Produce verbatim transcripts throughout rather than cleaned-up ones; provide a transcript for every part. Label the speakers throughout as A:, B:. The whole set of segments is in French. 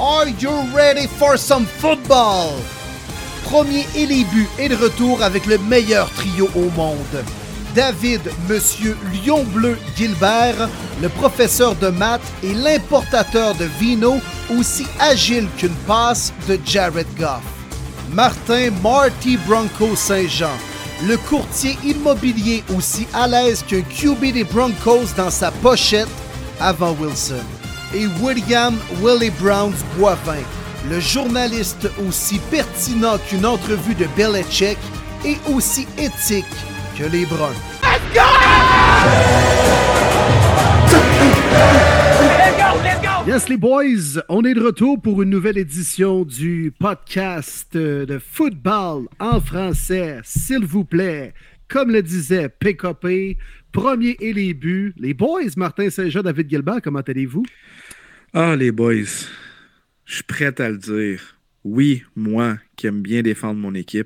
A: Are you ready for some football? Premier et les buts est de retour avec le meilleur trio au monde. David, Monsieur Lion Bleu Gilbert, le professeur de maths et l'importateur de vino, aussi agile qu'une passe de Jared Goff. Martin Marty Bronco Saint-Jean, le courtier immobilier aussi à l'aise qu'un Q B des Broncos dans sa pochette avant Wilson. Et William Willie Browns Boivin, le journaliste aussi pertinent qu'une entrevue de Belichick et aussi éthique que les Bruns.
B: Let's go! Let's go! Let's go!
C: Yes, les boys, on est de retour pour une nouvelle édition du podcast de football en français, s'il vous plaît. Comme le disait P K P, premier et les buts. Les boys, Martin Saint-Jean, David Gilbert, comment allez-vous?
D: Ah, les boys, je suis prêt à le dire. Oui, moi, qui aime bien défendre mon équipe.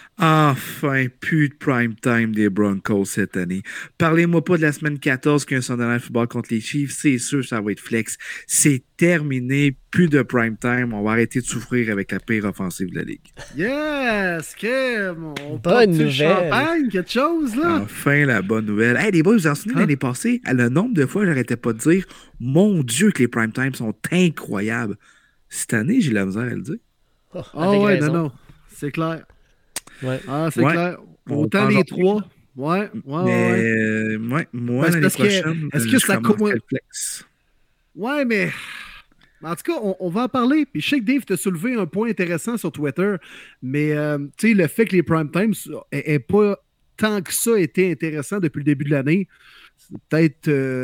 D: Enfin, plus de prime time des Broncos cette année. Parlez-moi pas de la semaine quatorze qu'un Sunday Night Football contre les Chiefs. C'est sûr, ça va être flex. C'est terminé. Plus de prime time. On va arrêter de souffrir avec la pire offensive de la Ligue.
C: Yes, Kim! On
E: bonne nouvelle.
C: Champagne, quelque chose, là?
D: Enfin, la bonne nouvelle. Hey, les boys, vous vous en souvenez hein? L'année passée, le nombre de fois, j'arrêtais pas de dire « Mon Dieu, que les prime time sont incroyables! » Cette année, j'ai la misère à le dire.
C: Ah oh, ouais, non, non. C'est clair.
E: Ouais.
C: Ah, c'est
D: ouais.
C: clair. Autant les trois. Ouais, ouais,
D: mais,
C: ouais.
D: Euh, ouais, moi,
C: parce,
D: l'année
C: parce
D: prochaine,
C: que, est-ce que
D: je
C: ça
D: commence à le flex.
C: Ouais, mais... En tout cas, on, on va en parler. Puis je sais que Dave t'a soulevé un point intéressant sur Twitter, mais euh, tu sais, le fait que les prime times n'aient pas tant que ça été intéressant depuis le début de l'année, peut-être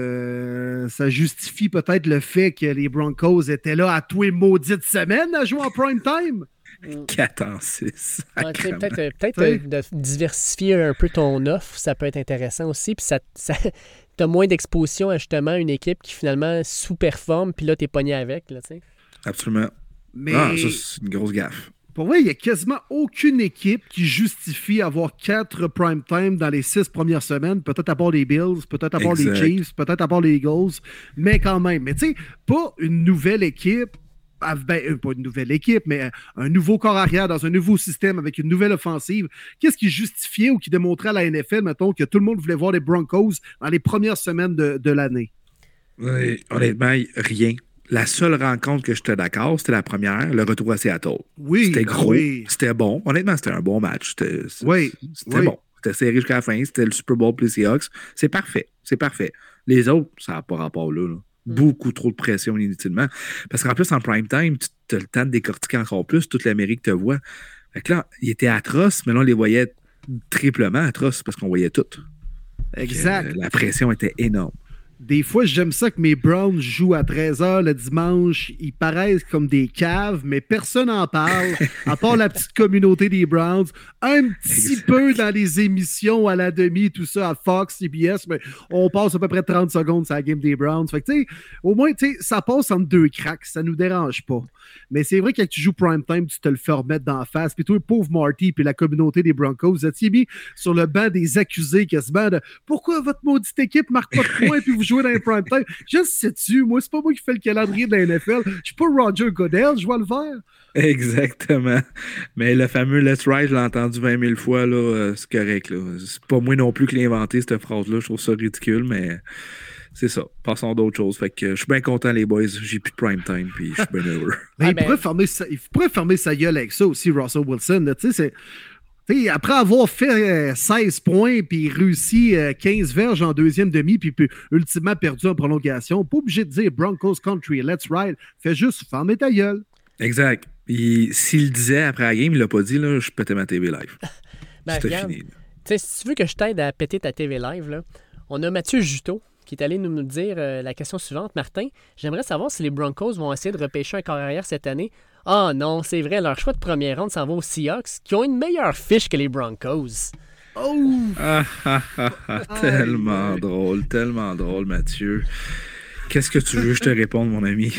C: euh, ça justifie peut-être le fait que les Broncos étaient là à tous les maudites semaines à jouer en prime time.
D: quatre en six.
E: Ouais, peut-être peut-être euh, de diversifier un peu ton offre, ça peut être intéressant aussi. Puis ça, ça t'as moins d'exposition à justement une équipe qui finalement sous-performe, puis là, t'es pogné avec. Là, t'sais.
D: Absolument. Mais... Ah, ça, c'est une grosse gaffe.
C: Pour vrai, il n'y a quasiment aucune équipe qui justifie avoir quatre prime time dans les six premières semaines. Peut-être à part les Bills, peut-être à part les Chiefs, peut-être à part les Eagles, mais quand même. Mais tu sais, pas une nouvelle équipe. Ben, pas une nouvelle équipe, mais un nouveau corps arrière dans un nouveau système avec une nouvelle offensive. Qu'est-ce qui justifiait ou qui démontrait à la N F L, mettons, que tout le monde voulait voir les Broncos dans les premières semaines de, de l'année?
D: Oui, honnêtement, rien. La seule rencontre que j'étais d'accord, c'était la première, le retour à Seattle.
C: Oui,
D: c'était gros,
C: oui.
D: C'était bon. Honnêtement, c'était un bon match. C'était,
C: oui,
D: c'était
C: oui.
D: bon. C'était serré jusqu'à la fin. C'était le Super Bowl plus les Seahawks. C'est parfait. C'est parfait. Les autres, ça n'a pas rapport là. là. Beaucoup trop de pression inutilement. Parce qu'en plus, en prime time, tu as le temps de décortiquer encore plus toute l'Amérique te voit. Fait que là, il était atroce, mais là, on les voyait triplement atroces parce qu'on voyait tout.
C: Exact.
D: Que, euh, la pression était énorme.
C: Des fois, j'aime ça que mes Browns jouent à treize heures le dimanche. Ils paraissent comme des caves, mais personne n'en parle, à part la petite communauté des Browns. Un petit exact. Peu dans les émissions à la demi, tout ça, à Fox, C B S, mais on passe à peu près trente secondes sur la game des Browns. Fait que, tu sais, au moins, tu sais, ça passe entre deux cracks. Ça nous dérange pas. Mais c'est vrai que quand tu joues prime time, tu te le fais remettre d'en face. Puis toi, pauvre Marty, puis la communauté des Broncos, vous étiez mis sur le banc des accusés quasiment de « Pourquoi votre maudite équipe marque pas de points puis vous jouez dans les prime time? » Je sais-tu, moi, c'est pas moi qui fais le calendrier de la N F L. Je suis pas Roger Goodell, je vois le faire.
D: Exactement. Mais le fameux Let's Ride, je l'ai entendu vingt mille fois, là, euh, c'est correct. Là. C'est pas moi non plus qui l'ai inventé, cette phrase-là. Je trouve ça ridicule, mais c'est ça. Passons d'autres choses. Fait que je suis bien content, les boys. J'ai plus de prime time, puis je suis bien heureux.
C: Mais ah, il, ben... pourrait fermer sa... il pourrait fermer sa gueule avec ça aussi, Russell Wilson. Tu sais, c'est... T'sais, après avoir fait euh, seize points puis réussi euh, quinze verges en deuxième demi puis, puis ultimement perdu en prolongation, pas obligé de dire Broncos Country, let's ride. Fais juste fermer ta gueule.
D: Exact. Puis s'il le disait après la game, il l'a pas dit, là, je pétais ma T V live.
E: Ben,
D: C'était
E: regarde,
D: fini.
E: Si tu veux que je t'aide à péter ta T V live, là, on a Mathieu Juteau qui est allé nous dire euh, la question suivante. Martin, j'aimerais savoir si les Broncos vont essayer de repêcher un corps arrière cette année. Ah oh non, c'est vrai, leur choix de première ronde s'en va aux Seahawks, qui ont une meilleure fiche que les Broncos.
C: Oh!
D: Ah, ah, ah, ah, tellement drôle, tellement drôle, Mathieu. Qu'est-ce que tu veux que je te réponde, mon ami?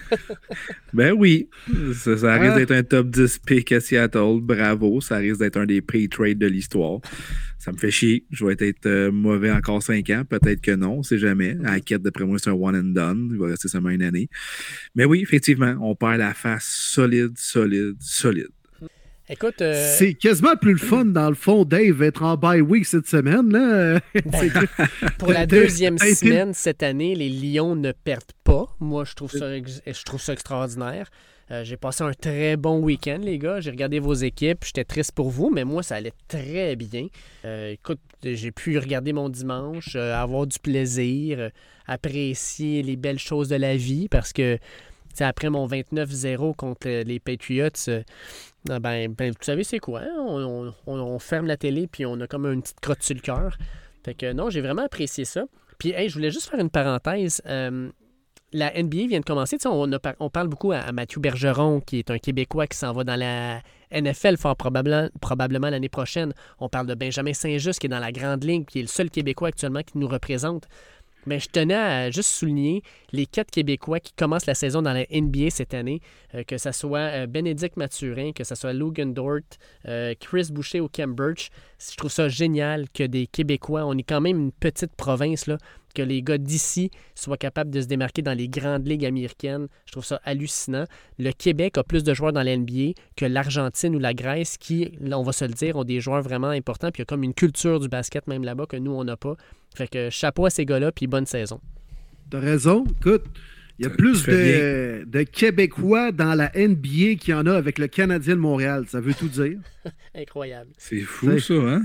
D: Ben oui, ça, ça risque
C: Ah.
D: d'être un top dix pick à Seattle. Bravo, ça risque d'être un des pay trades de l'histoire. Ça me fait chier. Je vais être euh, mauvais encore cinq ans. Peut-être que non, on sait jamais. À la quête, d'après moi, c'est un one and done. Il va rester seulement une année. Mais oui, effectivement, on perd la face solide, solide, solide.
E: Écoute, euh,
C: C'est quasiment plus le fun, dans le fond, Dave, être en bye week cette semaine. Là. C'est que-
E: pour la
C: t'as-
E: deuxième
C: t'as été-
E: semaine cette année, les Lions ne perdent pas. Moi, je trouve ça, ex- je trouve ça extraordinaire. Euh, j'ai passé un très bon week-end, les gars. J'ai regardé vos équipes. J'étais triste pour vous, mais moi, ça allait très bien. Euh, écoute, j'ai pu regarder mon dimanche, euh, avoir du plaisir, euh, apprécier les belles choses de la vie parce que, tu sais, après mon vingt-neuf zéro contre les Patriots, euh, ah ben, ben, vous savez c'est quoi? Hein? On, on- on ferme la télé puis on a comme une petite crotte sur le cœur. Fait que non, j'ai vraiment apprécié ça. Puis, hey, je voulais juste faire une parenthèse. Euh, la N B A vient de commencer. Tu sais, On, a par- on parle beaucoup à, à Mathieu Bergeron, qui est un Québécois qui s'en va dans la N F L fort probablement, probablement l'année prochaine. On parle de Benjamin Saint-Just, qui est dans la Grande Ligue, qui est le seul Québécois actuellement qui nous représente. Mais je tenais à juste souligner les quatre Québécois qui commencent la saison dans la N B A cette année, euh, que ce soit euh, Bénédicte Mathurin, que ce soit Logan Dort, euh, Chris Boucher ou Cam Birch. Je trouve ça génial que des Québécois, on est quand même une petite province, là, que les gars d'ici soient capables de se démarquer dans les grandes ligues américaines. Je trouve ça hallucinant. Le Québec a plus de joueurs dans la N B A que l'Argentine ou la Grèce qui, là, on va se le dire, ont des joueurs vraiment importants. Puis il y a comme une culture du basket même là-bas que nous, on n'a pas. Fait que chapeau à ces gars-là, puis bonne saison.
C: T'as raison. Écoute, il y a
D: Tu
C: plus
D: fais
C: de, de Québécois dans la N B A qu'il y en a avec le Canadien de Montréal. Ça veut tout dire.
E: Incroyable.
D: C'est fou, ça, hein?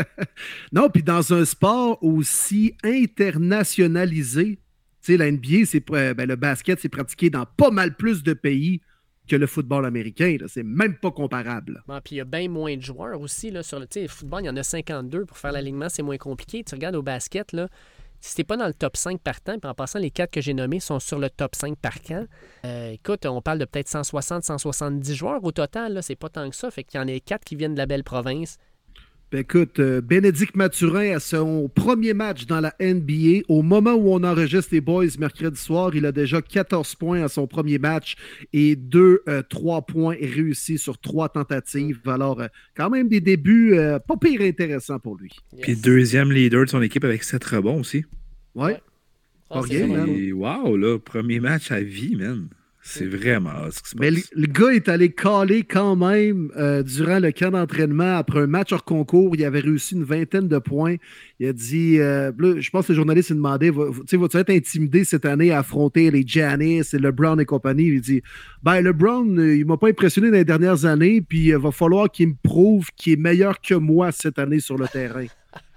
C: Non, puis dans un sport aussi internationalisé, tu sais, la N B A, c'est, euh, ben, le basket, c'est pratiqué dans pas mal plus de pays que le football américain. Là. C'est même pas comparable.
E: Bon, puis il y a bien moins de joueurs aussi. Là, sur le, tu sais, le football, il y en a cinquante-deux. Pour faire l'alignement, c'est moins compliqué. Tu regardes au basket, là, si t'es pas dans le top cinq partant, puis en passant, les quatre que j'ai nommés sont sur le top cinq par camp. Euh, écoute, on parle de peut-être cent soixante, cent soixante-dix joueurs au total. Là, c'est pas tant que ça. Fait qu'il y en a quatre qui viennent de la belle province.
C: Ben, écoute, euh, Bénédicte Mathurin a son premier match dans la N B A. Au moment où on enregistre les boys mercredi soir, il a déjà quatorze points à son premier match et deux, euh, trois points réussis sur trois tentatives. Alors, euh, quand même des débuts euh, pas pire intéressants pour lui.
E: Yes.
D: Puis deuxième leader de son équipe avec sept rebonds aussi.
C: Ouais.
E: Ouais. Ah,
C: Pas
E: c'est
C: rien,
E: vraiment
C: man.
E: cool.
D: Et wow, là, premier match à vie, man. C'est vraiment ce qui se
C: Mais le,
D: passe.
C: le gars est allé caler quand même euh, durant le camp d'entraînement. Après un match hors concours, il avait réussi une vingtaine de points. Il a dit, euh, là, je pense que le journaliste lui demandait, va, tu sais, vas-tu être intimidé cette année à affronter les Giannis et le Brown et compagnie? Il dit, ben le Brown, euh, il m'a pas impressionné dans les dernières années, puis il va falloir qu'il me prouve qu'il est meilleur que moi cette année sur le terrain.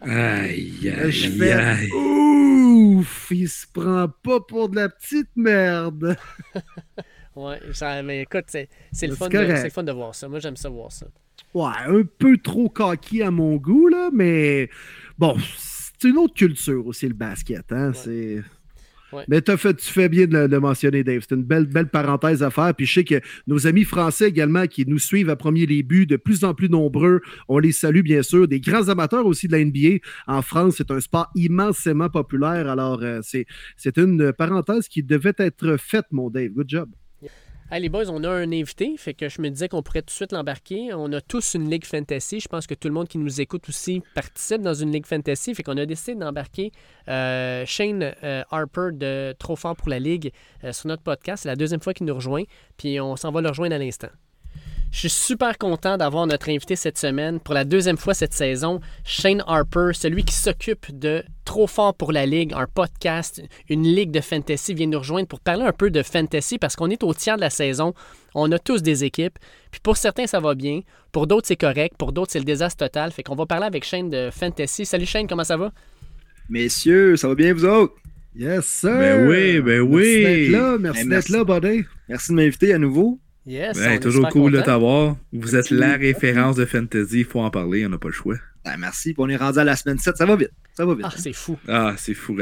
D: Aïe,
C: Là, je
D: aïe,
C: fais,
D: aïe.
C: ouf, il se prend pas pour de la petite merde.
E: Ouais, ça- mais écoute, c'est, c'est, le
C: C'est
E: fun de,
C: correct.
E: c'est le fun de voir ça. Moi, j'aime ça voir ça.
C: Ouais, un peu trop coquille à mon goût, là, mais bon, c'est une autre culture aussi, le basket. Hein?
E: Ouais.
C: C'est...
E: Ouais.
C: Mais t'as fait, tu fais bien de le, de le mentionner, Dave. C'est une belle, belle parenthèse à faire. Puis je sais que nos amis français également qui nous suivent à premier début, de plus en plus nombreux, on les salue bien sûr. Des grands amateurs aussi de la N B A. En France, c'est un sport immensément populaire. Alors, euh, c'est, c'est une parenthèse qui devait être faite, mon Dave. Good job.
E: Hey, les boys, on a un invité, fait que je me disais qu'on pourrait tout de suite l'embarquer. On a tous une ligue fantasy. Je pense que tout le monde qui nous écoute aussi participe dans une ligue fantasy, fait qu'on a décidé d'embarquer euh, Shane euh, Harper de Trop Fort pour la Ligue euh, sur notre podcast. C'est la deuxième fois qu'il nous rejoint, puis on s'en va le rejoindre à l'instant. Je suis super content d'avoir notre invité cette semaine pour la deuxième fois cette saison, Shane Harper, celui qui s'occupe de Trop Fort pour la Ligue, un podcast, une ligue de fantasy, vient nous rejoindre pour parler un peu de fantasy parce qu'on est au tiers de la saison. On a tous des équipes. Puis pour certains, ça va bien. Pour d'autres, c'est correct. Pour d'autres, c'est le désastre total. Fait qu'on va parler avec Shane de fantasy. Salut Shane, comment ça va?
B: Messieurs, ça va bien vous autres?
C: Yes, sir!
D: Ben oui, ben oui.
C: Merci d'être là, merci
B: Ben,
C: d'être
B: merci.
C: là, buddy.
B: Merci de m'inviter à nouveau.
E: Yes, on
D: Ben,
E: est
D: toujours
E: super
D: cool de
E: content.
D: t'avoir. Vous êtes
B: Merci.
D: la référence de fantasy. Il faut en parler, on n'a pas le choix.
B: Ben, merci, puis on est rendu à la semaine sept. Ça va vite. Ça va vite.
E: Ah, c'est fou.
D: Ah, c'est fou, Red.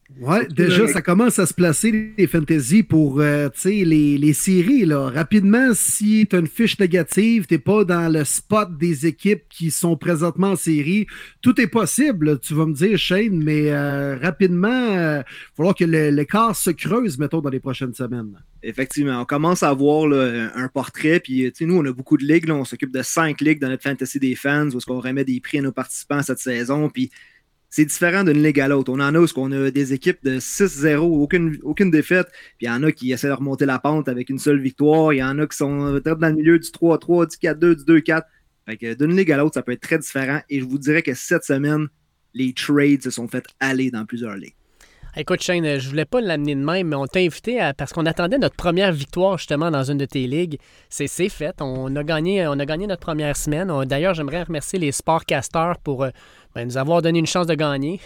C: Ouais, déjà, ça commence à se placer, les fantasy, pour euh, les, les séries. Là. Rapidement, si tu as une fiche négative, tu n'es pas dans le spot des équipes qui sont présentement en série, tout est possible, tu vas me dire, Shane, mais euh, rapidement, il euh, va falloir que le, l'écart se creuse, mettons, dans les prochaines semaines.
B: Effectivement, on commence à voir là, un portrait, puis nous, on a beaucoup de ligues, là, on s'occupe de cinq ligues dans notre fantasy des fans, où est-ce qu'on remet des prix à nos participants cette saison, puis c'est différent d'une ligue à l'autre. On en a où on a des équipes de six zéro, aucune, aucune défaite. Puis il y en a qui essaient de remonter la pente avec une seule victoire. Il y en a qui sont dans le milieu du trois trois, du quatre deux, du deux quatre. Fait que d'une ligue à l'autre, ça peut être très différent. Et je vous dirais que cette semaine, les trades se sont fait aller dans plusieurs ligues.
E: Écoute, Shane, je voulais pas l'amener de même, mais on t'a invité à, parce qu'on attendait notre première victoire justement dans une de tes ligues. C'est, c'est fait. On a gagné, on a gagné notre première semaine. On, d'ailleurs, j'aimerais remercier les Sportcasters pour euh, ben, nous avoir donné une chance de gagner.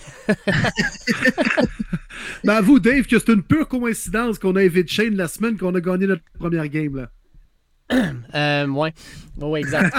C: Ben, avoue, Dave, que c'est une pure coïncidence qu'on a invité Shane la semaine qu'on a gagné notre première game. Là.
E: euh, ouais. Oui, exact.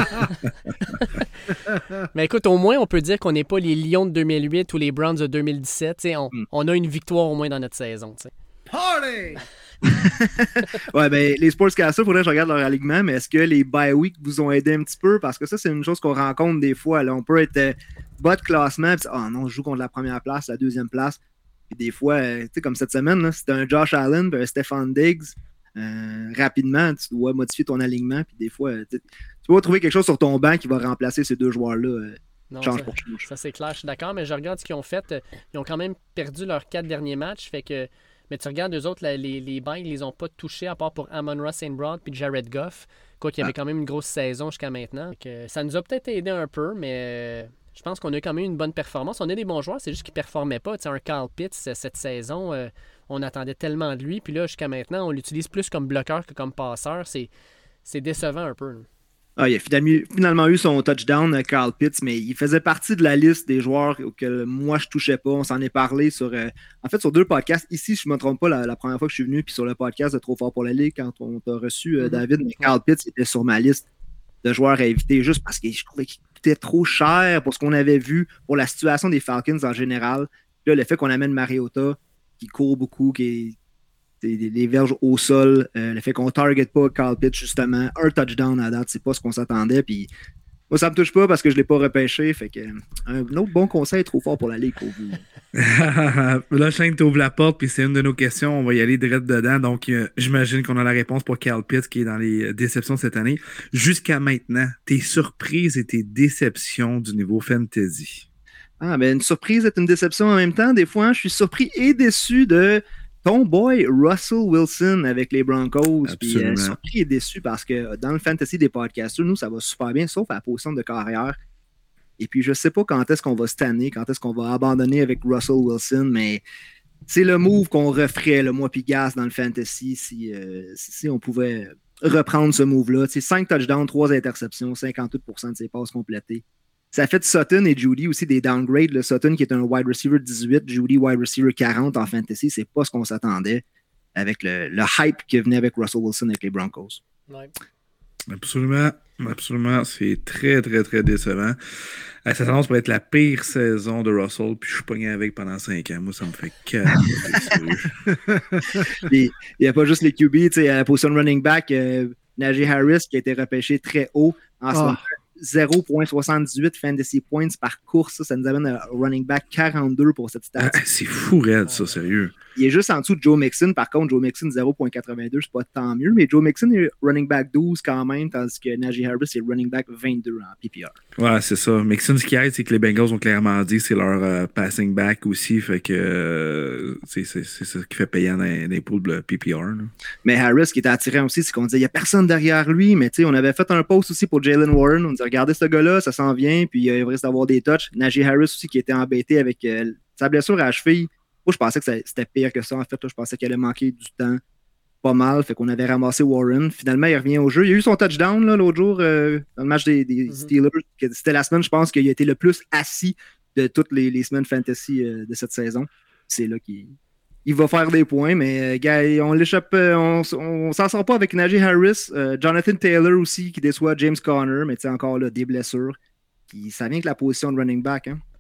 E: Mais écoute, au moins, on peut dire qu'on n'est pas les Lions de deux mille huit ou les Browns de deux mille dix-sept. On, mm. on a une victoire au moins dans notre saison. T'sais.
C: Party!
B: Ouais, ben, les Sportscasters, il faudrait que je regarde leur alignement, mais est-ce que les bye week vous ont aidé un petit peu? Parce que ça, c'est une chose qu'on rencontre des fois. Là. On peut être euh, bas de classement, puis oh non, je joue contre la première place, la deuxième place. Puis des fois, euh, tu sais, comme cette semaine, là, c'était un Josh Allen, puis un Stephon Diggs. Euh, rapidement, tu dois modifier ton alignement, puis des fois, tu vas trouver quelque chose sur ton banc qui va remplacer ces deux joueurs-là. Euh,
E: non,
B: change
E: ça,
B: pour change.
E: Ça, c'est clair, je suis d'accord, mais je regarde ce qu'ils ont fait. Ils ont quand même perdu leurs quatre derniers matchs, fait que. Mais tu regardes, eux autres, la, les, les Bengals, ils les ont pas touchés à part pour Amon-Ra Saint Brown puis Jared Goff. Quoi qu'il y avait ah. quand même une grosse saison jusqu'à maintenant. Que ça nous a peut-être aidé un peu, mais je pense qu'on a quand même une bonne performance. On a des bons joueurs, c'est juste qu'ils ne performaient pas. Tu sais, un Kyle Pitts, cette saison, euh, on attendait tellement de lui. Puis là, jusqu'à maintenant, on l'utilise plus comme bloqueur que comme passeur. C'est, c'est décevant un peu. Là.
B: Ah, il a finalement, finalement eu son touchdown, Kyle Pitts, mais il faisait partie de la liste des joueurs que moi je touchais pas. On s'en est parlé sur euh, en fait sur deux podcasts. Ici, je ne me trompe pas, la, la première fois que je suis venu, puis sur le podcast de Trop Fort pour la Ligue, quand on t'a reçu, euh, mm-hmm. David, mais Kyle Pitts était sur ma liste de joueurs à éviter juste parce que je trouvais qu'il coûtait trop cher pour ce qu'on avait vu, pour la situation des Falcons en général. Là, le fait qu'on amène Mariota, qui court beaucoup, qui est les verges au sol, euh, le fait qu'on ne target pas Kyle Pitts, justement, un touchdown à date, c'est pas ce qu'on s'attendait. Puis moi, ça me touche pas parce que je l'ai pas repêché. Fait que un autre bon conseil Trop Fort pour la Ligue pour vous.
D: Là, Shane t'ouvre la porte, puis c'est une de nos questions. On va y aller direct dedans. Donc, euh, j'imagine qu'on a la réponse pour Kyle Pitts qui est dans les déceptions cette année. Jusqu'à maintenant, tes surprises et tes déceptions du niveau fantasy.
B: Ah, ben une surprise est une déception en même temps. Des fois, hein, je suis surpris et déçu de ton boy Russell Wilson avec les Broncos. Puis euh, surpris et déçu parce que dans le fantasy des podcasters, nous, ça va super bien, sauf à la position de carrière. Et puis, je sais pas quand est-ce qu'on va se tanner, quand est-ce qu'on va abandonner avec Russell Wilson, mais c'est le move qu'on referait, le moi puis Gas, dans le fantasy, si, euh, si on pouvait reprendre ce move-là. Tu sais, cinq touchdowns, trois interceptions, cinquante-huit pour cent de ses passes complétées. Ça fait de Sutton et Judy aussi des downgrades. Le Sutton qui est un wide receiver dix-huit, Judy wide receiver quarante en fantasy, c'est pas ce qu'on s'attendait avec le, le hype qui venait avec Russell Wilson avec les Broncos.
E: Ouais.
D: Absolument, absolument. C'est très, très, très décevant. Ça s'annonce pour être la pire saison de Russell, puis je suis pogné avec pendant cinq ans. Moi, ça me fait capoter.
B: Il n'y a pas juste les Q B, tu sais, à la position de running back, euh, Najee Harris qui a été repêché très haut en ce moment. zéro virgule soixante-dix-huit fantasy points par course. Ça, ça nous amène à running back quarante-deux pour cette stat.
D: Ah, c'est fou raide, ça, sérieux.
B: Il est juste en dessous de Joe Mixon. Par contre, Joe Mixon, zéro virgule quatre-vingt-deux, c'est pas tant mieux. Mais Joe Mixon est running back douze quand même, tandis que Najee Harris est running back vingt-deux en P P R.
D: Ouais, c'est ça. Mixon, ce qui aide, c'est que les Bengals ont clairement dit c'est leur uh, passing back aussi. Fait que euh, c'est, c'est, c'est ça qui fait payer dans les poules de P P R. Là.
B: Mais Harris, qui était attirant aussi, c'est qu'on disait il n'y a personne derrière lui. Mais tu sais, on avait fait un post aussi pour Jalen Warren. On disait regardez ce gars-là, ça s'en vient. Puis euh, il risque d'avoir des touches. Najee Harris aussi, qui était embêté avec euh, sa blessure à la cheville. Moi, je pensais que ça, c'était pire que ça. En fait, là, je pensais qu'il allait manquer du temps pas mal. Fait qu'on avait ramassé Warren. Finalement, il revient au jeu. Il a eu son touchdown là, l'autre jour euh, dans le match des, des mm-hmm. Steelers. C'était la semaine, je pense, qu'il a été le plus assis de toutes les, les semaines fantasy euh, de cette saison. C'est là qu'il il va faire des points, mais euh, gars, on l'échappe. Euh, on, on s'en sort pas avec Najee Harris. Euh, Jonathan Taylor aussi, qui déçoit James Conner, mais tu sais, encore là, des blessures. Puis, ça vient avec la position de running back. Hein.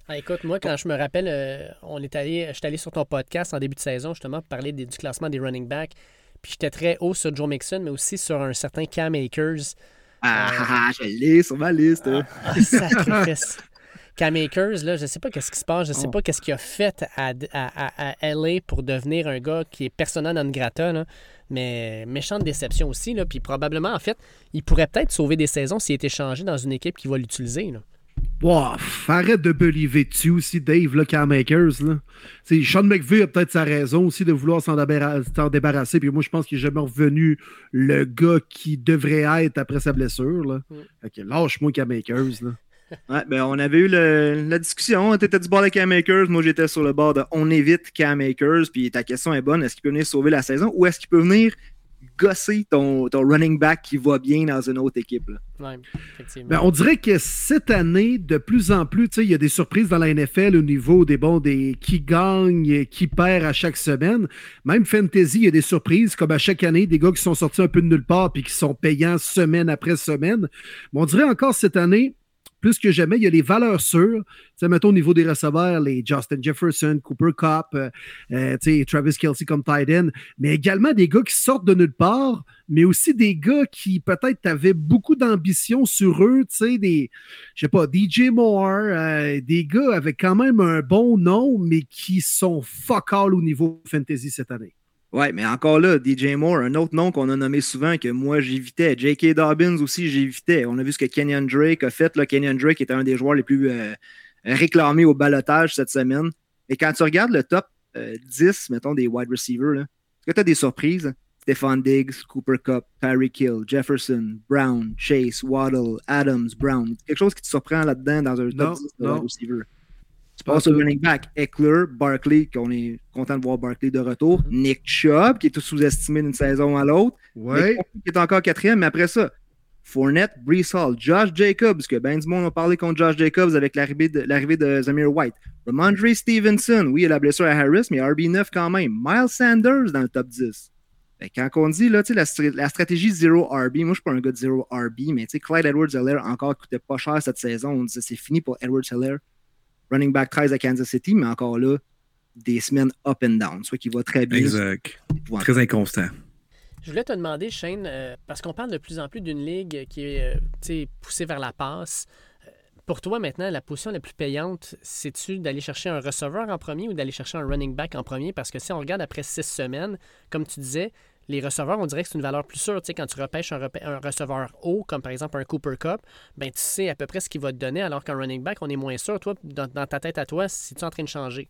E: Ah, écoute, moi, quand je me rappelle, euh, on est allé, je suis allé sur ton podcast en début de saison, justement, pour parler des, du classement des running backs. Puis j'étais très haut sur Joe Mixon, mais aussi sur un certain Cam Akers.
B: Ah, euh, je l'ai sur ma liste.
E: Ah, sacrifice. Cam Akers, là, je ne sais pas qu'est-ce qui se passe, je ne sais oh. pas qu'est-ce qu'il a fait à, à, à, à L A pour devenir un gars qui est persona non grata, là. Mais méchante déception aussi, là. Puis probablement, en fait, il pourrait peut-être sauver des saisons s'il était changé dans une équipe qui va l'utiliser, là.
C: Wow, arrête de beliver dessus aussi, Dave, là, Cam Akers. Là. Sean McVay a peut-être sa raison aussi de vouloir s'en, débarra- s'en débarrasser. Puis moi, je pense qu'il n'est jamais revenu le gars qui devrait être après sa blessure. Là. Mm. Fait que lâche-moi Cam Akers. Là.
B: Ouais, ben on avait eu le, la discussion. Tu étais du bord de Cam Akers. Moi, j'étais sur le bord de on évite Cam Akers. Puis ta question est bonne. Est-ce qu'il peut venir sauver la saison ou est-ce qu'il peut venir gosser ton, ton running back qui va bien dans une autre équipe?
E: Oui, effectivement.
C: Ben, on dirait que cette année, de plus en plus, il y a des surprises dans la N F L au niveau des bons, des qui gagnent, qui perd à chaque semaine. Même Fantasy, il y a des surprises, comme à chaque année, des gars qui sont sortis un peu de nulle part puis qui sont payants semaine après semaine. Mais on dirait encore cette année, plus que jamais, il y a les valeurs sûres. Tu sais, mettons au niveau des receveurs, les Justin Jefferson, Cooper Kupp, euh, euh, Travis Kelce comme tight end, mais également des gars qui sortent de nulle part, mais aussi des gars qui peut-être avaient beaucoup d'ambition sur eux, tu sais, des, je sais pas, D J Moore, euh, des gars avec quand même un bon nom, mais qui sont fuck all au niveau fantasy cette année.
B: Ouais, mais encore là, D J Moore, un autre nom qu'on a nommé souvent que moi j'évitais. J K. Dobbins aussi, j'évitais. On a vu ce que Kenyon Drake a fait. Là, Kenyon Drake était un des joueurs les plus euh, réclamés au ballottage cette semaine. Et quand tu regardes le top euh, dix, mettons, des wide receivers, là, est-ce que tu as des surprises? Stephon Diggs, Cooper Kupp, Tyreek Hill, Jefferson, Brown, Chase, Waddle, Adams, Brown. Quelque chose qui te surprend là-dedans dans un top
C: non,
B: dix de
C: non.
B: wide receiver. Tu passes au running back, Eckler, Barkley, qu'on est content de voir Barkley de retour, Nick Chubb, qui est tout sous-estimé d'une saison à l'autre,
C: ouais.
B: Nick, qui est encore quatrième, mais après ça, Fournette, Breece Hall, Josh Jacobs, que ben du monde a parlé contre Josh Jacobs avec l'arrivée de, l'arrivée de Zamir White, Ramondre Stevenson, oui, il y a la blessure à Harris, mais R B neuf quand même, Miles Sanders dans le top dix. Fait, quand on dit là, la, la stratégie zéro R B, moi je suis pas un gars de zéro R B, mais Clyde Edwards-Helaire encore coûtait pas cher cette saison, on disait c'est fini pour Edwards-Helaire. Running back treize à Kansas City, mais encore là, des semaines up and down. Soit qu'il va très bien.
D: Exact. Très inconstant.
E: Je voulais te demander, Shane, euh, parce qu'on parle de plus en plus d'une ligue qui est euh, poussée vers la passe. Euh, pour toi, maintenant, la position la plus payante, c'est-tu d'aller chercher un receveur en premier ou d'aller chercher un running back en premier? Parce que si on regarde après six semaines, comme tu disais, les receveurs, on dirait que c'est une valeur plus sûre. Tu sais, quand tu repêches un, repê- un receveur haut, comme par exemple un Cooper Kupp, ben, tu sais à peu près ce qu'il va te donner, alors qu'un running back, on est moins sûr. Toi, dans, dans ta tête à toi, si tu es en train de changer.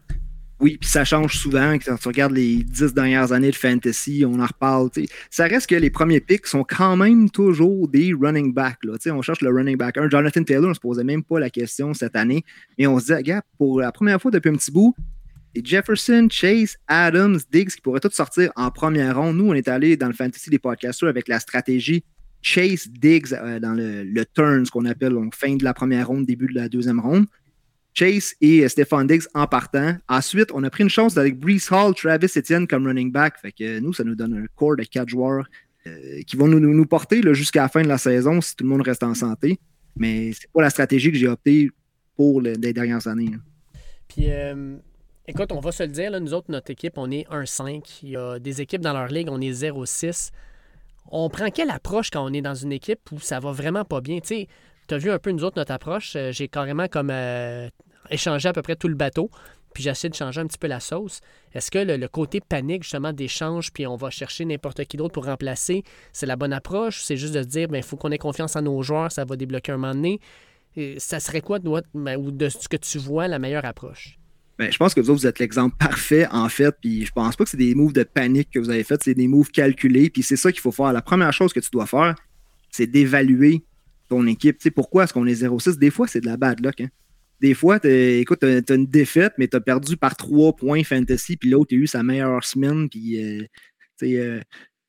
B: Oui, puis ça change souvent. Quand tu regardes les dix dernières années de fantasy, on en reparle. T'sais. Ça reste que les premiers picks sont quand même toujours des running backs. Là. On cherche le running back. Un Jonathan Taylor, on ne se posait même pas la question cette année. Mais on se dit, regarde, pour la première fois depuis un petit bout, et Jefferson, Chase, Adams, Diggs qui pourraient tous sortir en première ronde. Nous, on est allé dans le fantasy des podcasters avec la stratégie Chase, Diggs euh, dans le, le turn, ce qu'on appelle donc, fin de la première ronde, début de la deuxième ronde. Chase et euh, Stephon Diggs en partant. Ensuite, on a pris une chance avec Breece Hall, Travis Etienne comme running back. Fait que euh, nous, ça nous donne un corps de quatre joueurs euh, qui vont nous, nous, nous porter là, jusqu'à la fin de la saison si tout le monde reste en santé. Mais c'est pas la stratégie que j'ai optée pour le, les dernières années. Là.
E: Puis... Euh... Écoute, on va se le dire, là, nous autres, notre équipe, on est un cinq. Il y a des équipes dans leur ligue, on est zéro six. On prend quelle approche quand on est dans une équipe où ça va vraiment pas bien? Tu sais, tu as vu un peu, nous autres, notre approche. J'ai carrément comme euh, échangé à peu près tout le bateau, puis j'essaie de changer un petit peu la sauce. Est-ce que le, le côté panique, justement, d'échange, puis on va chercher n'importe qui d'autre pour remplacer, c'est la bonne approche? C'est juste de se dire, il faut qu'on ait confiance en nos joueurs, ça va débloquer un moment donné. Et ça serait quoi, toi, ou de ce que tu vois, la meilleure approche?
B: Ben, je pense que vous autres, vous êtes l'exemple parfait, en fait, puis je pense pas que c'est des moves de panique que vous avez fait, c'est des moves calculés, puis c'est ça qu'il faut faire. La première chose que tu dois faire, c'est d'évaluer ton équipe. Tu sais, pourquoi est-ce qu'on est zéro six? Des fois, c'est de la bad luck. Hein? Des fois, t'es, écoute, t'as, t'as une défaite, mais t'as perdu par trois points fantasy, puis l'autre a eu sa meilleure semaine, puis euh, tu sais, euh,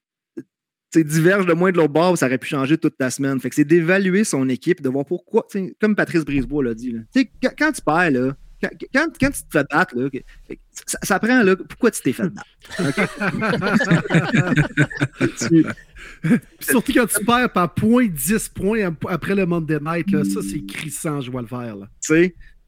B: tu diverges de moins de l'autre bord, ça aurait pu changer toute ta semaine. Fait que c'est d'évaluer son équipe, de voir pourquoi, comme Patrice Brisebois l'a dit, là, quand, quand tu perds, là, Quand, quand, quand tu te fais battre, là, ça, ça prend là, pourquoi tu t'es fait battre.
C: Okay? Surtout quand tu perds par point dix points après le Monday Night, là, ça c'est crissant, je vois le faire.
B: Tu sais,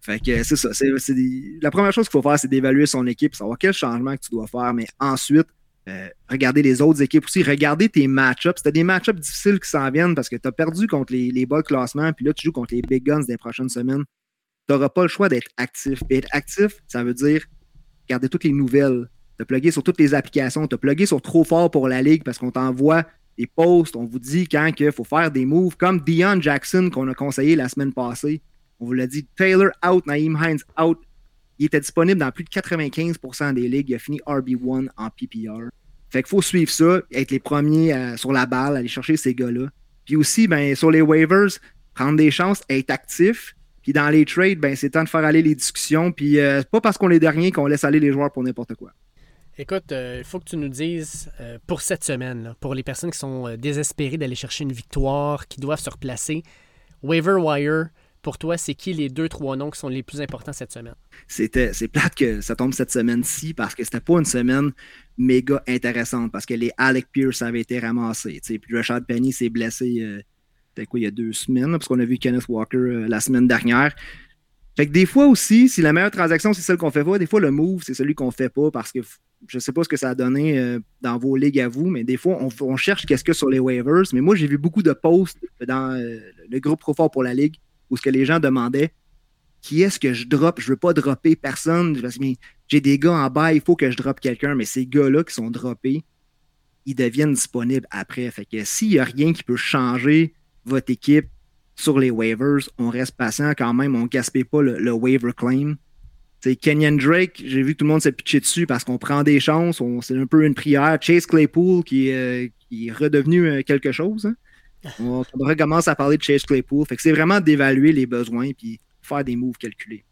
B: Fait que c'est ça. C'est, c'est des... La première chose qu'il faut faire, c'est d'évaluer son équipe, savoir quel changement que tu dois faire. Mais ensuite, euh, regarder les autres équipes aussi. Regarder tes match-ups. C'était des match-ups difficiles qui s'en viennent parce que tu as perdu contre les, les bas de classement, puis là, tu joues contre les big guns des prochaines semaines. Tu n'auras pas le choix d'être actif. Et être actif, ça veut dire garder toutes les nouvelles, te plugger sur toutes les applications, te plugger sur Trop Fort pour la Ligue parce qu'on t'envoie des posts, on vous dit quand il faut faire des moves comme Deion Jackson qu'on a conseillé la semaine passée. On vous l'a dit, Taylor out, Nyheim Hines out. Il était disponible dans plus de quatre-vingt-quinze pour cent des ligues. Il a fini R B un en P P R. Fait qu'il faut suivre ça, être les premiers à, sur la balle, aller chercher ces gars-là. Puis aussi, ben, sur les waivers, prendre des chances, être actif. Puis dans les trades, ben, c'est temps de faire aller les discussions. Puis euh, c'est pas parce qu'on est dernier qu'on laisse aller les joueurs pour n'importe quoi.
E: Écoute, il euh, faut que tu nous dises euh, pour cette semaine, là, pour les personnes qui sont euh, désespérées d'aller chercher une victoire, qui doivent se replacer, waiver wire, pour toi, c'est qui les deux, trois noms qui sont les plus importants cette semaine?
B: C'était, c'est plate que ça tombe cette semaine-ci parce que c'était pas une semaine méga intéressante parce que les Alec Pierce avaient été ramassés. Puis Rashad Penny s'est blessé euh, c'était quoi, il y a deux semaines, là, parce qu'on a vu Kenneth Walker euh, la semaine dernière. Fait que des fois aussi, si la meilleure transaction, c'est celle qu'on fait pas, des fois le move, c'est celui qu'on fait pas parce que je sais pas ce que ça a donné euh, dans vos ligues à vous, mais des fois, on, on cherche qu'est-ce que sur les waivers. Mais moi, j'ai vu beaucoup de posts dans euh, le groupe Trop Fort pour la Ligue où ce que les gens demandaient qui est-ce que je drop? Je veux pas dropper personne. Mais j'ai des gars en bas, il faut que je droppe quelqu'un, mais ces gars-là qui sont droppés, ils deviennent disponibles après. Fait que s'il n'y a rien qui peut changer votre équipe sur les waivers, on reste patient quand même, on ne gaspille pas le, le waiver claim. T'sais, Kenyon Drake, j'ai vu que tout le monde s'est pitché dessus parce qu'on prend des chances, on, c'est un peu une prière. Chase Claypool qui, euh, qui est redevenu euh, quelque chose. Hein? On, on recommence à parler de Chase Claypool. Fait que c'est vraiment d'évaluer les besoins puis faire des moves calculés.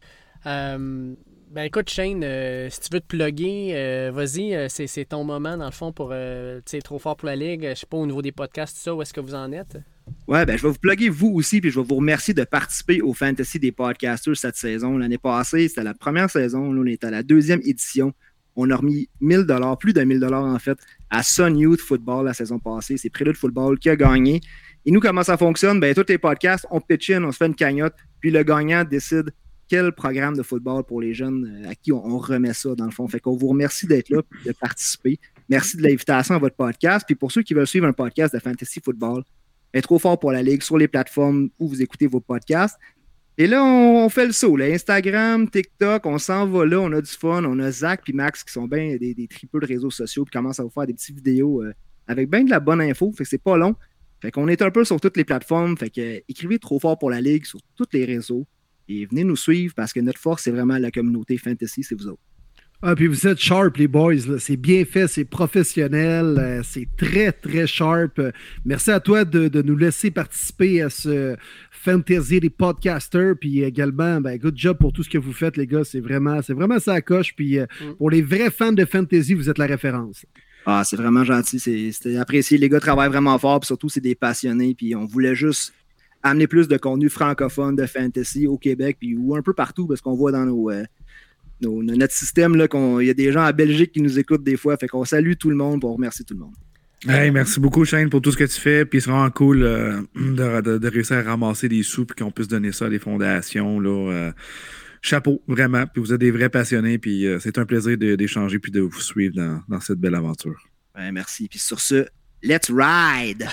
E: Euh, ben écoute, Shane, euh, si tu veux te plugger, euh, vas-y, euh, c'est, c'est ton moment dans le fond pour euh, tu sais, Trop Fort pour la Ligue. Je sais pas au niveau des podcasts, tout ça, où est-ce que vous en êtes?
B: Ouais, ben je vais vous plugger vous aussi, puis je vais vous remercier de participer au Fantasy des Podcasters cette saison. L'année passée, c'était la première saison. Là, on est à la deuxième édition. On a remis mille dollars, plus de mille dollars en fait, à Sun Youth Football la saison passée. C'est Prélude Football qui a gagné. Et nous, comment ça fonctionne? Ben, tous les podcasts, on pitch in, on se fait une cagnotte, puis le gagnant décide quel programme de football pour les jeunes à qui on, on remet ça, dans le fond. Fait qu'on vous remercie d'être là et de participer. Merci de l'invitation à votre podcast. Puis pour ceux qui veulent suivre un podcast de Fantasy Football, est Trop Fort pour la Ligue sur les plateformes où vous écoutez vos podcasts. Et là, on, on fait le saut. Là. Instagram, TikTok, on s'en va là, on a du fun. On a Zach et Max qui sont bien des, des tripeux de réseaux sociaux qui commencent à vous faire des petites vidéos euh, avec bien de la bonne info. Fait que c'est pas long. Fait qu'on est un peu sur toutes les plateformes. Fait que euh, écrivez Trop Fort pour la Ligue sur tous les réseaux. Et venez nous suivre parce que notre force, c'est vraiment la communauté fantasy, c'est vous autres.
C: Ah, puis vous êtes sharp, les boys. Là. C'est bien fait, c'est professionnel, euh, c'est très, très sharp. Euh, merci à toi de, de nous laisser participer à ce Fantasy des podcasters. Puis également, ben, good job pour tout ce que vous faites, les gars. C'est vraiment, c'est vraiment ça à coche. Puis euh, mm. pour les vrais fans de fantasy, vous êtes la référence.
B: Ah, c'est vraiment gentil. C'est, c'était apprécié. Les gars travaillent vraiment fort. Puis surtout, c'est des passionnés. Puis on voulait juste amener plus de contenu francophone de fantasy au Québec puis ou un peu partout parce qu'on voit dans nos, euh, nos notre système là qu'on il y a des gens à Belgique qui nous écoutent des fois, fait qu'on salue tout le monde pour remercier tout le monde.
D: Hey, merci beaucoup Shane pour tout ce que tu fais, puis c'est vraiment cool euh, de, de, de réussir à ramasser des sous puis qu'on puisse donner ça à des fondations là. Euh, chapeau vraiment, puis vous êtes des vrais passionnés, puis euh, c'est un plaisir de, d'échanger puis de vous suivre dans, dans cette belle aventure.
B: Ouais, merci. Puis sur ce, let's ride!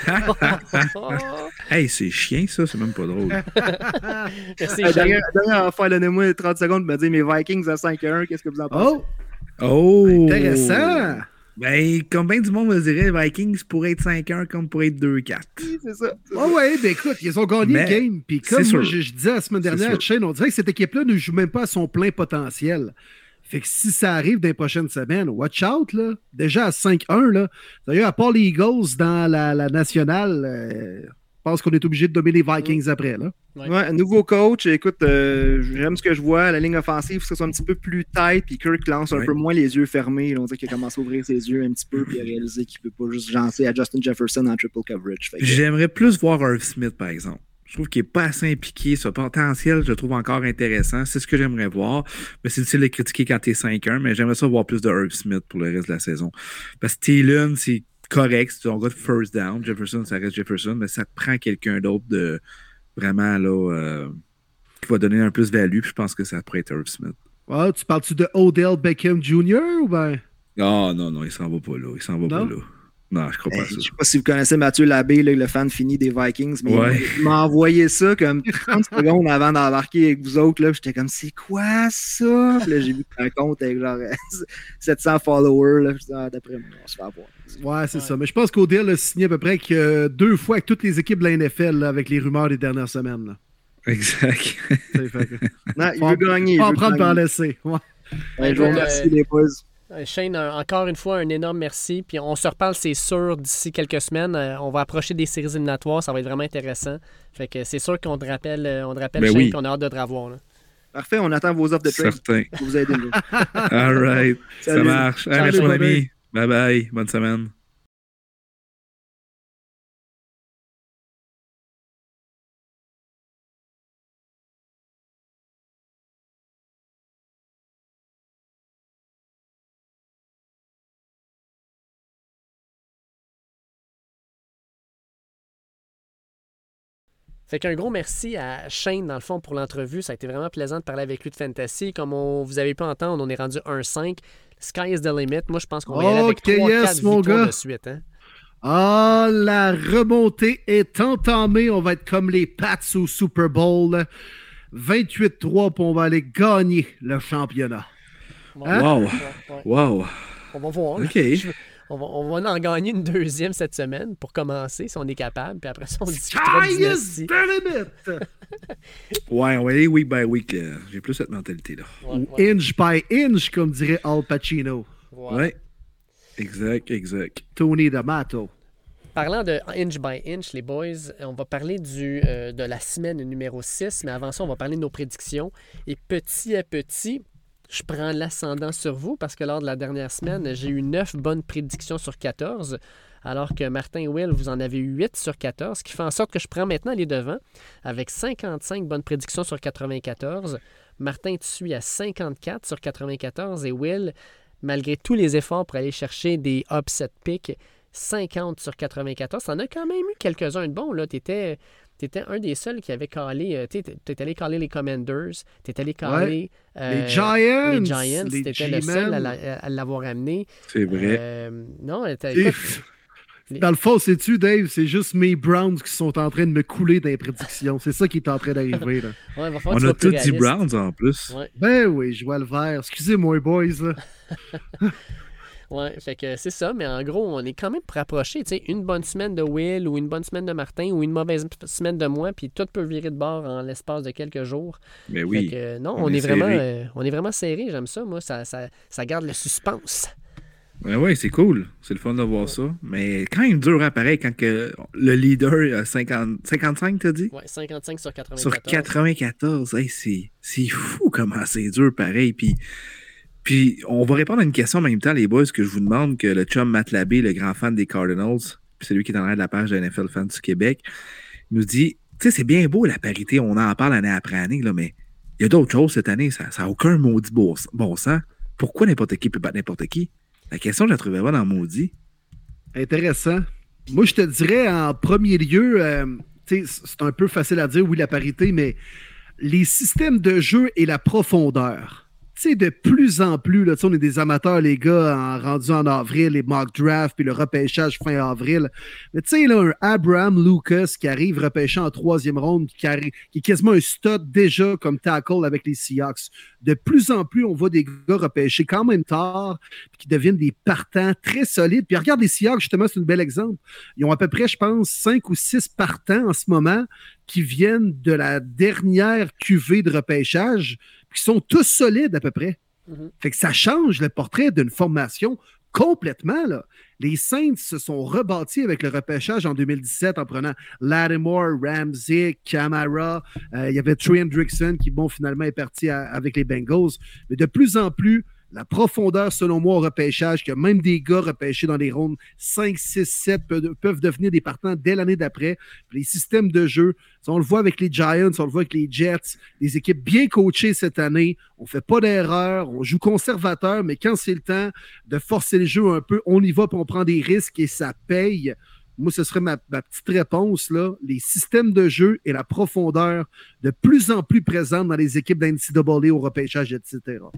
D: Hey, c'est chien, ça, c'est même pas drôle.
E: Merci,
B: euh, dernière, dernière affaire, donnez-moi trente secondes pour me dire mes Vikings à cinq à un, qu'est-ce que vous en pensez?
C: Oh!
D: Oh!
C: Intéressant!
D: Ben, combien du monde me dirait Vikings pourrait être cinq un comme pour être deux quatre?
B: Oui, c'est ça. C'est
C: oh, ouais, ben écoute, ils ont gagné
D: Mais
C: le game. Puis comme moi, je, je disais la semaine dernière, Shane, on dirait que cette équipe-là ne joue même pas à son plein potentiel. Fait que si ça arrive dans les prochaines semaines, watch out, là. Déjà à cinq un, là. D'ailleurs, à part les Eagles dans la, la nationale, euh, je pense qu'on est obligé de dominer les Vikings après, là.
B: Ouais, ouais, nouveau coach. Écoute, euh, j'aime ce que je vois. La ligne offensive, il faut que ce soit un petit peu plus tight. Puis Kirk lance un ouais. peu moins les yeux fermés. Là, on dirait qu'il a commencé à ouvrir ses yeux un petit peu. Puis il a réalisé qu'il ne peut pas juste lancer à Justin Jefferson en triple coverage. Fait que...
D: J'aimerais plus voir Irv Smith, par exemple. Je trouve qu'il n'est pas assez impliqué. Ce potentiel, je le trouve encore intéressant. C'est ce que j'aimerais voir. Mais c'est difficile de critiquer quand tu es cinq un. Mais j'aimerais ça voir plus de Irv Smith pour le reste de la saison. Parce que Thielen, c'est correct. C'est un gars de first down. Jefferson, ça reste Jefferson. Mais ça te prend quelqu'un d'autre de vraiment là. Euh, qui va donner un plus-value, puis je pense que ça pourrait être Irv Smith.
C: Ah, tu parles-tu de Odell Beckham junior ou ben?
D: Ah non, non, il s'en va pas là. Il s'en va
C: Non?
D: pas là. Non, je crois pas
B: Hey,
D: à ça.
B: je sais pas si vous connaissez Mathieu Labbé, là, le fan fini des Vikings, mais
D: Ouais.
B: il m'a envoyé ça comme trente secondes avant d'embarquer avec vous autres. Là, puis j'étais comme, c'est quoi ça? Puis là, j'ai vu un compte avec genre sept cents followers. Là, puis je dis, ah, d'après moi, on se fait avoir.
C: Ouais, c'est
E: Ouais.
C: ça. Mais je pense qu'Odell a signé à peu près que deux fois avec toutes les équipes de la N F L là, avec les rumeurs des dernières semaines. Là.
D: Exact.
C: T'sais, fait que-
B: Non, il
C: Faut
B: veut
C: en-
B: gagner. il
C: Pas en
B: veut
C: prendre par en
B: gagner.
C: laisser. Ouais.
B: Ouais, je vous
E: Donc,
B: remercie,
E: euh,
B: les boys.
E: Euh, Shane, un- encore une fois, un énorme merci. Puis on se reparle, c'est sûr, d'ici quelques semaines. Euh, on va approcher des séries éliminatoires. Ça va être vraiment intéressant. Fait que c'est sûr qu'on te rappelle, euh, on te rappelle
D: Ben
E: Shane,
D: oui.
E: qu'on a hâte de te revoir. Là.
B: Parfait, on attend vos offres de trade
D: Certain.
B: pour vous aider. nous.
D: All right. Ça
B: Salut.
D: marche. Hey,
E: Ciao,
D: merci, mon
C: bye-bye.
D: ami. Bye bye. Bonne semaine.
E: Fait qu'un gros merci à Shane, dans le fond, pour l'entrevue. Ça a été vraiment plaisant de parler avec lui de Fantasy. Comme on, vous avez pu entendre, on est rendu un cinq. Sky is the limit. Moi, je pense qu'on va y aller avec
C: Ok,
E: trois
C: yes,
E: quatre
C: mon
E: victoires
C: gars.
E: de suite. Hein?
C: Ah, la remontée est entamée. On va être comme les Pats au Super Bowl. vingt-huit trois, puis on va aller gagner le championnat.
E: Bon,
C: Hein?
D: Wow.
E: ouais, ouais.
D: Wow.
E: On va voir.
D: OK.
E: Je- On va, on va en gagner une deuxième cette semaine pour commencer, si on est capable. Puis après ça, on discutera
C: Sky
E: du
C: is
E: dynastie.
C: the limit!
D: Ouais, on va aller week by week. euh, J'ai plus cette mentalité-là.
E: Ouais,
C: Ou
E: ouais,
C: inch by inch, comme dirait Al Pacino.
E: ouais.
D: Ouais. Exact, exact.
C: Tony D'Amato.
E: Parlant de inch by inch, les boys, on va parler du, euh, de la semaine numéro six, mais avant ça, on va parler de nos prédictions. Et petit à petit, je prends l'ascendant sur vous parce que lors de la dernière semaine, j'ai eu neuf bonnes prédictions sur quatorze, alors que Martin et Will, vous en avez eu huit sur quatorze, ce qui fait en sorte que je prends maintenant les devants avec cinquante-cinq bonnes prédictions sur quatre-vingt-quatorze. Martin, tu suis à cinquante-quatre sur quatre-vingt-quatorze et Will, malgré tous les efforts pour aller chercher des upset picks, cinquante sur quatre-vingt-quatorze. T'en as quand même eu quelques-uns de bons. Tu étais un des seuls qui avait calé. Tu es allé caler les Commanders. Tu es allé caler euh,
C: les Giants!
E: Les Giants.
C: Les
E: Tu étais le seul
C: G-Men.
E: à la- à l'avoir amené.
D: C'est vrai.
E: Euh, non, t'as-
C: Et-
E: écoute, les-
C: Dans le fond, sais-tu, Dave, c'est juste mes Browns qui sont en train de me couler dans les prédictions. C'est ça qui est en train d'arriver. là.
E: ouais, il va falloir
D: On
E: que tu
D: a
E: sois plus
D: tous dit
E: réaliste.
D: Browns en plus.
E: Ouais.
C: Ben oui, je vois le vert. Excusez-moi, boys. Là.
E: Ouais, fait que c'est ça, mais en gros, on est quand même rapprochés. Tu sais, une bonne semaine de Will ou une bonne semaine de Martin ou une mauvaise semaine de moi, puis tout peut virer de bord en l'espace de quelques jours.
D: Mais
E: Fait
D: oui.
E: que, euh, non,
D: on
E: on,
D: est
E: est, vraiment,
D: serré.
E: euh, on est vraiment serré. J'aime ça, moi. Ça, ça, ça garde le suspense.
D: Ouais, ouais, c'est cool. C'est le fun de voir ça. Mais quand même dur, hein, pareil, quand que le leader a cinquante, cinquante-cinq, t'as dit?
E: Ouais, cinquante-cinq sur quatre-vingt-quatorze.
D: Sur quatre-vingt-quatorze. Hey, c'est, c'est fou comment c'est dur, pareil. Puis, puis, on va répondre à une question en même temps, les boys, que je vous demande, que le chum Matt Labbé, le grand fan des Cardinals, puis c'est lui qui est en arrière de la page de N F L Fans du Québec, nous dit, tu sais, c'est bien beau la parité, on en parle année après année, là, mais il y a d'autres choses cette année, ça n'a aucun maudit bon, bon sens. Pourquoi n'importe qui peut battre n'importe qui? La question, je la trouvais pas dans le maudit.
C: Intéressant. Moi, je te dirais en premier lieu, euh, tu sais, c'est un peu facile à dire, oui, la parité, mais les systèmes de jeu et la profondeur. Tu sais, de plus en plus, là, tu sais, on est des amateurs, les gars, en, rendus en avril, les mock drafts, puis le repêchage fin avril. Mais tu sais, là, un Abraham Lucas qui arrive repêché en troisième ronde, qui, arri- qui est quasiment un stud déjà comme tackle avec les Seahawks. De plus en plus, on voit des gars repêchés quand même tard, puis qui deviennent des partants très solides. Puis regarde les Seahawks, justement, c'est un bel exemple. Ils ont à peu près, je pense, cinq ou six partants en ce moment qui viennent de la dernière cuvée de repêchage, qui sont tous solides à peu près.
E: Mhm.
C: Fait que ça change le portrait d'une formation complètement. Là. Les Saints se sont rebâtis avec le repêchage en deux mille dix-sept en prenant Lattimore, Ramsey, Kamara. Euh, il y avait Trey Hendrickson qui, bon, finalement est parti à- avec les Bengals. Mais de plus en plus, la profondeur, selon moi, au repêchage, que même des gars repêchés dans les rondes cinq, six, sept peuvent, peuvent devenir des partants dès l'année d'après. Puis les systèmes de jeu, on le voit avec les Giants, on le voit avec les Jets, des équipes bien coachées cette année. On ne fait pas d'erreurs, on joue conservateur, mais quand c'est le temps de forcer le jeu un peu, on y va puis on prend des risques et ça paye. Moi, ce serait ma, ma petite réponse, là. Les systèmes de jeu et la profondeur de plus en plus présentes dans les équipes d'N C A A au repêchage, et cetera.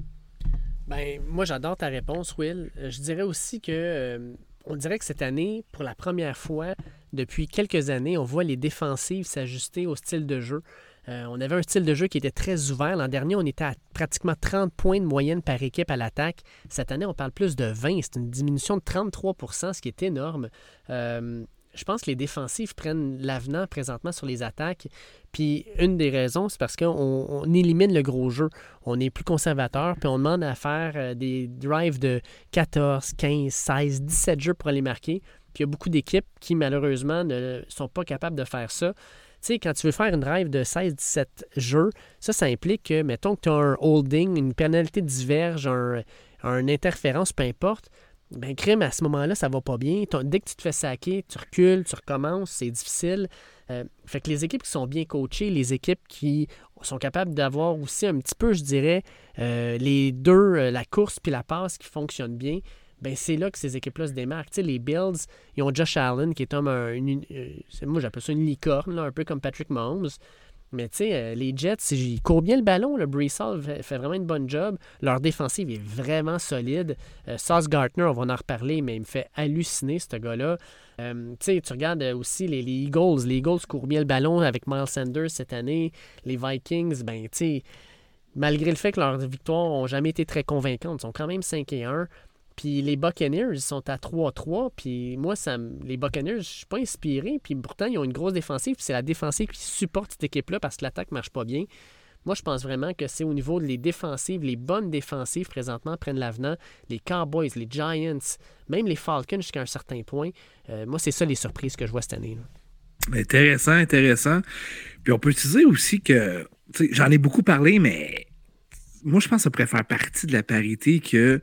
E: Ben, moi, j'adore ta réponse, Will. Je dirais aussi que euh, on dirait que cette année, pour la première fois depuis quelques années, on voit les défensives s'ajuster au style de jeu. Euh, on avait un style de jeu qui était très ouvert. L'an dernier, on était à pratiquement trente points de moyenne par équipe à l'attaque. Cette année, on parle plus de vingt. C'est une diminution de trente-trois pour cent, ce qui est énorme. Euh, je pense que les défensives prennent l'avenant présentement sur les attaques. Puis une des raisons, c'est parce qu'on on élimine le gros jeu. On est plus conservateur, puis on demande à faire des drives de quatorze, quinze, seize, dix-sept jeux pour aller marquer. Puis il y a beaucoup d'équipes qui, malheureusement, ne sont pas capables de faire ça. Tu sais, quand tu veux faire une drive de seize dix-sept jeux, ça, ça implique que, mettons que tu as un holding, une pénalité de diverge, un, un interférence, peu importe, ben crime, à ce moment-là, ça va pas bien. Dès que tu te fais saquer, tu recules, tu recommences, c'est difficile. Euh, fait que les équipes qui sont bien coachées, les équipes qui sont capables d'avoir aussi un petit peu, je dirais, euh, les deux, euh, la course puis la passe qui fonctionnent bien, ben c'est là que ces équipes-là se démarquent. Tu sais, les Bills, ils ont Josh Allen, qui est comme un... Une, euh, moi, j'appelle ça une licorne, là, un peu comme Patrick Mahomes. Mais tu sais, euh, les Jets, ils courent bien le ballon. Le Breece Hall fait, fait vraiment une bonne job. Leur défensive est vraiment solide. Euh, Sauce Gardner, on va en reparler, mais il me fait halluciner, ce gars-là. Euh, tu sais, tu regardes aussi les, les Eagles. Les Eagles courent bien le ballon avec Miles Sanders cette année. Les Vikings, ben tu sais, malgré le fait que leurs victoires n'ont jamais été très convaincantes, ils sont quand même cinq et un. Puis les Buccaneers, ils sont à trois trois. Puis moi, ça, les Buccaneers, je suis pas inspiré. Puis pourtant, ils ont une grosse défensive. Puis c'est la défensive qui supporte cette équipe-là parce que l'attaque marche pas bien. Moi, je pense vraiment que c'est au niveau des défensives, les bonnes défensives présentement prennent l'avenant. Les Cowboys, les Giants, même les Falcons jusqu'à un certain point. Euh, moi, c'est ça les surprises que je vois cette année, là.
D: Intéressant, intéressant. Puis on peut utiliser aussi que, j'en ai beaucoup parlé, mais moi, je pense que ça pourrait faire partie de la parité que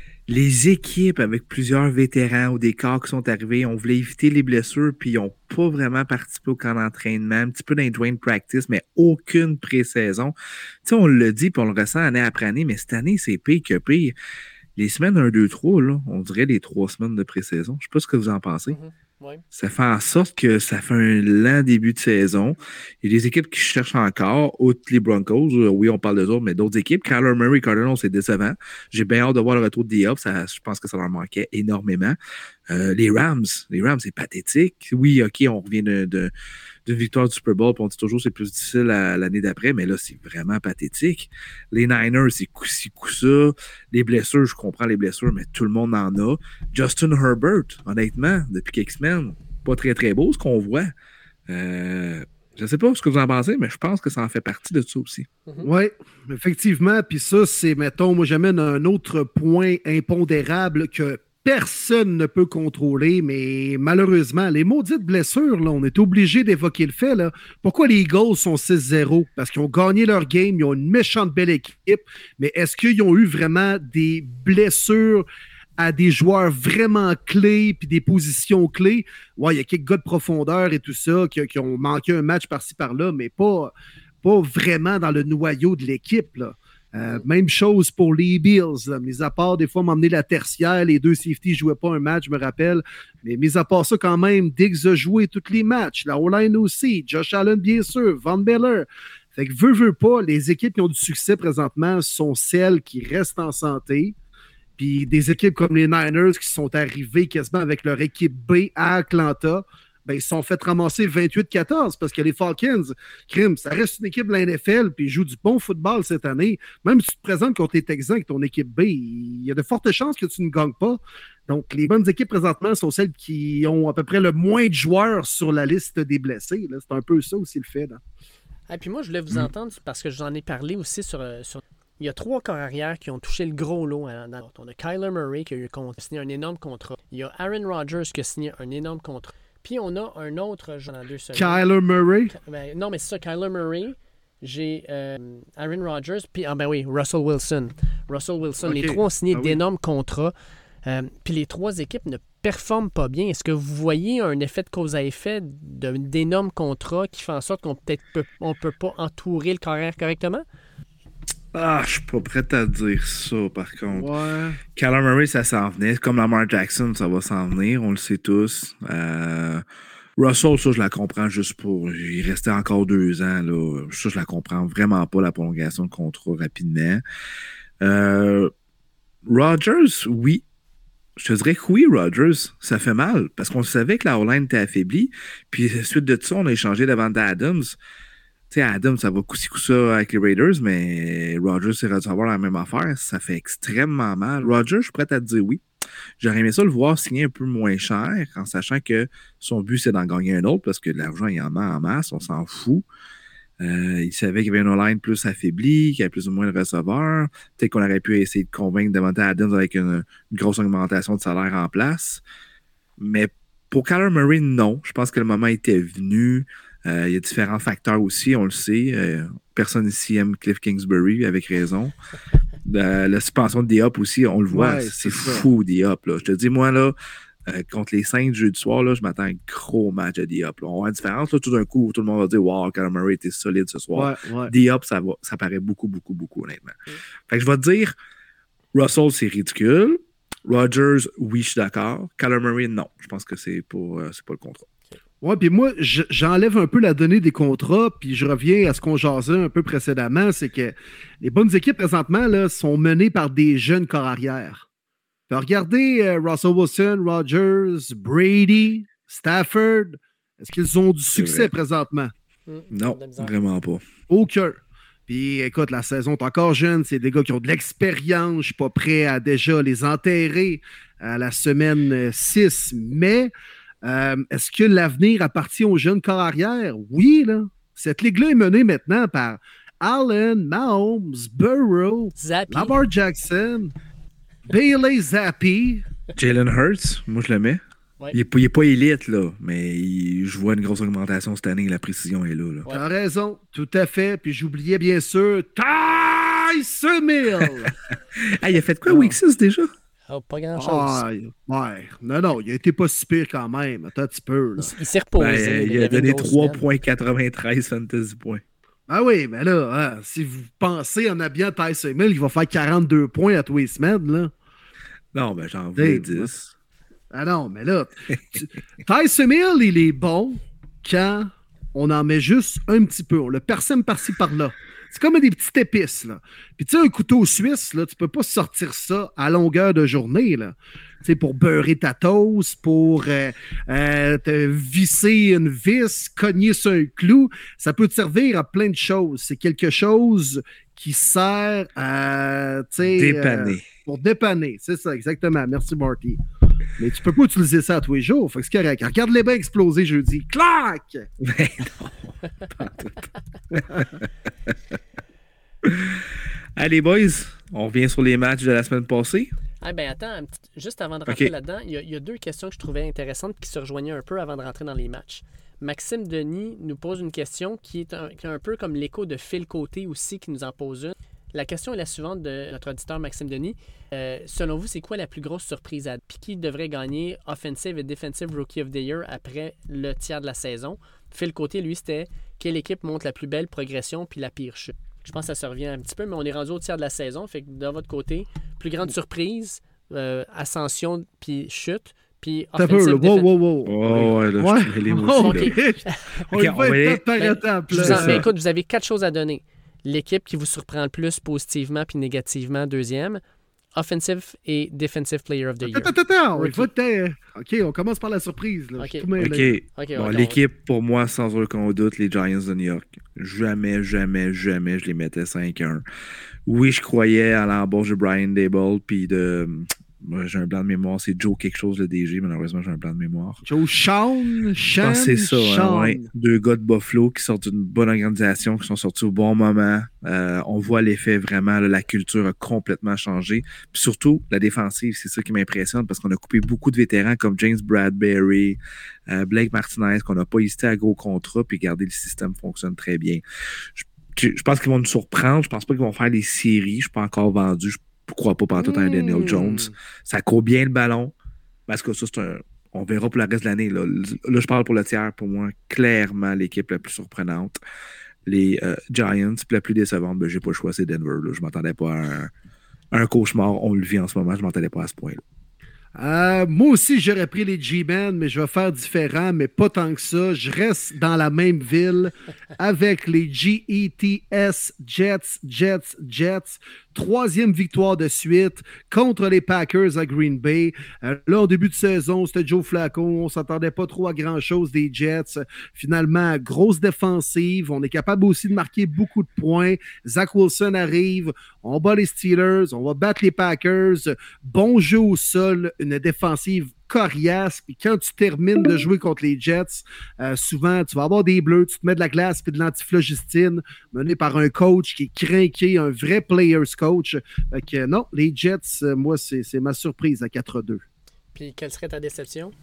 D: les équipes avec plusieurs vétérans ou des corps qui sont arrivés, on voulait éviter les blessures, puis ils n'ont pas vraiment participé au camp d'entraînement, un petit peu dans les joint practice, mais aucune pré-saison. Tu sais, on le dit, puis on le ressent année après année, mais cette année, c'est pire que pire. Les semaines un, deux, trois, là, on dirait les trois semaines de pré-saison. Je ne sais pas ce que vous en pensez.
E: Mm-hmm. Ouais.
D: Ça fait en sorte que ça fait un lent début de saison. Il y a des équipes qui cherchent encore, outre les Broncos. Oui, on parle d'eux autres, mais d'autres équipes. Kyler Murray, Cardinals, c'est décevant. J'ai bien hâte de voir le retour de D-Hop. Je pense que ça leur manquait énormément. Euh, les Rams, les Rams, c'est pathétique. Oui, OK, on revient de, de, d'une victoire du Super Bowl, puis on dit toujours que c'est plus difficile à, l'année d'après, mais là, c'est vraiment pathétique. Les Niners, c'est coup-ci, coup-ça. Les blessures, je comprends les blessures, mais tout le monde en a. Justin Herbert, honnêtement, depuis quelques semaines, pas très, très beau ce qu'on voit. Euh, je ne sais pas ce que vous en pensez, mais je pense que ça en fait partie de ça aussi.
C: Mm-hmm. Oui, effectivement. Puis ça, c'est, mettons, moi, j'amène un autre point impondérable que personne ne peut contrôler, mais malheureusement, les maudites blessures, là, on est obligé d'évoquer le fait. Là. Pourquoi les Eagles sont six zéro? Parce qu'ils ont gagné leur game, ils ont une méchante belle équipe, mais est-ce qu'ils ont eu vraiment des blessures à des joueurs vraiment clés puis des positions clés? Ouais, il y a quelques gars de profondeur et tout ça qui, qui ont manqué un match par-ci par-là, mais pas, pas vraiment dans le noyau de l'équipe, là. Euh, même chose pour les Bills, là. Mis à part des fois m'emmener la tertiaire, les deux safeties ne jouaient pas un match, je me rappelle, mais mis à part ça quand même, Diggs a joué tous les matchs, la O-line aussi, Josh Allen bien sûr, Von Miller. Fait que veut, veut pas, les équipes qui ont du succès présentement sont celles qui restent en santé, puis des équipes comme les Niners qui sont arrivées quasiment avec leur équipe B à Atlanta, ben, ils se sont fait ramasser vingt-huit quatorze parce que les Falcons, crime, ça reste une équipe de la N F L puis ils jouent du bon football cette année. Même si tu te présentes contre les Texans avec ton équipe B, il y a de fortes chances que tu ne gagnes pas. Donc, les bonnes équipes présentement sont celles qui ont à peu près le moins de joueurs sur la liste des blessés. Là. C'est un peu ça aussi le fait. Là.
E: Et puis moi, je voulais vous mmh. entendre parce que j'en ai parlé aussi sur... sur... Il y a trois corps arrière qui ont touché le gros lot. Dans... On a Kyler Murray qui a, eu... qui a signé un énorme contrat. Il y a Aaron Rodgers qui a signé un énorme contrat. Puis on a un autre genre dans deux secondes.
C: Kyler Murray?
E: Ben, non, mais c'est ça, Kyler Murray. J'ai euh, Aaron Rodgers, puis ah ben oui, Russell Wilson. Russell Wilson. Okay. Les trois ont signé ah, d'énormes oui. contrats. Euh, puis les trois équipes ne performent pas bien. Est-ce que vous voyez un effet de cause à effet de, d'énormes contrats qui fait en sorte qu'on peut-être peut, on peut pas entourer le carrière correctement?
D: Ah, je suis pas prêt à dire ça, par contre.
C: Ouais.
D: Kyler Murray, ça s'en venait. Comme Lamar Jackson, ça va s'en venir. On le sait tous. Euh, Russell, ça, je la comprends juste pour... Il restait encore deux ans. Là. Ça, je la comprends vraiment pas, la prolongation de contrat rapidement. Euh, Rodgers, oui. Je te dirais que oui, Rodgers, ça fait mal. Parce qu'on savait que la O-line était affaiblie. Puis, suite de ça, on a échangé devant Adams. Tu sais, Adam, ça va coup-ci coup-ça avec les Raiders, mais Rodgers, c'est recevoir la même affaire. Ça fait extrêmement mal. Rodgers, je suis prêt à te dire oui. J'aurais aimé ça le voir signer un peu moins cher, en sachant que son but, c'est d'en gagner un autre, parce que de l'argent, il y en a en masse, on s'en fout. Euh, il savait qu'il y avait une O-line plus affaiblie, qu'il y avait plus ou moins de receveurs. Peut-être qu'on aurait pu essayer de convaincre Davante Adams avec une, une grosse augmentation de salaire en place. Mais pour Kyler Murray, non. Je pense que le moment était venu. Euh, il y a différents facteurs aussi, on le sait. Euh, personne ici aime Cliff Kingsbury, avec raison. La, la suspension de Diop aussi, on le voit,
C: Ouais,
D: c'est, c'est
C: ça.
D: fou, Diop. Là. Je te dis, moi, là, euh, contre les Saints jeudi soir, là, je m'attends à un gros match à Diop. Là. On va avoir une différence. Là, tout d'un coup, tout le monde va dire « Wow, Kyler Murray était solide ce soir.
C: Ouais, ouais. »
D: Diop, ça, va, ça paraît beaucoup, beaucoup, beaucoup, honnêtement. Mm. Fait que je vais te dire, Russell, c'est ridicule. Rodgers, oui, je suis d'accord. Kyler Murray, non. Je pense que c'est, pour, euh, c'est pas le contrat.
C: Ouais, puis moi, je, j'enlève un peu la donnée des contrats, puis je reviens à ce qu'on jasait un peu précédemment, c'est que les bonnes équipes présentement là, sont menées par des jeunes corps arrière. Puis regardez euh, Russell Wilson, Rodgers, Brady, Stafford, est-ce qu'ils ont du succès présentement?
E: Mmh,
D: non, vraiment pas.
C: Aucun. Puis écoute, la saison est encore jeune, c'est des gars qui ont de l'expérience, je suis pas prêt à déjà les enterrer à la semaine six, mais... Euh, est-ce que l'avenir appartient aux jeunes corps arrière? Oui, là. Cette ligue-là est menée maintenant par Allen, Mahomes, Burrow,
E: Zappi.
C: Lamar Jackson, Bailey Zappi.
D: Jalen Hurts, moi je le mets. Ouais. Il n'est pas, pas élite, là, mais il, je vois une grosse augmentation cette année. La précision est là. là.
C: Ouais. T'as raison, tout à fait. Puis j'oubliais bien sûr Tyson Hill.
D: Ah, il a fait quoi, Week six déjà?
E: Oh, pas grand-chose.
C: Ah, ouais. Non, non, il a été pas si pire quand même. Attends un petit peu. Là.
E: Il, il s'est reposé.
D: Ben, il, il a donné trois virgule quatre-vingt-treize fantasy points.
C: Ah oui, mais là, hein, si vous pensez en habillant Tyson Hill, il va faire quarante-deux points à tous les semaines, là.
D: Non, ben j'en voulais dix.
C: Ah non, mais là, tu... Tyson Hill, il est bon quand on en met juste un petit peu. On le persème par-ci, par-là. C'est comme des petites épices, là. Puis tu sais, un couteau suisse, là, tu peux pas sortir ça à longueur de journée, là. Tu sais, pour beurrer ta toast, pour euh, euh, te visser une vis, cogner sur un clou. Ça peut te servir à plein de choses. C'est quelque chose qui sert à, tu sais...
D: Dépanner.
C: Euh, pour dépanner, c'est ça, exactement. Merci, Marty. Mais tu peux pas utiliser ça à tous les jours. Fait que c'est correct. Regarde-les bien exploser jeudi. Clac!
D: Ben non. Pas tout. Allez, boys, on revient sur les matchs de la semaine passée.
E: Ah ben attends, juste avant de rentrer
D: okay.
E: là-dedans, il y, y a deux questions que je trouvais intéressantes qui se rejoignaient un peu avant de rentrer dans les matchs. Maxime Denis nous pose une question qui est un, qui est un peu comme l'écho de Phil Côté aussi qui nous en pose une. La question est la suivante de notre auditeur Maxime Denis. Euh, selon vous, c'est quoi la plus grosse surprise à puis qui devrait gagner Offensive et Defensive Rookie of the Year après le tiers de la saison? Phil Côté, lui, c'était quelle équipe montre la plus belle progression puis la pire chute? Je pense que ça se revient un petit peu, mais on est rendu au tiers de la saison. Fait que de votre côté, plus grande surprise, euh, ascension puis chute. Puis
C: offensive, wow, wow, wow.
D: Oh, ouais, là, ouais. Je les mots aussi,
C: okay. On okay, va être par étapes.
E: Écoute, vous avez quatre choses à donner. L'équipe qui vous surprend le plus positivement puis négativement, deuxième. Offensive et Defensive Player of the Year.
C: Attends, attends, attends. OK, on commence par la surprise. Là.
D: OK, okay. okay bon, l'équipe, pour moi, sans aucun doute, les Giants de New York. Jamais, jamais, jamais je les mettais cinq un. Oui, je croyais à l'embauche de Brian Daboll puis de... Moi, j'ai un blanc de mémoire. C'est Joe quelque chose, le D G. Malheureusement, j'ai un blanc de mémoire.
C: Joe Sean, Sean, ah,
D: c'est ça. Hein, ouais. Deux gars de Buffalo qui sortent d'une bonne organisation, qui sont sortis au bon moment. Euh, on voit l'effet vraiment. Là, la culture a complètement changé. Puis surtout, la défensive, c'est ça qui m'impressionne parce qu'on a coupé beaucoup de vétérans comme James Bradbury, euh, Blake Martinez, qu'on n'a pas hésité à gros contrat. Puis regardez, le système fonctionne très bien. Je, je pense qu'ils vont nous surprendre. Je pense pas qu'ils vont faire des séries. Je suis pas encore vendu. Je Je crois pas pantoute à un Daniel Jones. Ça court bien le ballon. Parce que ça, c'est un. On verra pour le reste de l'année. Là, là je parle pour le tiers. Pour moi, clairement, l'équipe la plus surprenante. les euh, Giants. Puis la plus décevante, ben, j'ai pas le choix, c'est Denver. Là. Je m'attendais pas à un, à un cauchemar. On le vit en ce moment. Je m'attendais pas à ce point-là.
C: Euh, moi aussi, j'aurais pris les G-Men, mais je vais faire différent, mais pas tant que ça. Je reste dans la même ville avec les G E T S, Jets, Jets, Jets. Troisième victoire de suite contre les Packers à Green Bay. Euh, là, en début de saison, c'était Joe Flacco. On ne s'attendait pas trop à grand-chose des Jets. Finalement, grosse défensive. On est capable aussi de marquer beaucoup de points. Zach Wilson arrive. On bat les Steelers. On va battre les Packers. Bon jeu au sol. Une défensive coriace, puis quand tu termines de jouer contre les Jets, euh, souvent, tu vas avoir des bleus, tu te mets de la glace puis de l'antiflogistine, mené par un coach qui est crinqué, un vrai players coach. Fait que non, les Jets, euh, moi, c'est, c'est ma surprise à quatre deux.
E: Puis, quelle serait ta déception?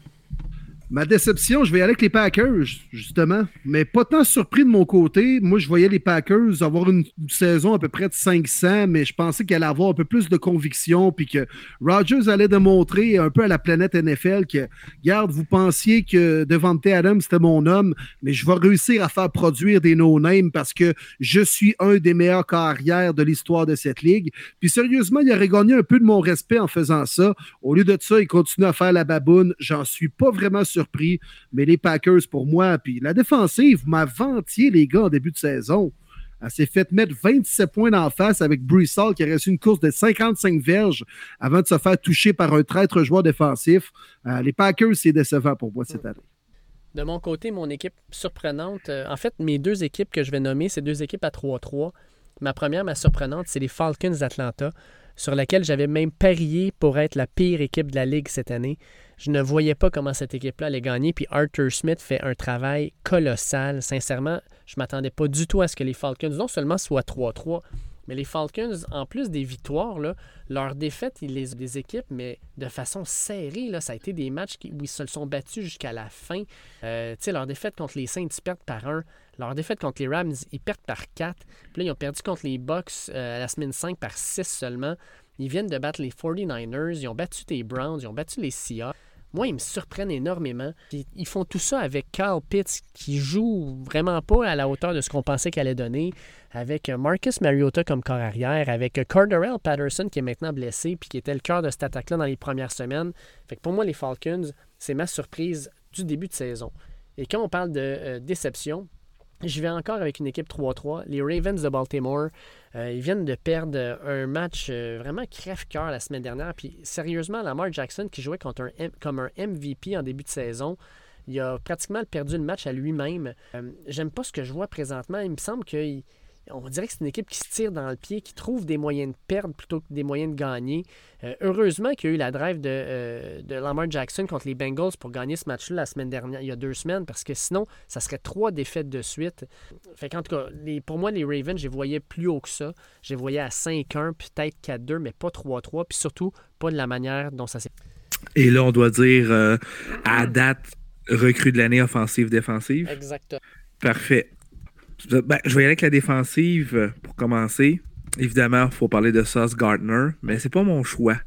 C: Ma déception, je vais y aller avec les Packers, justement. Mais pas tant surpris de mon côté. Moi, je voyais les Packers avoir une, une saison à peu près de cinq cents, mais je pensais qu'elle allait avoir un peu plus de conviction, puis que Rodgers allait démontrer un peu à la planète N F L que, regarde, vous pensiez que Devante Adams, c'était mon homme, mais je vais réussir à faire produire des no-names parce que je suis un des meilleurs carrières de l'histoire de cette ligue. Puis sérieusement, il aurait gagné un peu de mon respect en faisant ça. Au lieu de ça, il continue à faire la baboune. J'en suis pas vraiment sûr surpris, mais les Packers pour moi, puis la défensive m'a vantier les gars en début de saison. Elle s'est fait mettre vingt-sept points d'en face avec Breece Hall qui a reçu une course de cinquante-cinq verges avant de se faire toucher par un traître joueur défensif. Euh, les Packers, c'est décevant pour moi cette année.
E: De mon côté, mon équipe surprenante, euh, en fait, mes deux équipes que je vais nommer, c'est deux équipes à trois trois. Ma première, ma surprenante, c'est les Falcons d'Atlanta, sur laquelle j'avais même parié pour être la pire équipe de la Ligue cette année. Je ne voyais pas comment cette équipe-là allait gagner, puis Arthur Smith fait un travail colossal. Sincèrement, je ne m'attendais pas du tout à ce que les Falcons, non seulement soient trois trois, mais les Falcons, en plus des victoires, là, leur défaite, ils les des équipes, mais de façon serrée. Là, ça a été des matchs qui, où ils se sont battus jusqu'à la fin. Euh, tu sais, leur défaite contre les Saints, ils perdent par un. Leur défaite contre les Rams, ils perdent par quatre. Puis là, ils ont perdu contre les Bucks euh, à la semaine cinq par six seulement. Ils viennent de battre les forty-niners, ils ont battu les Browns, ils ont battu les Seahawks. Moi, ils me surprennent énormément. Puis, ils font tout ça avec Kyle Pitts, qui joue vraiment pas à la hauteur de ce qu'on pensait qu'elle allait donner, avec Marcus Mariota comme corps arrière, avec Cordarrelle Patterson qui est maintenant blessé, puis qui était le cœur de cette attaque-là dans les premières semaines. Fait que pour moi, les Falcons, c'est ma surprise du début de saison. Et quand on parle de euh, déception, je vais encore avec une équipe trois trois. Les Ravens de Baltimore, euh, ils viennent de perdre un match euh, vraiment crève-cœur la semaine dernière. Puis sérieusement, Lamar Jackson, qui jouait contre un, comme un M V P en début de saison, il a pratiquement perdu le match à lui-même. Euh, j'aime pas ce que je vois présentement. Il me semble qu'il... On dirait que c'est une équipe qui se tire dans le pied, qui trouve des moyens de perdre plutôt que des moyens de gagner. Euh, heureusement qu'il y a eu la drive de, euh, de Lamar Jackson contre les Bengals pour gagner ce match-là la semaine dernière, il y a deux semaines, parce que sinon, ça serait trois défaites de suite. Fait qu'en tout cas, les, pour moi, les Ravens, je les voyais plus haut que ça. Je les voyais à cinq un, peut-être quatre deux, mais pas trois trois, puis surtout pas de la manière dont ça s'est...
D: Et là, on doit dire, euh, à date, recrue de l'année offensive-défensive.
E: Exactement.
D: Parfait. Ben, je vais y aller avec la défensive pour commencer. Évidemment, il faut parler de Sauce Gardner, mais c'est pas mon choix.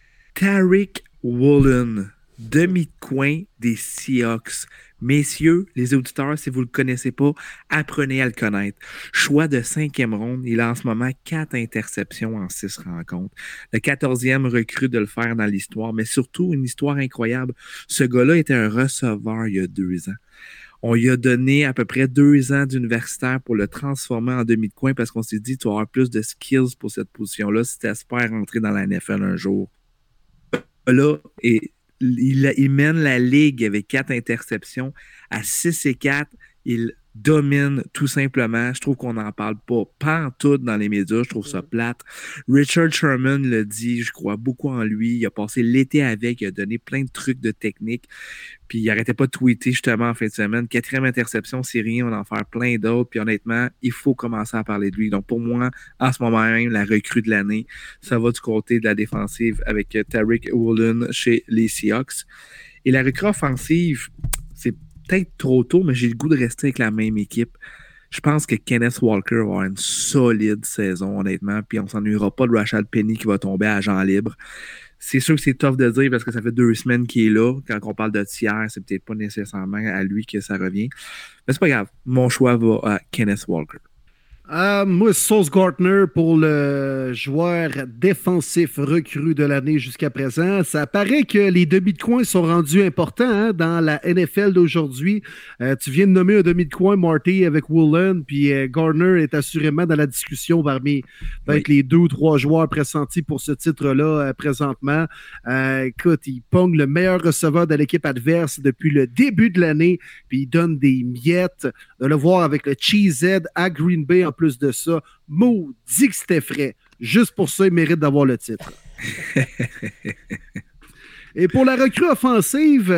D: Tariq Woolen, demi de coin des Seahawks. Messieurs, les auditeurs, si vous ne le connaissez pas, apprenez à le connaître. Choix de cinquième ronde, il a en ce moment quatre interceptions en six rencontres. Le quatorzième recrue de le faire dans l'histoire, mais surtout une histoire incroyable. Ce gars-là était un receveur il y a deux ans. On lui a donné à peu près deux ans d'universitaire pour le transformer en demi de coin parce qu'on s'est dit tu vas avoir plus de skills pour cette position-là si tu espères rentrer dans la N F L un jour. Là, et il, il mène la ligue avec quatre interceptions à six et quatre. Il domine tout simplement. Je trouve qu'on n'en parle pas pantoute dans les médias. Je trouve ça plate. Richard Sherman le dit, je crois beaucoup en lui. Il a passé l'été avec, il a donné plein de trucs de technique. Puis il n'arrêtait pas de tweeter justement en fin de semaine. Quatrième interception, c'est rien, on va en faire plein d'autres. Puis honnêtement, il faut commencer à parler de lui. Donc pour moi, en ce moment même, la recrue de l'année, ça va du côté de la défensive avec Tariq Woolen chez les Seahawks. Et la recrue offensive, c'est peut-être trop tôt, mais j'ai le goût de rester avec la même équipe. Je pense que Kenneth Walker va avoir une solide saison, honnêtement, puis on ne s'ennuiera pas de Rashad Penny qui va tomber à agent libre. c'est sûr que c'est tough de dire parce que ça fait deux semaines qu'il est là. Quand on parle de tiers, c'est peut-être pas nécessairement à lui que ça revient. Mais c'est pas grave. Mon choix va à Kenneth Walker.
C: Euh, moi, Sauce Gardner pour le joueur défensif recru de l'année jusqu'à présent. Ça paraît que les demi de coin sont rendus importants hein, dans la N F L d'aujourd'hui. Euh, tu viens de nommer un demi de coin, Marty, avec Woolen, puis euh, Gardner est assurément dans la discussion parmi peut-être oui. les deux ou trois joueurs pressentis pour ce titre-là euh, présentement. Euh, écoute, il pogne le meilleur receveur de l'équipe adverse depuis le début de l'année, puis il donne des miettes. De le voir avec le Cheesehead à Green Bay en plus de ça, maudit que c'était frais. Juste pour ça, il mérite d'avoir le titre. Et pour la recrue offensive,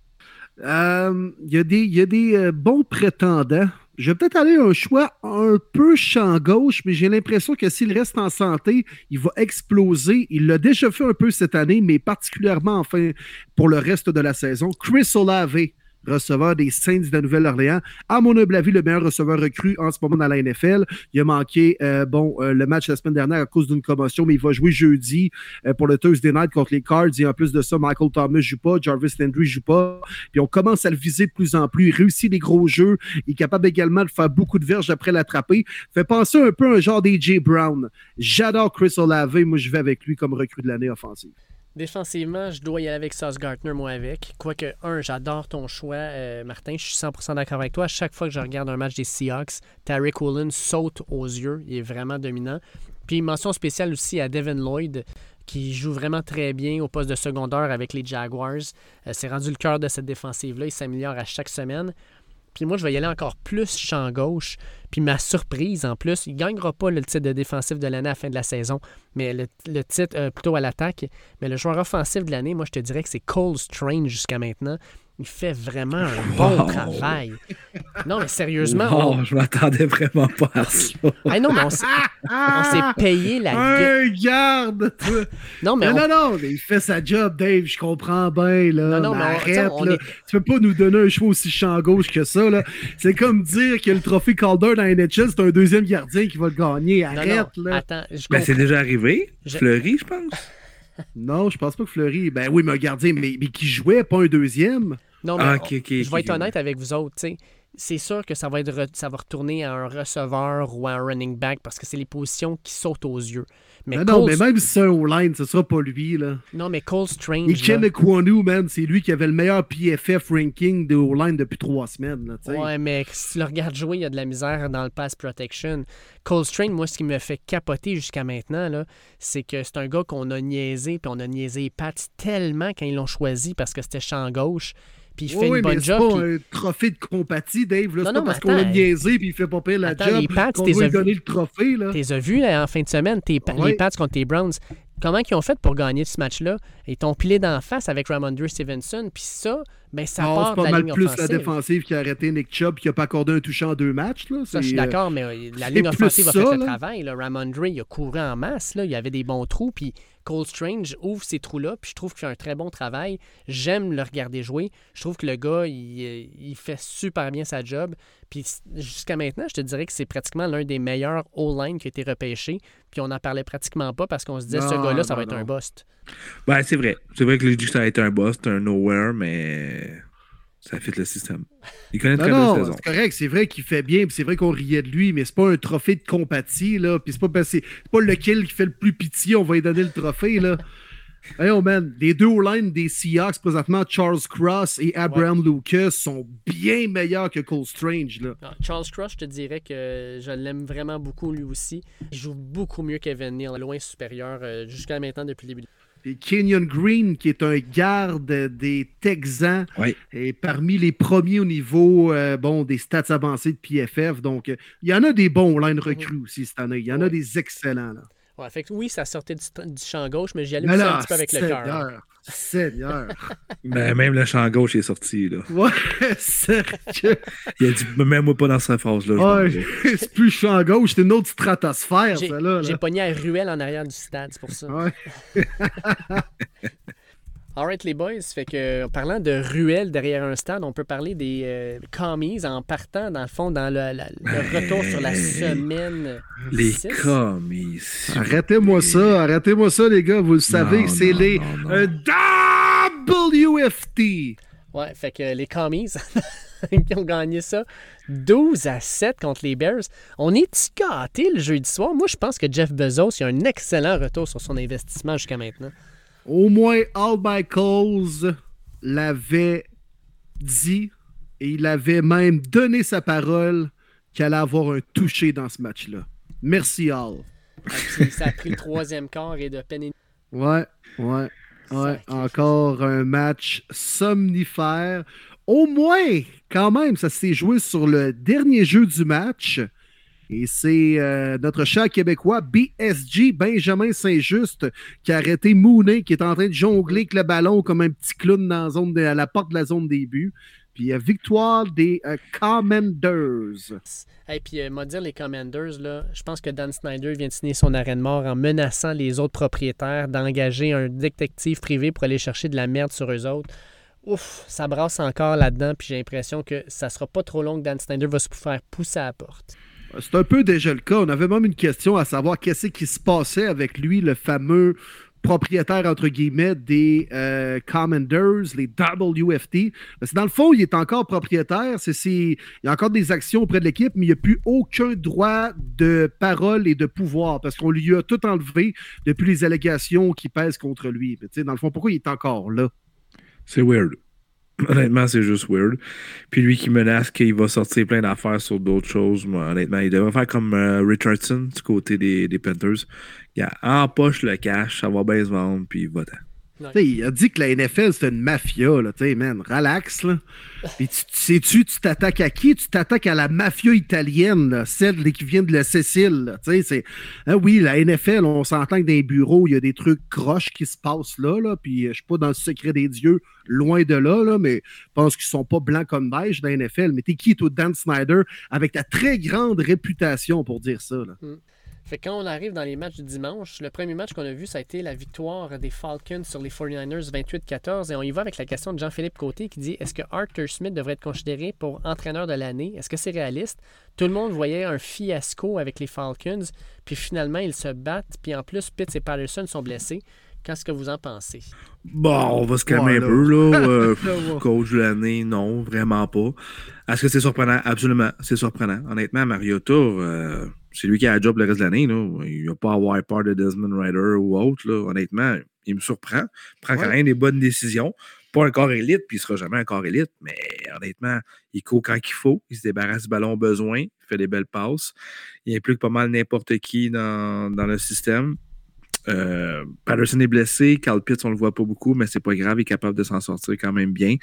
C: il euh, y a des, y a des euh, bons prétendants. Je vais peut-être aller à un choix un peu champ gauche, mais j'ai l'impression que s'il reste en santé, il va exploser. Il l'a déjà fait un peu cette année, mais particulièrement enfin pour le reste de la saison. Chris Olave, receveur des Saints de Nouvelle-Orléans. À mon humble avis, le meilleur receveur recru en ce moment dans la N F L. Il a manqué euh, bon, euh, le match la semaine dernière à cause d'une commotion, mais il va jouer jeudi euh, pour le Thursday Night contre les Cards. Et en plus de ça, Michael Thomas ne joue pas, Jarvis Landry ne joue pas. Puis on commence à le viser de plus en plus. Il réussit les gros jeux. Il est capable également de faire beaucoup de verges après l'attraper. Fait penser un peu à un genre d'A J Brown. J'adore Chris Olave. Moi, je vais avec lui comme recrue de l'année offensive.
E: Défensivement, je dois y aller avec Sauce Gardner, moi, avec. Quoique, un, j'adore ton choix, euh, Martin. Je suis cent pour cent d'accord avec toi. À chaque fois que je regarde un match des Seahawks, Tariq Woolen saute aux yeux. Il est vraiment dominant. Puis, mention spéciale aussi à Devin Lloyd, qui joue vraiment très bien au poste de secondaire avec les Jaguars. Euh, c'est rendu le cœur de cette défensive-là. Il s'améliore à chaque semaine. Puis moi, je vais y aller encore plus champ gauche. Puis ma surprise, en plus, il ne gagnera pas le titre de défensif de l'année à la fin de la saison, mais le, le titre euh, plutôt à l'attaque. Mais le joueur offensif de l'année, moi, je te dirais que c'est Cole Strange jusqu'à maintenant. Il fait vraiment un bon wow. travail. Non, mais sérieusement...
D: Wow,
E: on...
D: je m'attendais vraiment pas à ça.
E: Ah non, mais on s'est, on s'est payé la
C: gueule. Garde, toi.
E: Non, mais
C: non,
E: on...
C: non, non, mais il fait sa job, Dave, je comprends bien, là.
E: Non, non, mais, mais
C: arrête,
E: on,
C: là.
E: est...
C: Tu peux pas nous donner un choix aussi champ gauche que ça, là. C'est comme dire que le trophée Calder dans la N H L, c'est un deuxième gardien qui va le gagner. Arrête,
E: non, non.
C: là.
E: Attends, je
D: ben, c'est déjà arrivé.
E: Je...
D: Fleury, je pense.
C: Non, je pense pas que Fleury... Ben oui, mais un gardien, mais, mais qui jouait, pas un deuxième.
E: Non, mais
D: ah, okay, okay,
E: je vais
D: okay,
E: être honnête okay. avec vous autres, tu sais. C'est sûr que ça va, être re... ça va retourner à un receveur ou à un running back parce que c'est les positions qui sautent aux yeux. Mais,
C: mais
E: Cole...
C: non, mais même si c'est un O-line, ce sera pas lui, là.
E: Non, mais Cole Strange...
C: Et Ken Ekwonu, man, c'est lui qui avait le meilleur P F F ranking de O-line depuis trois semaines, là, t'sais.
E: Ouais, mais si tu le regardes jouer, il y a de la misère dans le pass protection. Cole Strange, moi, ce qui me fait capoter jusqu'à maintenant, là, c'est que c'est un gars qu'on a niaisé, puis on a niaisé Pat tellement quand ils l'ont choisi parce que c'était champ gauche. Puis il
C: oui,
E: fait
C: oui,
E: une bonne
C: mais
E: job.
C: C'est pas
E: puis...
C: un trophée de compatie, Dave. Là.
E: Non,
C: c'est
E: non,
C: pas parce
E: attends,
C: qu'on l'a niaisé puis il fait pas pire la
E: attends,
C: job
E: les Pats,
C: qu'on va lui donner le trophée.
E: Tu les as vus là, en fin de semaine, tes,
C: oui.
E: les Pats contre les Browns. Comment ils ont fait pour gagner ce match-là? Ils t'ont pilé d'en face avec Ramondre Stevenson. Puis ça, ben ça
C: non,
E: part
C: c'est pas
E: de la
C: mal
E: ligne
C: plus
E: offensive.
C: la défensive qui a arrêté Nick Chubb qui n'a pas accordé un touché en deux matchs. Là.
E: Ça, je suis
C: euh...
E: d'accord, mais la ligne offensive a fait ça, le travail. Là. Ramondre, il a couru en masse. Là. Il y avait des bons trous. Puis Cole Strange ouvre ces trous-là, puis je trouve qu'il fait un très bon travail. J'aime le regarder jouer. Je trouve que le gars, il, il fait super bien sa job. Puis jusqu'à maintenant, je te dirais que c'est pratiquement l'un des meilleurs O-line qui a été repêché. Puis on n'en parlait pratiquement pas parce qu'on se disait, non, ce gars-là, ça non, va être non. un bust.
D: Ben, c'est vrai. C'est vrai que j'ai dit que ça a été un bust, un nowhere, mais ça fit le système. Il connaît très bien la saison.
C: C'est correct, c'est vrai qu'il fait bien, puis c'est vrai qu'on riait de lui, mais c'est pas un trophée de compatie, là. Puis c'est pas, c'est pas lequel qui fait le plus pitié, on va lui donner le trophée, là. Hey, oh man, les deux O-line des Seahawks, présentement, Charles Cross et Abraham ouais. Lucas, sont bien meilleurs que Cole Strange. Là.
E: Non, Charles Cross, je te dirais que je l'aime vraiment beaucoup, lui aussi. Il joue beaucoup mieux qu'Evan Neal, loin supérieur, euh, jusqu'à maintenant depuis le début.
C: Et Kenyon Green, qui est un garde des Texans,
D: oui.
C: est parmi les premiers au niveau euh, bon, des stats avancées de P F F. Donc, euh, il y en a des bons O-line recrues mm-hmm. aussi cette année. Il y en oui. a des excellents. Là.
E: Ouais, fait que oui, ça sortait du, du champ gauche, mais j'y allais aussi un petit peu avec
C: Seigneur,
E: le cœur.
C: Seigneur.
D: Ben, même le champ gauche est sorti, là.
C: Ouais, sérieux.
D: Il a dit, même moi pas dans cette phase-là.
C: Ouais, c'est plus champ gauche, c'est une autre stratosphère,
E: j'ai,
C: ça, là.
E: J'ai
C: là.
E: pogné à ruelle en arrière du stade, c'est pour ça.
C: Ouais.
E: Alright les boys, fait que en parlant de ruelles derrière un stade, on peut parler des euh, commies en partant dans le fond dans le, la, le retour sur la semaine
D: Les
E: six.
D: commies.
C: Arrêtez-moi ça, arrêtez-moi ça, les gars. Vous le savez,
D: Non,
C: c'est
D: non,
C: les
D: non, non.
C: euh, W F T.
E: Ouais, fait que les commies qui ont gagné ça douze à sept contre les Bears. On est gâtés le jeudi soir. Moi, je pense que Jeff Bezos il a un excellent retour sur son investissement jusqu'à maintenant.
C: Au moins, Al Michaels l'avait dit et il avait même donné sa parole qu'il allait avoir un touché dans ce match-là. Merci, Al.
E: Puis, ça a pris le troisième quart et de peine et...
C: Ouais, ouais, ouais.
E: Sacrifice.
C: Encore un match somnifère. Au moins, quand même, ça s'est joué sur le dernier jeu du match. Et c'est euh, notre cher Québécois, B S G, Benjamin Saint-Just, qui a arrêté Mooney, qui est en train de jongler avec le ballon comme un petit clown dans la zone de, à la porte de la zone des buts. Puis euh, victoire des euh, Commanders.
E: Et puis, euh, m'a dire les Commanders, là, je pense que Dan Snyder vient de signer son arrêt de mort en menaçant les autres propriétaires d'engager un détective privé pour aller chercher de la merde sur eux autres. Ouf, ça brasse encore là-dedans, puis j'ai l'impression que ça sera pas trop long que Dan Snyder va se faire pousser à la porte.
C: C'est un peu déjà le cas. On avait même une question à savoir qu'est-ce qui se passait avec lui, le fameux propriétaire, entre guillemets, des euh, Commanders, les W F T. Parce que dans le fond, il est encore propriétaire. C'est, c'est, il y a encore des actions auprès de l'équipe, mais il n'y a plus aucun droit de parole et de pouvoir parce qu'on lui a tout enlevé depuis les allégations qui pèsent contre lui. Mais, dans le fond, pourquoi il est encore là?
D: C'est weird. Honnêtement, c'est juste weird. Puis lui qui menace qu'il va sortir plein d'affaires sur d'autres choses, moi, honnêtement, il devrait faire comme euh, Richardson du côté des, des Panthers. Il a empoche le cash, ça va bien se vendre, puis va-t'en.
C: Ouais. Il a dit que la N F L, c'était une mafia, là, tu sais, man, relax, là. Puis tu, tu sais-tu, tu t'attaques à qui? Tu t'attaques à la mafia italienne, là, celle qui vient de la Sicile, tu sais, c'est... Hein, oui, la N F L, on s'entend que dans les bureaux, il y a des trucs croches qui se passent là, là, puis je suis pas dans le secret des dieux, loin de là, là, mais je pense qu'ils sont pas blancs comme neige dans la N F L, mais t'es qui, toi, Dan Snyder, avec ta très grande réputation pour dire ça, là?
E: Mm. Fait que quand on arrive dans les matchs du dimanche, le premier match qu'on a vu, ça a été la victoire des Falcons sur les forty-niners vingt-huit quatorze. Et on y va avec la question de Jean-Philippe Côté qui dit « Est-ce que Arthur Smith devrait être considéré pour entraîneur de l'année? Est-ce que c'est réaliste? » Tout le monde voyait un fiasco avec les Falcons, puis finalement, ils se battent. Puis en plus, Pitts et Patterson sont blessés. Qu'est-ce que vous en pensez?
D: Bon, on va se calmer
C: Voilà.
D: un peu, là. Euh, coach de l'année, non, vraiment pas. Est-ce que c'est surprenant? Absolument, c'est surprenant. Honnêtement, Mariota, euh, c'est lui qui a la job le reste de l'année, là. Il n'a pas à avoir peur de Desmond Rider ou autre, là. Honnêtement, il me surprend. Il prend quand
C: Ouais.
D: même des bonnes décisions. Pas un corps élite, puis il ne sera jamais un corps élite, mais honnêtement, il court quand il faut. Il se débarrasse du ballon au besoin. Il fait des belles passes. Il implique pas mal n'importe qui dans, dans le système. Euh, Patterson est blessé, Kyle Pitts on le voit pas beaucoup, mais c'est pas grave, il est capable de s'en sortir quand même bien.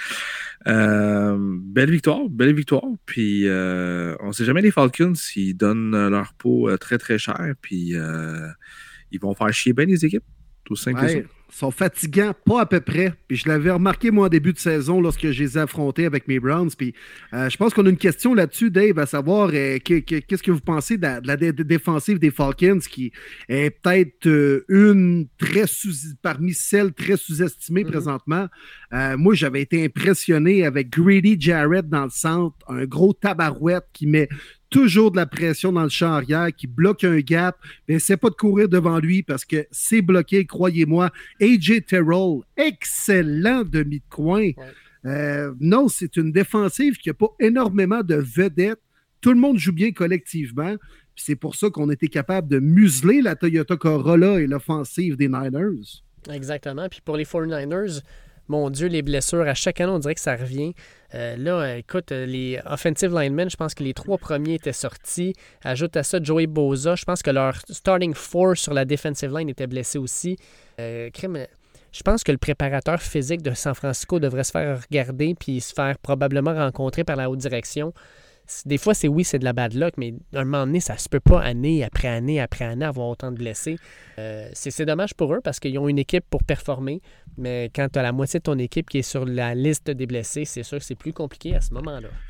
D: Euh, belle victoire, belle victoire. Puis euh, on sait jamais les Falcons s'ils donnent leur peau euh, très très cher, puis euh, ils vont faire chier bien les équipes, tout simple que ça.
C: Ouais, ils sont fatigants, pas à peu près. Puis je l'avais remarqué, moi, en début de saison, lorsque je les ai affrontés avec mes Browns. Puis euh, je pense qu'on a une question là-dessus, Dave, à savoir euh, que- que- qu'est-ce que vous pensez de la, de la dé- défensive des Falcons, qui est peut-être euh, une très sous, parmi celles très sous-estimées
E: Mhm.
C: présentement. Euh, moi, j'avais été impressionné avec Grady Jarrett dans le centre, un gros tabarouette qui met toujours de la pression dans le champ arrière, qui bloque un gap, mais essaie pas de courir devant lui parce que c'est bloqué, croyez-moi. A J Terrell, excellent demi de coin.
E: Ouais.
C: Euh, non, c'est une défensive qui n'a pas énormément de vedettes. Tout le monde joue bien collectivement. Puis c'est pour ça qu'on était capable de museler la Toyota Corolla et l'offensive des Niners.
E: Exactement. Puis pour les forty-niners, mon Dieu, les blessures, à chaque année, on dirait que ça revient. Euh, là, euh, écoute, euh, les offensive linemen, je pense que les trois premiers étaient sortis. Ajoute à ça Joey Bosa. Je pense que leur starting four sur la defensive line était blessé aussi. Euh, crème, je pense que le préparateur physique de San Francisco devrait se faire regarder puis se faire probablement rencontrer par la haute direction. Des fois, c'est oui, c'est de la bad luck, mais à un moment donné, ça se peut pas année après année après année avoir autant de blessés. Euh, c'est, c'est dommage pour eux parce qu'ils ont une équipe pour performer, mais quand tu as la moitié de ton équipe qui est sur la liste des blessés, c'est sûr que c'est plus compliqué à ce moment-là.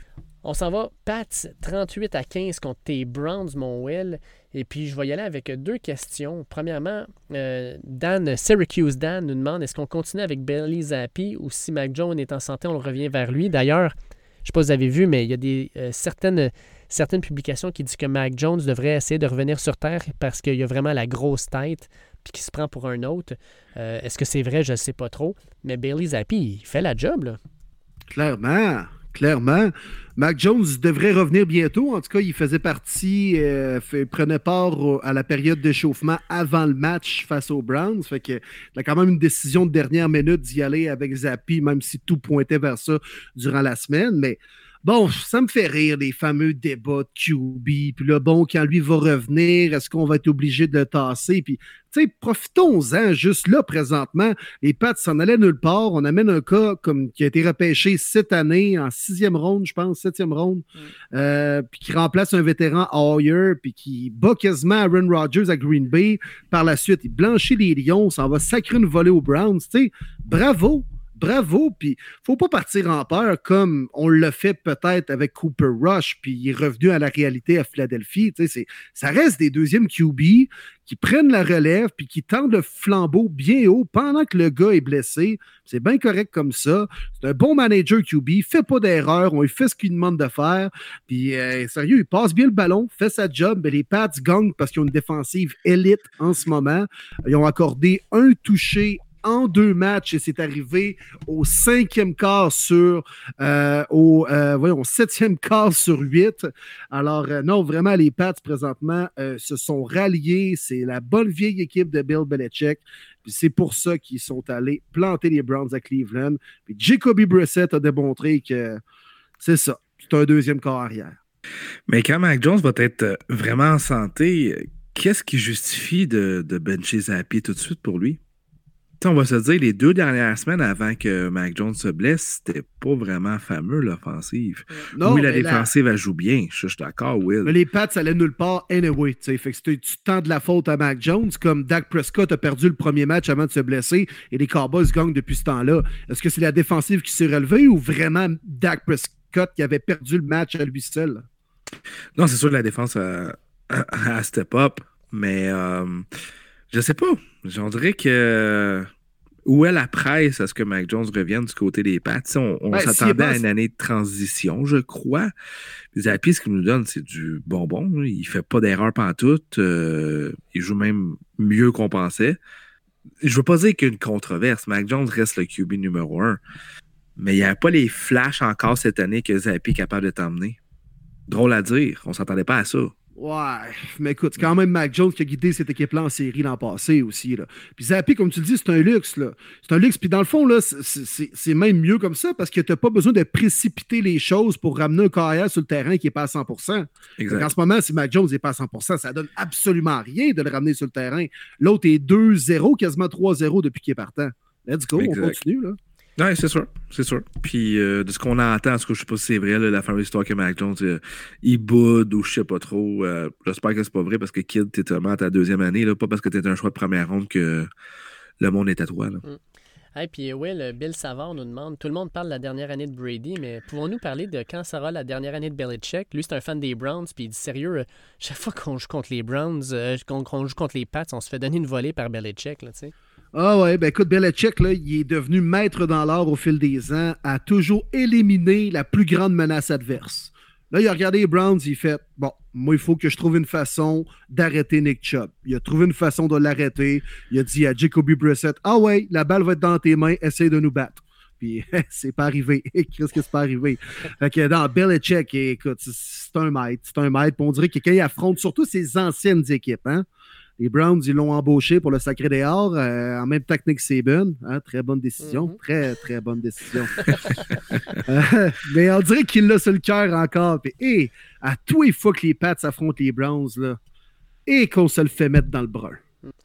E: On s'en va, Pats, trente-huit à quinze contre tes Browns, mon Will. Et puis, je vais y aller avec deux questions. Premièrement, euh, Dan, Syracuse Dan nous demande est-ce qu'on continue avec Bailey Zappi ou si Mac Jones est en santé, on revient vers lui. D'ailleurs, je ne sais pas si vous avez vu, mais il y a des, euh, certaines, certaines publications qui disent que Mac Jones devrait essayer de revenir sur Terre parce qu'il a vraiment la grosse tête puis qu'il se prend pour un autre. Euh, est-ce que c'est vrai? Je ne sais pas trop. Mais Bailey Zappi, il fait la job, là.
C: Clairement. Clairement. Mac Jones devrait revenir bientôt. En tout cas, il faisait partie, euh, fait, prenait part au, à la période d'échauffement avant le match face aux Browns. Fait que, il a quand même une décision de dernière minute d'y aller avec Zappi, même si tout pointait vers ça durant la semaine. Mais bon, ça me fait rire, les fameux débats de Q B. Puis là, bon, quand lui va revenir, est-ce qu'on va être obligé de le tasser? Puis, tu sais, profitons-en juste là, présentement. Les Pats s'en allaient nulle part. On amène un cas comme qui a été repêché cette année, en sixième ronde, je pense, septième ronde, mm. euh, puis qui remplace un vétéran Hoyer, puis qui bat quasiment Aaron Rodgers à Green Bay. Par la suite, il blanchit les Lions, s'en va sacrer une volée aux Browns. Tu sais, bravo! Bravo, puis faut pas partir en peur comme on l'a fait peut-être avec Cooper Rush, puis il est revenu à la réalité à Philadelphie. Tu sais, c'est, ça reste des deuxièmes Q B qui prennent la relève puis qui tendent le flambeau bien haut pendant que le gars est blessé. C'est bien correct comme ça. C'est un bon manager Q B, il fait pas d'erreur, on lui fait ce qu'il demande de faire. Puis euh, sérieux, il passe bien le ballon, fait sa job. Mais les Pats gagnent parce qu'ils ont une défensive élite en ce moment. Ils ont accordé un touché en deux matchs et c'est arrivé au cinquième quart sur euh, au euh, voyons, au septième quart sur huit. Alors euh, non, vraiment les Pats présentement euh, se sont ralliés. C'est la bonne vieille équipe de Bill Belichick. Puis c'est pour ça qu'ils sont allés planter les Browns à Cleveland. Puis Jacoby Brissett a démontré que c'est ça. C'est un deuxième quart arrière.
D: Mais quand Mac Jones va être vraiment en santé, qu'est-ce qui justifie de, de bencher Zappi tout de suite pour lui? On va se dire, les deux dernières semaines avant que Mac Jones se blesse, c'était pas vraiment fameux, l'offensive. Non, oui, la défensive, la... elle joue bien. Je suis d'accord, Will.
C: Mais les Pats, ça allait nulle part anyway. Fait que tu tends de la faute à Mac Jones, comme Dak Prescott a perdu le premier match avant de se blesser et les Cowboys gagnent depuis ce temps-là. Est-ce que c'est la défensive qui s'est relevée ou vraiment Dak Prescott qui avait perdu le match à lui seul?
D: Non, c'est sûr que la défense a, a, a step up, mais... Euh... Je sais pas. On dirait que... Où est la presse à ce que Mac Jones revienne du côté des Pats? On, on ben, s'attendait si à une année de transition, je crois. Zappi, ce qu'il nous donne, c'est du bonbon. Il fait pas d'erreur pantoute. Euh, il joue même mieux qu'on pensait. Je veux pas dire qu'il y a une controverse. Mac Jones reste le Q B numéro un. Mais il n'y a pas les flashs encore cette année que Zappi est capable de t'emmener. Drôle à dire. On s'attendait pas à ça.
C: Ouais, mais écoute, c'est quand même Mac Jones qui a guidé cette équipe-là en série l'an passé aussi. Là. Puis Zappi, comme tu le dis, c'est un luxe. Là. C'est un luxe. Puis dans le fond, là, c'est, c'est, c'est même mieux comme ça parce que tu n'as pas besoin de précipiter les choses pour ramener un carrière sur le terrain qui n'est pas à cent pour cent. En ce moment, si Mac Jones n'est pas à cent pour cent, ça donne absolument rien de le ramener sur le terrain. L'autre est deux zéro, quasiment trois zéro depuis qu'il est partant. Let's go, exact. On continue. Là.
D: Oui, c'est sûr, c'est sûr. Puis euh, de ce qu'on entend, en tout cas, je sais pas si c'est vrai, là, la fameuse histoire que Mac Jones, euh, il boude ou je sais pas trop. Euh, j'espère que c'est pas vrai parce que Kid, t'es tellement à ta deuxième année, là, pas parce que t'es un choix de première ronde que le monde est à toi. Là.
E: Mm. Hey, puis Will, Bill Savard nous demande, tout le monde parle de la dernière année de Brady, mais pouvons-nous parler de quand sera la dernière année de Belichick? Lui, c'est un fan des Browns, puis il dit sérieux, euh, chaque fois qu'on joue contre les Browns, euh, qu'on, qu'on joue contre les Pats, on se fait donner une volée par Belichick, là, tu sais.
C: Ah ouais, ben écoute, Belichick, là, il est devenu maître dans l'art au fil des ans, a toujours éliminé la plus grande menace adverse. Là, il a regardé les Browns, il fait « Bon, moi, il faut que je trouve une façon d'arrêter Nick Chubb. » Il a trouvé une façon de l'arrêter. Il a dit à Jacoby Brissett « Ah ouais, la balle va être dans tes mains, essaye de nous battre. » Puis c'est pas arrivé. Qu'est-ce que c'est pas arrivé? Fait que dans Belichick, écoute, c'est un maître, c'est un maître. Puis on dirait que quand il affronte surtout ses anciennes équipes, hein? Les Browns, ils l'ont embauché pour le sacré dehors, euh, en même temps que Nick Saban. Hein, très bonne décision. Mm-hmm. Très, très bonne décision. euh, mais on dirait qu'il l'a sur le cœur encore. Puis, hey, à tous les fois que les Pats affrontent les Browns, là, et qu'on se le fait mettre dans le brun.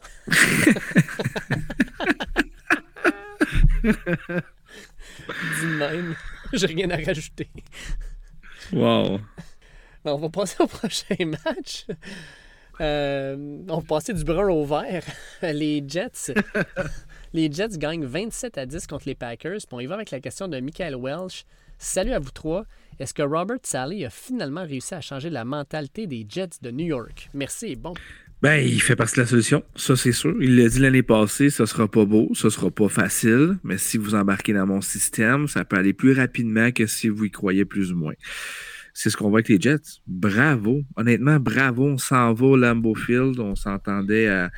E: Dis même. J'ai rien à rajouter.
D: Wow.
E: Ben, on va passer au prochain match. Euh, on va passer du brun au vert. Les Jets les Jets gagnent vingt-sept à dix contre les Packers. Puis on y va avec la question de Michael Welch. Salut à vous trois. Est-ce que Robert Saleh a finalement réussi à changer la mentalité des Jets de New York? Merci et bon.
D: Ben, il fait partie de la solution, ça c'est sûr. Il l'a dit l'année passée, ça sera pas beau, ça sera pas facile, mais si vous embarquez dans mon système, ça peut aller plus rapidement que si vous y croyez plus ou moins. C'est ce qu'on voit avec les Jets. Bravo. Honnêtement, bravo. On s'en va au Lambeau Field. On s'entendait à,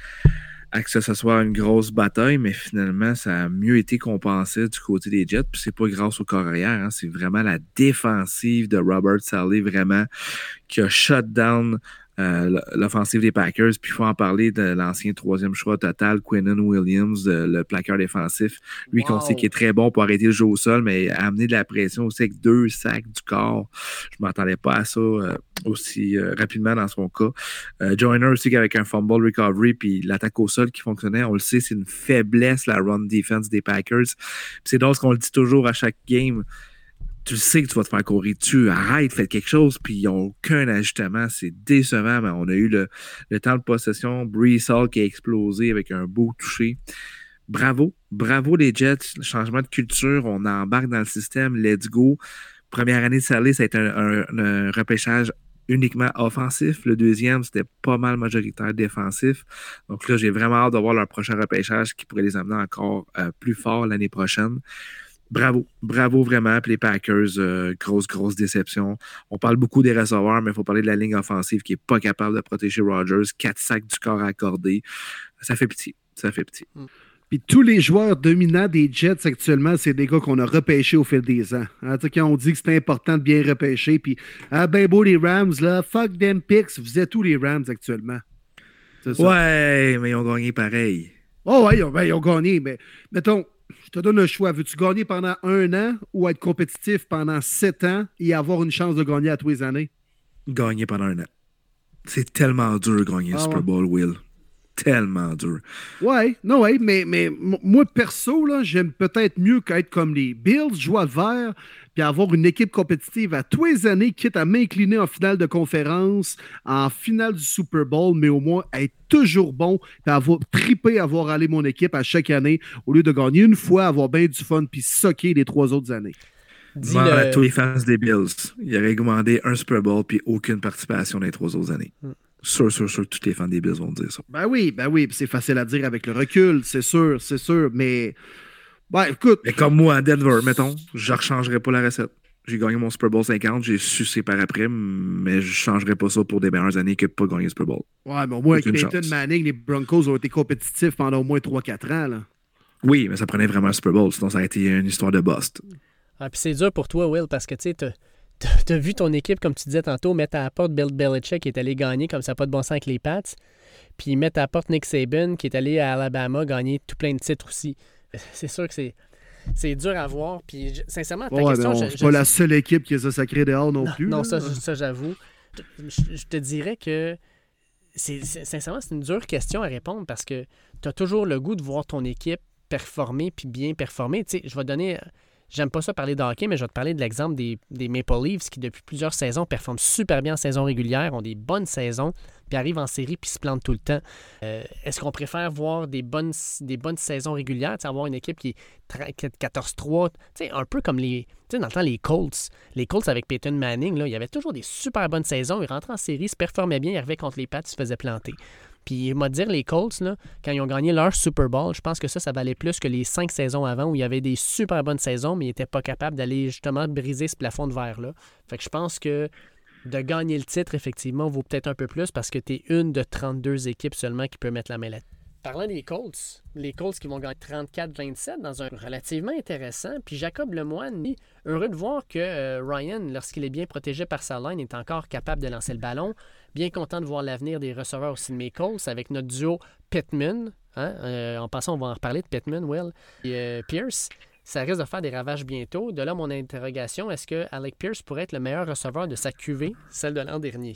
D: à que ça, ça soit une grosse bataille, mais finalement, ça a mieux été compensé du côté des Jets. Puis c'est pas grâce au corps arrière, hein, c'est vraiment la défensive de Robert Saleh, vraiment, qui a shut down Euh, l'offensive des Packers, puis il faut en parler de l'ancien troisième choix total, Quinnen Williams, euh, le plaqueur défensif. Lui, wow. qu'on sait qu'il est très bon pour arrêter le jeu au sol, mais amener de la pression aussi avec deux sacs du corps. Je ne m'attendais pas à ça euh, aussi euh, rapidement dans son cas. Euh, Joyner aussi avec un fumble recovery, puis l'attaque au sol qui fonctionnait, on le sait, c'est une faiblesse, la run defense des Packers. Puis c'est donc ce qu'on le dit toujours à chaque game. Tu sais que tu vas te faire courir dessus, arrête, fais quelque chose, puis ils n'ont aucun ajustement, c'est décevant, mais on a eu le, le temps de possession, Breece Hall qui a explosé avec un beau toucher. Bravo, bravo les Jets, le changement de culture, on embarque dans le système, let's go. Première année de Saleh, ça a été un, un, un repêchage uniquement offensif, le deuxième, c'était pas mal majoritaire défensif. Donc là, j'ai vraiment hâte de voir leur prochain repêchage qui pourrait les amener encore euh, plus fort l'année prochaine. Bravo, bravo vraiment. Puis les Packers, euh, grosse, grosse déception. On parle beaucoup des receveurs, mais il faut parler de la ligne offensive qui n'est pas capable de protéger Rodgers. Quatre sacs du corps accordés. Ça fait pitié, ça fait pitié.
C: Puis tous les joueurs dominants des Jets actuellement, c'est des gars qu'on a repêchés au fil des ans. Hein, quand on dit que c'est important de bien repêcher, puis ah ben beau les Rams, là, fuck them picks, vous êtes tous les Rams actuellement.
D: C'est ça. Ouais, mais ils ont gagné pareil.
C: Oh ouais, ils ont, ben, ils ont gagné, mais mettons, je te donne le choix. Veux-tu gagner pendant un an ou être compétitif pendant sept ans et avoir une chance de gagner à tous les années?
D: Gagner pendant un an. C'est tellement dur de gagner le ah, Super Bowl, Will. Tellement dur.
C: Ouais, non, ouais, mais, mais moi, perso, là, j'aime peut-être mieux qu'être comme les Bills, jouer à vert, puis avoir une équipe compétitive à tous les années, quitte à m'incliner en finale de conférence, en finale du Super Bowl, mais au moins être toujours bon, puis avoir trippé à voir aller mon équipe à chaque année, au lieu de gagner une fois, avoir bien du fun, puis socker les trois autres années.
D: Dis le... à tous les fans des Bills, il aurait demandé un Super Bowl, puis aucune participation dans les trois autres années. Hmm. Sûr, sûr, sûr, tous les fans des Bills vont dire ça.
C: Ben oui, ben oui, c'est facile à dire avec le recul, c'est sûr, c'est sûr, mais... Ben, écoute...
D: Mais comme moi à Denver, mettons, je ne rechangerais pas la recette. J'ai gagné mon Super Bowl cinquante, j'ai sucé par après, mais je ne changerais pas ça pour des meilleures années que de ne pas gagner le Super Bowl.
C: Ouais, mais au moins, avec Peyton Manning, les Broncos ont été compétitifs pendant au moins trois quatre ans, là.
D: Oui, mais ça prenait vraiment un Super Bowl, sinon ça a été une histoire de bust.
E: Ah, puis c'est dur pour toi, Will, parce que, tu sais, t'as... Tu as vu ton équipe, comme tu disais tantôt, mettre à la porte Bill Belichick qui est allé gagner comme ça, pas de bon sens avec les Pats. Puis mettre à la porte Nick Saban qui est allé à Alabama gagner tout plein de titres aussi. C'est sûr que c'est, c'est dur à voir. Puis sincèrement, ta
C: ouais,
E: question...
C: Non,
E: je,
C: c'est
E: je,
C: pas
E: je...
C: la seule équipe qui les a sacrés dehors non, non plus.
E: Non,
C: là.
E: ça, ça j'avoue. Je, je te dirais que c'est, c'est, sincèrement, c'est une dure question à répondre parce que tu as toujours le goût de voir ton équipe performer puis bien performer. Tu sais, je vais donner... J'aime pas ça parler de hockey, mais je vais te parler de l'exemple des, des Maple Leafs qui, depuis plusieurs saisons, performent super bien en saison régulière, ont des bonnes saisons, puis arrivent en série puis se plantent tout le temps. Euh, est-ce qu'on préfère voir des bonnes, des bonnes saisons régulières, avoir une équipe qui est quatorze trois, un peu comme les... Tu sais, dans le temps, les Colts. Les Colts avec Peyton Manning, là, il y avait toujours des super bonnes saisons. Ils rentraient en série, se performaient bien, ils arrivaient contre les Pats, ils se faisaient planter. Puis, m'a dire, les Colts, là, quand ils ont gagné leur Super Bowl, je pense que ça, ça valait plus que les cinq saisons avant où il y avait des super bonnes saisons, mais ils n'étaient pas capables d'aller justement briser ce plafond de verre-là. Fait que je pense que de gagner le titre, effectivement, vaut peut-être un peu plus parce que tu es une de trente-deux équipes seulement qui peut mettre la main là. Parlant des Colts, les Colts qui vont gagner trente-quatre vingt-sept dans un relativement intéressant. Puis Jacob Lemoine, heureux de voir que euh, Ryan, lorsqu'il est bien protégé par sa line, est encore capable de lancer le ballon. Bien content de voir l'avenir des receveurs aussi de mes Colts avec notre duo Pittman. Hein? Euh, en passant, on va en reparler de Pittman, Will. Et euh, Pierce, ça risque de faire des ravages bientôt. De là, mon interrogation, est-ce que Alec Pierce pourrait être le meilleur receveur de sa Q V, celle de l'an dernier?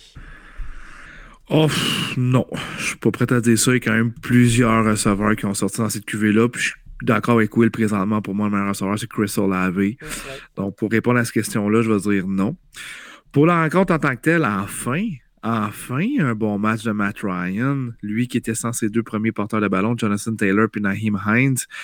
D: Oh, non. Je suis pas prêt à dire ça. Il y a quand même plusieurs receveurs qui ont sorti dans cette Q V-là. Puis je suis d'accord avec Will présentement. Pour moi, le meilleur receveur, c'est Chris Olave. Ouais. Donc, pour répondre à cette question-là, je vais dire non. Pour la rencontre en tant que telle, enfin, enfin, un bon match de Matt Ryan. Lui qui était sans ses deux premiers porteurs de ballon, Jonathan Taylor puis Naheem Hines.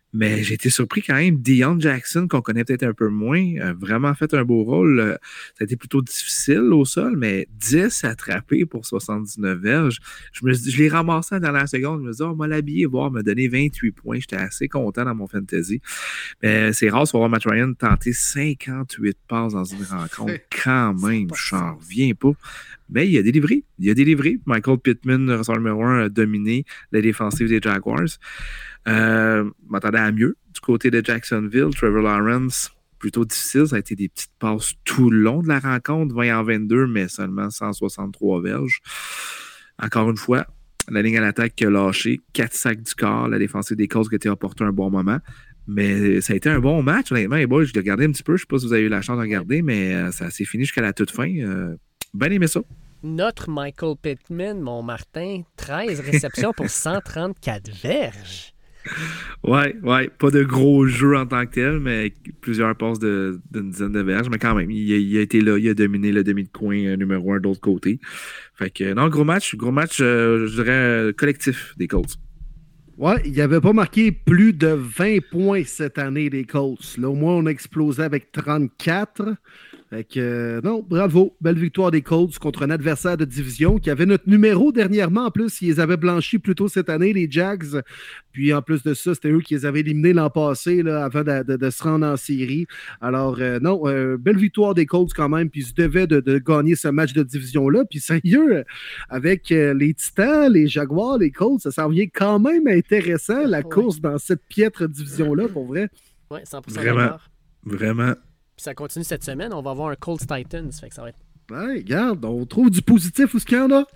D: Mais j'ai été surpris quand même. Deion Jackson, qu'on connaît peut-être un peu moins, a vraiment fait un beau rôle. Ça a été plutôt difficile au sol, mais dix attrapés pour soixante-dix-neuf verges. Je, me, je l'ai ramassé à la dernière seconde. Je me suis dit, oh, on m'a l'habillé, voir, me donner vingt-huit points. J'étais assez content dans mon fantasy. Mais c'est rare de voir Matt Ryan tenter cinquante-huit passes dans une rencontre. Quand même, je n'en reviens pas. Mais il a délivré. Il a délivré. Michael Pittman, receveur numéro un, a dominé la défensive des Jaguars. Euh, m'attendais à mieux. Du côté de Jacksonville, Trevor Lawrence, plutôt difficile. Ça a été des petites passes tout le long de la rencontre, vingt en vingt-deux, mais seulement cent soixante-trois verges. Encore une fois, la ligne à l'attaque qui a lâché, quatre sacs du corps, la défensive des Colts qui a été apportée un bon moment. Mais ça a été un bon match, honnêtement. Et bon, je l'ai regardé un petit peu. Je ne sais pas si vous avez eu la chance de regarder, mais ça s'est fini jusqu'à la toute fin. Euh, bien aimé ça.
E: Notre Michael Pittman, mon Martin, treize réceptions pour cent trente-quatre verges.
D: Ouais, ouais, pas de gros jeu en tant que tel, mais plusieurs passes de, d'une dizaine de verges. Mais quand même, il a, il a été là, il a dominé le demi de coin euh, numéro un de l'autre côté. Fait que, non, gros match, gros match, euh, je dirais, collectif des Colts.
C: Ouais, il n'avait pas marqué plus de vingt points cette année, les Colts. Là, au moins, on a explosé avec trente-quatre. Fait que, euh, non, bravo. Belle victoire des Colts contre un adversaire de division qui avait notre numéro dernièrement. En plus, ils les avaient blanchis plus tôt cette année, les Jags. Puis, en plus de ça, c'était eux qui les avaient éliminés l'an passé là, avant de, de, de se rendre en série. Alors, euh, non, euh, belle victoire des Colts quand même. Puis, ils se devaient de, de gagner ce match de division-là. Puis, sérieux, avec euh, les Titans, les Jaguars, les Colts, ça s'en vient quand même intéressant, la ouais. course dans cette piètre division-là, pour vrai.
E: Oui, cent pour cent
D: Vraiment,
E: d'accord.
D: Vraiment.
E: Puis ça continue cette semaine. On va avoir un Colts Titans. Fait que ça va être...
C: Ouais, regarde, on trouve du positif où ce qu'il y en a.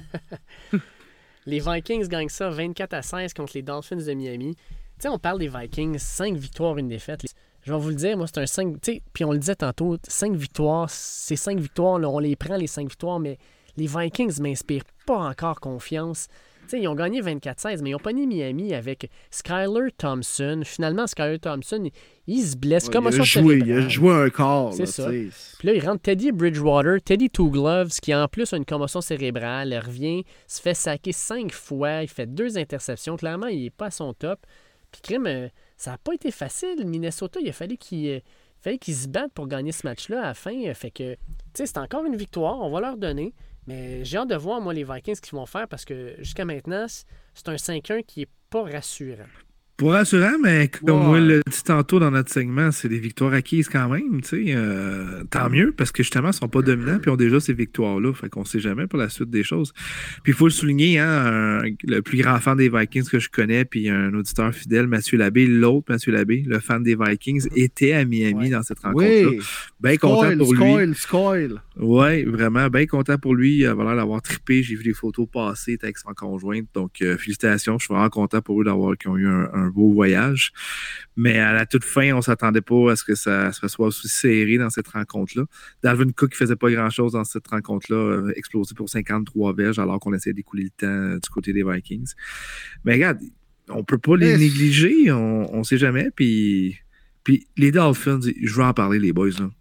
E: Les Vikings gagnent ça vingt-quatre à seize contre les Dolphins de Miami. Tu sais, on parle des Vikings, cinq victoires, une défaite. Je vais vous le dire, moi, c'est un cinq... Tu sais, puis on le disait tantôt, cinq victoires, ces cinq victoires, là, on les prend, les cinq victoires, mais les Vikings ne m'inspirent pas encore confiance. T'sais, ils ont gagné vingt-quatre à seize, mais ils ont pogné Miami avec Skyler Thompson. Finalement, Skyler Thompson, il, il se blesse.
C: Ouais,
E: comme
C: il, a joué, il a joué un quart.
E: C'est
C: là,
E: ça.
C: T'sais.
E: Puis là, il rentre Teddy Bridgewater, Teddy Two Gloves, qui en plus a une commotion cérébrale. Il revient, se fait saquer cinq fois. Il fait deux interceptions. Clairement, il n'est pas à son top. Puis, crime, ça n'a pas été facile. Minnesota, il a fallu qu'il, il fallait qu'ils se battent pour gagner ce match-là à la fin. Fait que, tu sais, c'est encore une victoire. On va leur donner. Mais j'ai hâte de voir, moi, les Vikings, ce qu'ils vont faire parce que jusqu'à maintenant, c'est un cinq un qui n'est pas rassurant.
D: Pas rassurant, mais comme wow. moi le dit tantôt dans notre segment, c'est des victoires acquises quand même. Tu sais, euh, tant mieux, parce que justement, ils ne sont pas dominants et ont déjà ces victoires-là. Fait qu'on ne sait jamais pour la suite des choses. Puis il faut le souligner, hein, un, le plus grand fan des Vikings que je connais, puis un auditeur fidèle, Mathieu Labbé, l'autre Mathieu Labbé, le fan des Vikings, était à Miami ouais. dans cette rencontre-là.
C: Oui.
D: Bien
C: Scoil,
D: content pour
C: scoil,
D: lui.
C: Scoil.
D: Oui, vraiment, bien content pour lui. Il avait l'air d'avoir trippé. J'ai vu les photos passer avec son conjointe. Donc, euh, félicitations. Je suis vraiment content pour eux d'avoir qu'ils ont eu un, un beau voyage. Mais à la toute fin, on ne s'attendait pas à ce que ça, ça soit aussi serré dans cette rencontre-là. Dalvin Cook ne faisait pas grand-chose dans cette rencontre-là, explosé pour cinquante-trois verges alors qu'on essayait d'écouler le temps du côté des Vikings. Mais regarde, on ne peut pas les négliger, on ne sait jamais. Puis, puis les Dolphins, je veux en parler, les boys. Là.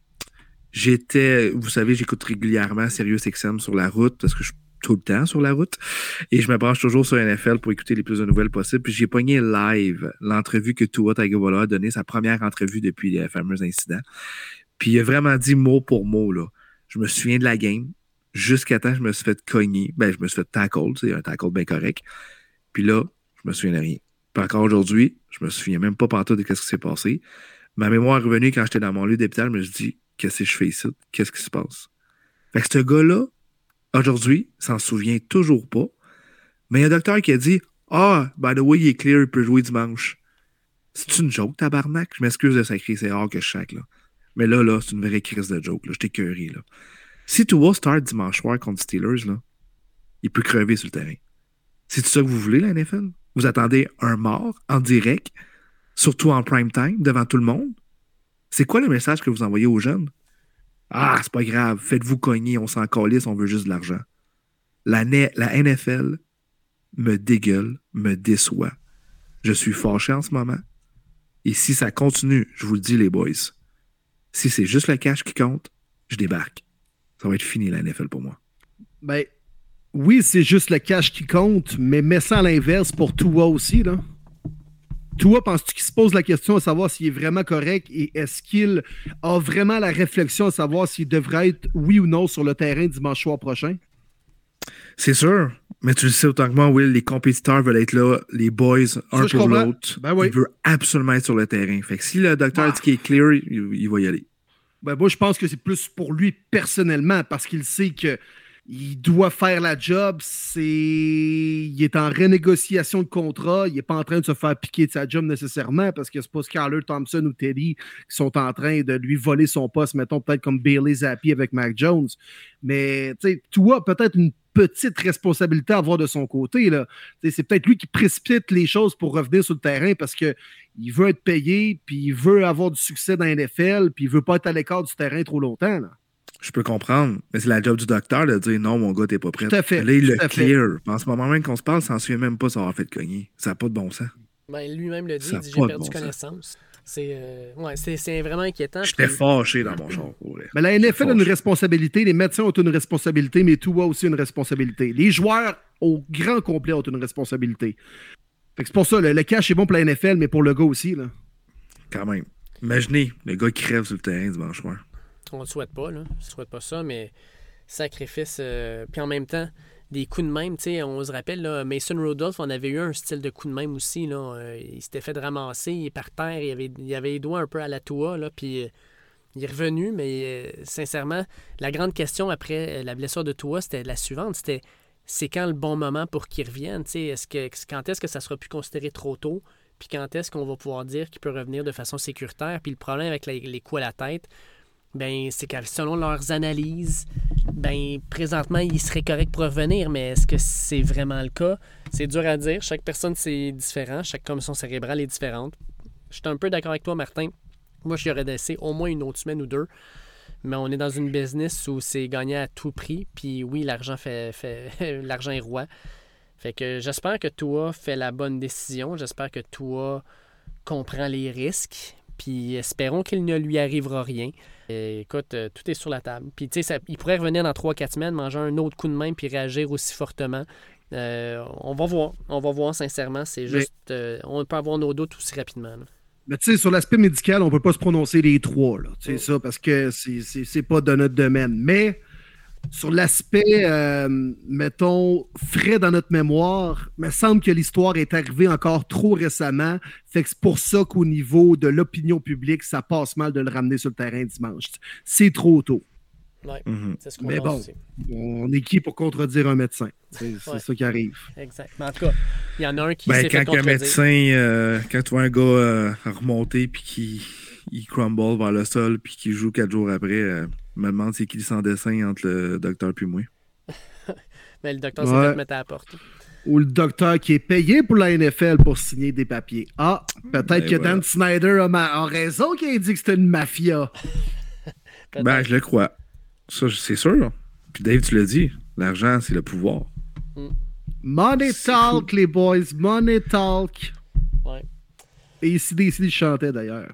D: J'étais, vous savez, j'écoute régulièrement SiriusXM sur la route parce que je tout le temps sur la route. Et je me branche toujours sur N F L pour écouter les plus de nouvelles possibles. Puis j'ai pogné live l'entrevue que Tua Tagovailoa a donnée, sa première entrevue depuis les fameux incidents. Puis il a vraiment dit mot pour mot, là. Je me souviens de la game. Jusqu'à temps, je me suis fait cogner. Ben, je me suis fait tackle, c'est un tackle bien correct. Puis là, je me souviens de rien. Puis encore aujourd'hui, je me souviens même pas pantoute de ce qui s'est passé. Ma mémoire est revenue quand j'étais dans mon lieu d'hôpital, je me suis dit, qu'est-ce que je fais ici? Qu'est-ce qui se passe? Fait que ce gars-là, aujourd'hui, s'en souvient toujours pas. Mais il y a un docteur qui a dit « Ah, by the way, il est clear, il peut jouer dimanche. » C'est une joke, tabarnak? Je m'excuse de sacrer, c'est rare que je sac, là. Mais là, là, c'est une vraie crise de joke, là. Je t'ai écœuré, là. Si Tua start dimanche soir contre Steelers, là, il peut crever sur le terrain. C'est tout ça que vous voulez, la N F L? Vous attendez un mort en direct, surtout en prime time, devant tout le monde? C'est quoi le message que vous envoyez aux jeunes? Ah, c'est pas grave, faites-vous cogner, on s'en calisse, on veut juste de l'argent. La, la N F L me dégueule, me déçoit. Je suis fâché en ce moment. Et si ça continue, je vous le dis les boys, si c'est juste le cash qui compte, je débarque. Ça va être fini la N F L pour moi.
C: Ben, oui, c'est juste le cash qui compte, mais mets ça à l'inverse pour Tua aussi, là. toi, penses-tu qu'il se pose la question à savoir s'il est vraiment correct et est-ce qu'il a vraiment la réflexion à savoir s'il devrait être oui ou non sur le terrain dimanche soir prochain?
D: C'est sûr, mais tu le sais autant que moi, Will, les compétiteurs veulent être là, les boys, ça, un pour l'autre. Ben oui. Ils veulent absolument être sur le terrain. Fait que si le docteur ah. dit qu'il est clear, il, il va y aller.
C: Ben moi, je pense que c'est plus pour lui personnellement, parce qu'il sait que il doit faire la job, c'est... il est en renégociation de contrat, il n'est pas en train de se faire piquer de sa job nécessairement parce que c'est pas Skyler Thompson ou Teddy qui sont en train de lui voler son poste, mettons peut-être comme Bailey Zappi avec Mac Jones. Mais tu sais, toi, peut-être une petite responsabilité à avoir de son côté. Là. C'est peut-être lui qui précipite les choses pour revenir sur le terrain parce qu'il veut être payé, puis il veut avoir du succès dans la N F L, puis il veut pas être à l'écart du terrain trop longtemps. Là.
D: Je peux comprendre, mais c'est la job du docteur de dire non, mon gars, t'es pas prêt.
C: Tout à fait.
D: Là, il le
C: clear.
D: Fait. En ce moment même qu'on se parle, ça s'en souvient même pas s'avoir fait cogner. Ça n'a pas de bon sens.
E: Ben, lui-même le dit, il dit j'ai perdu bon connaissance. C'est, euh, ouais, c'est, c'est vraiment inquiétant.
D: J'étais puis... fâché dans mon char.
C: Mais la N F L a une responsabilité, les médecins ont une responsabilité, mais Tua a aussi une responsabilité. Les joueurs au grand complet ont une responsabilité. Fait que c'est pour ça, le, le cash est bon pour la N F L, mais pour le gars aussi. Là.
D: Quand même. Imaginez, le gars qui crève sur le terrain dimanche soir.
E: On ne le souhaite pas, là. On ne souhaite pas ça, mais sacrifice. Euh... Puis en même temps, des coups de même, tu sais, on se rappelle, là, Mason Rudolph, on avait eu un style de coup de même aussi, là. Euh, il s'était fait ramasser, il est par terre, il avait, il avait les doigts un peu à la Tua, là, puis euh, il est revenu, mais euh, sincèrement, la grande question après euh, la blessure de Tua, c'était la suivante, c'était c'est quand le bon moment pour qu'il revienne, tu sais, est-ce que, quand est-ce que ça sera plus considéré trop tôt, puis quand est-ce qu'on va pouvoir dire qu'il peut revenir de façon sécuritaire, puis le problème avec les, les coups à la tête, ben c'est que selon leurs analyses, ben présentement, il serait correct pour revenir, mais est-ce que c'est vraiment le cas? C'est dur à dire. Chaque personne, c'est différent. Chaque commission cérébrale est différente. Je suis un peu d'accord avec toi, Martin. Moi, je lui aurais laissé au moins une autre semaine ou deux. Mais on est dans une business où c'est gagné à tout prix. Puis oui, l'argent fait, fait l'argent est roi. Fait que j'espère que Tua fait la bonne décision. J'espère que Tua comprend les risques. Puis espérons qu'il ne lui arrivera rien. Et écoute, euh, tout est sur la table. Puis tu sais, il pourrait revenir dans trois quatre semaines, manger un autre coup de main puis réagir aussi fortement. Euh, on va voir. On va voir sincèrement. C'est juste... Euh, on peut avoir nos doutes aussi rapidement. Là.
C: Mais tu sais, sur l'aspect médical, on ne peut pas se prononcer les trois. Tu sais mm. ça, parce que c'est, c'est, c'est pas de notre domaine. Mais sur l'aspect, euh, mettons, frais dans notre mémoire, il me semble que l'histoire est arrivée encore trop récemment. Fait que c'est pour ça qu'au niveau de l'opinion publique, ça passe mal de le ramener sur le terrain dimanche. C'est trop tôt.
E: Ouais, mm-hmm. C'est ce qu'on
C: Mais bon, aussi. On est qui pour contredire un médecin? C'est, c'est ouais. ça qui arrive.
E: Exact. Mais en tout cas, il y en a un qui
D: ben,
E: s'est fait contredire.
D: Quand un médecin, euh, quand tu vois un gars euh, remonter puis qui il crumble vers le sol puis qui joue quatre jours après... Euh, je me demande c'est qui le sans dessin entre le docteur et moi.
E: Mais le docteur ouais. s'est fait mettre à la porte.
C: Ou le docteur qui est payé pour la N F L pour signer des papiers. Ah, peut-être ben que voilà. Dan Snyder a, ma... a raison qu'il a dit que c'était une mafia.
D: Ben, je le crois. Ça, c'est sûr. Puis Dave, tu l'as dit, l'argent, c'est le pouvoir.
C: Mm. Money c'est talk, fou. Les boys. Money talk.
E: Ouais.
C: Et ici, ici, il chantait d'ailleurs.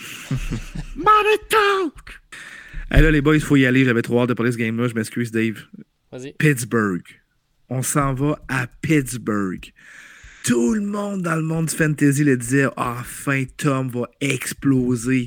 C: Money talk!
D: Hey là, les boys, il faut y aller. J'avais trop hâte de parler de ce game-là. Je m'excuse, Dave.
E: Vas-y.
D: Pittsburgh. On s'en va à Pittsburgh. Tout le monde dans le monde du fantasy le disait « Enfin, Tom va exploser. »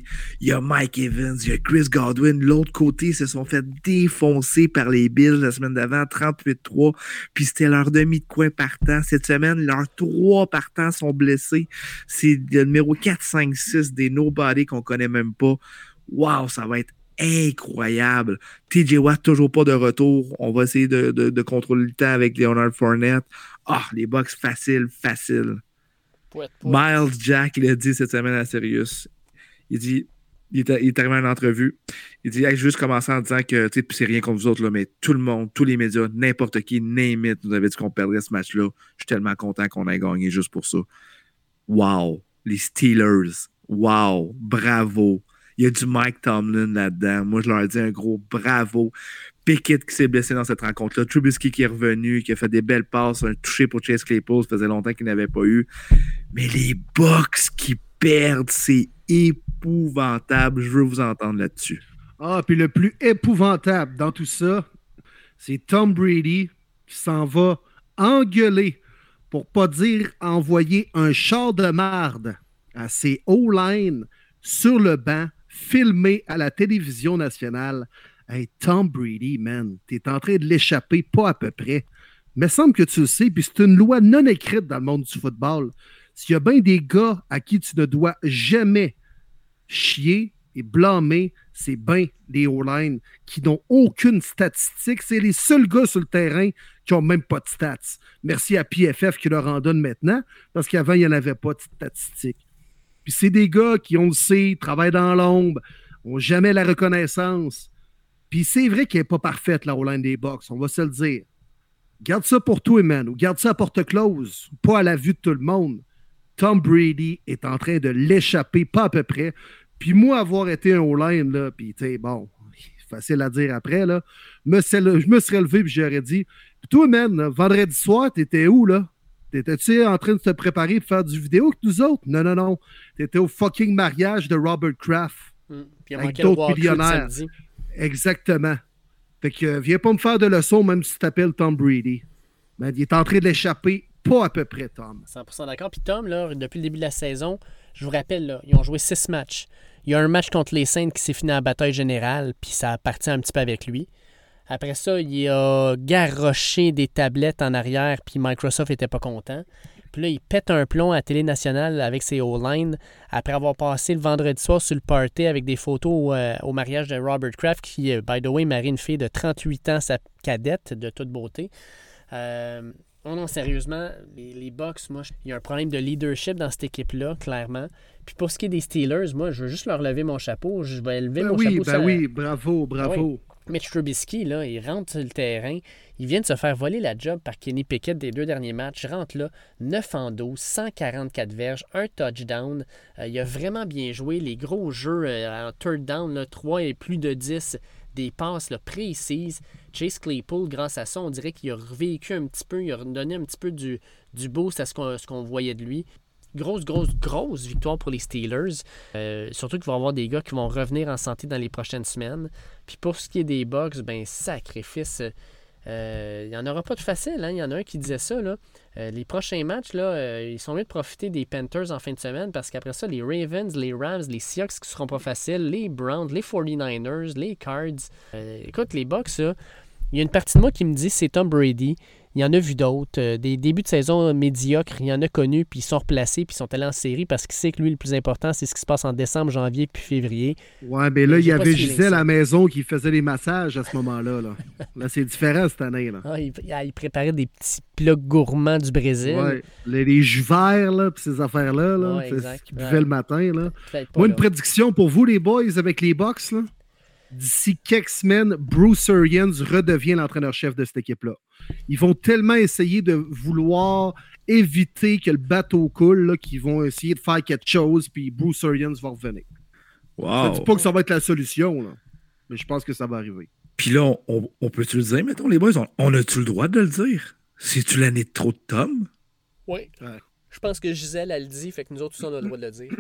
D: Il y a Mike Evans, il y a Chris Godwin. L'autre côté, ils se sont fait défoncer par les Bills la semaine d'avant, trente-huit trois. Puis c'était leur demi de coin partant. Cette semaine, leurs trois partants sont blessés. C'est le numéro quatre, cinq, six des nobody qu'on connaît même pas. Wow, ça va être incroyable. T J Watt, toujours pas de retour. On va essayer de, de, de contrôler le temps avec Leonard Fournette. Ah, oh, les Bucks, facile, facile.
E: Pouette, pouette.
D: Miles Jack, il a dit cette semaine à Sirius. Il dit, il est, il est arrivé à une entrevue. Il dit, hey, juste commencer en disant que, tu sais, c'est rien contre vous autres, là, mais tout le monde, tous les médias, n'importe qui, name it, nous avait dit qu'on perdrait ce match-là. Je suis tellement content qu'on ait gagné juste pour ça. Wow. Les Steelers. Wow. Bravo. Il y a du Mike Tomlin là-dedans. Moi, je leur dis un gros bravo. Pickett qui s'est blessé dans cette rencontre-là. Trubisky qui est revenu, qui a fait des belles passes, un touché pour Chase Claypool. Ça faisait longtemps qu'il n'avait pas eu. Mais les Bucks qui perdent, c'est épouvantable. Je veux vous entendre là-dessus.
C: Ah, puis le plus épouvantable dans tout ça, c'est Tom Brady qui s'en va engueuler, pour pas dire envoyer un char de marde à ses O-line sur le banc, filmés à la télévision nationale. Hey, Tom Brady, man, t'es en train de l'échapper, pas à peu près. Mais il semble que tu le sais, puis c'est une loi non écrite dans le monde du football. S'il y a bien des gars à qui tu ne dois jamais chier et blâmer, c'est bien des O-line qui n'ont aucune statistique. C'est les seuls gars sur le terrain qui n'ont même pas de stats. Merci à P F F qui leur en donne maintenant, parce qu'avant, il n'y en avait pas de statistiques. Puis c'est des gars qui, on le sait, travaillent dans l'ombre, n'ont jamais la reconnaissance. Puis c'est vrai qu'elle n'est pas parfaite, la O-line des Bucs, on va se le dire. Garde ça pour toi, man, ou garde ça à porte close, pas à la vue de tout le monde. Tom Brady est en train de l'échapper, pas à peu près. Puis moi, avoir été un O-line, là, puis tu sais, bon, facile à dire après, là, me je me serais levé puis j'aurais dit, toi, man, là, vendredi soir, t'étais où, là? T'étais-tu en train de te préparer pour faire du vidéo avec nous autres? Non, non, non. T'étais au fucking mariage de Robert Kraft.
E: Mmh. Puis
C: avec d'autres millionnaires. Exactement. Fait que euh, viens pas me faire de leçons, même si tu t'appelles Tom Brady. Ben, il est en train de l'échapper, pas à peu près, Tom.
E: cent pour cent d'accord. Puis Tom, là, depuis le début de la saison, je vous rappelle, là, ils ont joué six matchs. Il y a un match contre les Saints qui s'est fini en bataille générale, puis ça a parti un petit peu avec lui. Après ça, il a garroché des tablettes en arrière, puis Microsoft n'était pas content. Puis là, il pète un plomb à la télé nationale avec ses O-line après avoir passé le vendredi soir sur le party avec des photos euh, au mariage de Robert Kraft, qui, euh, by the way, marie une fille de trente-huit ans, sa cadette, de toute beauté. Euh, oh non, sérieusement, les, les Bucs, moi, il y a un problème de leadership dans cette équipe-là, clairement. Puis pour ce qui est des Steelers, moi, je veux juste leur lever mon chapeau. Je vais lever
C: ben
E: mon
C: oui,
E: chapeau.
C: Ben
E: ça...
C: oui, bravo, bravo. Ah oui.
E: Mitch Trubisky, là, il rentre sur le terrain. Il vient de se faire voler la job par Kenny Pickett des deux derniers matchs. Il rentre là, neuf en douze, cent quarante-quatre verges, un touchdown. Euh, il a vraiment bien joué. Les gros jeux euh, en third down, là, trois et plus de dix, des passes là, précises. Chase Claypool, grâce à ça, on dirait qu'il a revécu un petit peu, il a donné un petit peu du, du boost à ce qu'on, ce qu'on voyait de lui. Grosse, grosse, grosse victoire pour les Steelers. Euh, surtout qu'il va y avoir des gars qui vont revenir en santé dans les prochaines semaines. Puis pour ce qui est des Bucs, ben sacrifice. Euh, il n'y en aura pas de facile. Hein? Il y en a un qui disait ça. Là. Euh, les prochains matchs, là, euh, ils sont mieux de profiter des Panthers en fin de semaine parce qu'après ça, les Ravens, les Rams, les Seahawks qui seront pas faciles, les Browns, les forty-niners, les Cards. Euh, écoute, les Bucs, là, il y a une partie de moi qui me dit c'est Tom Brady. Il y en a vu d'autres. Euh, des débuts de saison médiocres, il y en a connus, puis ils sont replacés, puis ils sont allés en série parce qu'il sait que lui, le plus important, c'est ce qui se passe en décembre, janvier, puis février.
C: Ouais, mais là, euh, il y avait Gisèle à la maison qui faisait des massages à ce moment-là. Là, là c'est différent cette année. Là.
E: Ah, il, il préparait des petits plats gourmands du Brésil.
C: Ouais, les, les jus verts, là, puis ces affaires-là, là,
E: ouais,
C: c'est ce qu'ils buvaient
E: ouais.
C: le matin. Là.
E: Pas,
C: Moi,
E: là.
C: Une prédiction pour vous, les boys, avec les Bucs, là. D'ici quelques semaines, Bruce Arians redevient l'entraîneur-chef de cette équipe-là. Ils vont tellement essayer de vouloir éviter que le bateau coule là, qu'ils vont essayer de faire quelque chose, puis Bruce Arians va revenir.
D: Wow.
C: Je ne dis pas que ça va être la solution, là, mais je pense que ça va arriver.
D: Puis là, on, on peut-tu le dire, mettons, les boys? On, on a-tu le droit de le dire? C'est-tu l'année de trop de Tom?
E: Oui. Ouais. Je pense que Gisèle, elle le dit, fait que nous autres, tous, on a le droit de le dire.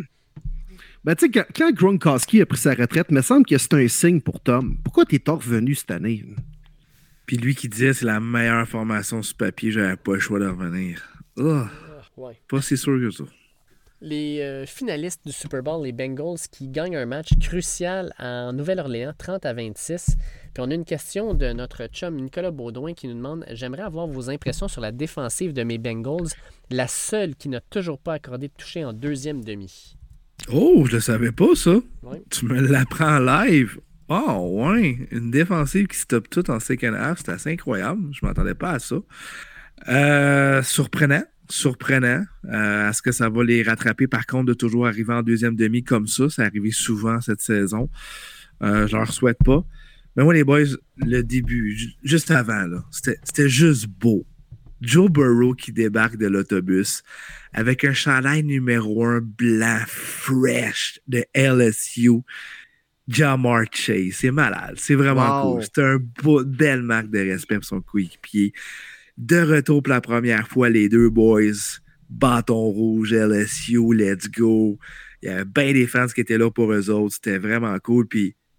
C: Ben, tu sais, quand, quand Gronkowski a pris sa retraite, il me semble que c'est un signe pour Tom. Pourquoi t'es pas revenu cette année?
D: Puis lui qui disait c'est la meilleure formation sur papier, j'avais pas le choix de revenir. Oh,
E: ah, ouais.
D: Pas si sûr que ça.
E: Les euh, finalistes du Super Bowl, les Bengals, qui gagnent un match crucial en Nouvelle-Orléans, trente à vingt-six. Puis on a une question de notre chum Nicolas Baudouin qui nous demande « J'aimerais avoir vos impressions sur la défensive de mes Bengals, la seule qui n'a toujours pas accordé de toucher en deuxième demi. »
D: Oh, je le savais pas, ça.
E: Ouais.
D: Tu me l'apprends live. Oh, ouais. Une défensive qui stoppe tout en second half. C'est assez incroyable. Je m'attendais pas à ça. Euh, surprenant. Surprenant. Euh, est-ce que ça va les rattraper, par contre, de toujours arriver en deuxième demi comme ça? Ça arrivé souvent cette saison. Euh, je leur souhaite pas. Mais moi, les boys, le début, ju- juste avant, là, c'était, c'était juste beau. Joe Burrow qui débarque de l'autobus avec un chandail numéro un blanc fresh de L S U, Ja'Marr Chase. C'est malade. C'est vraiment
C: wow.
D: cool. C'est une beau, belle marque de respect pour son coéquipier. De retour pour la première fois, les deux boys, bâton rouge, L S U, let's go. Il y avait bien des fans qui étaient là pour eux autres. C'était vraiment cool. Puis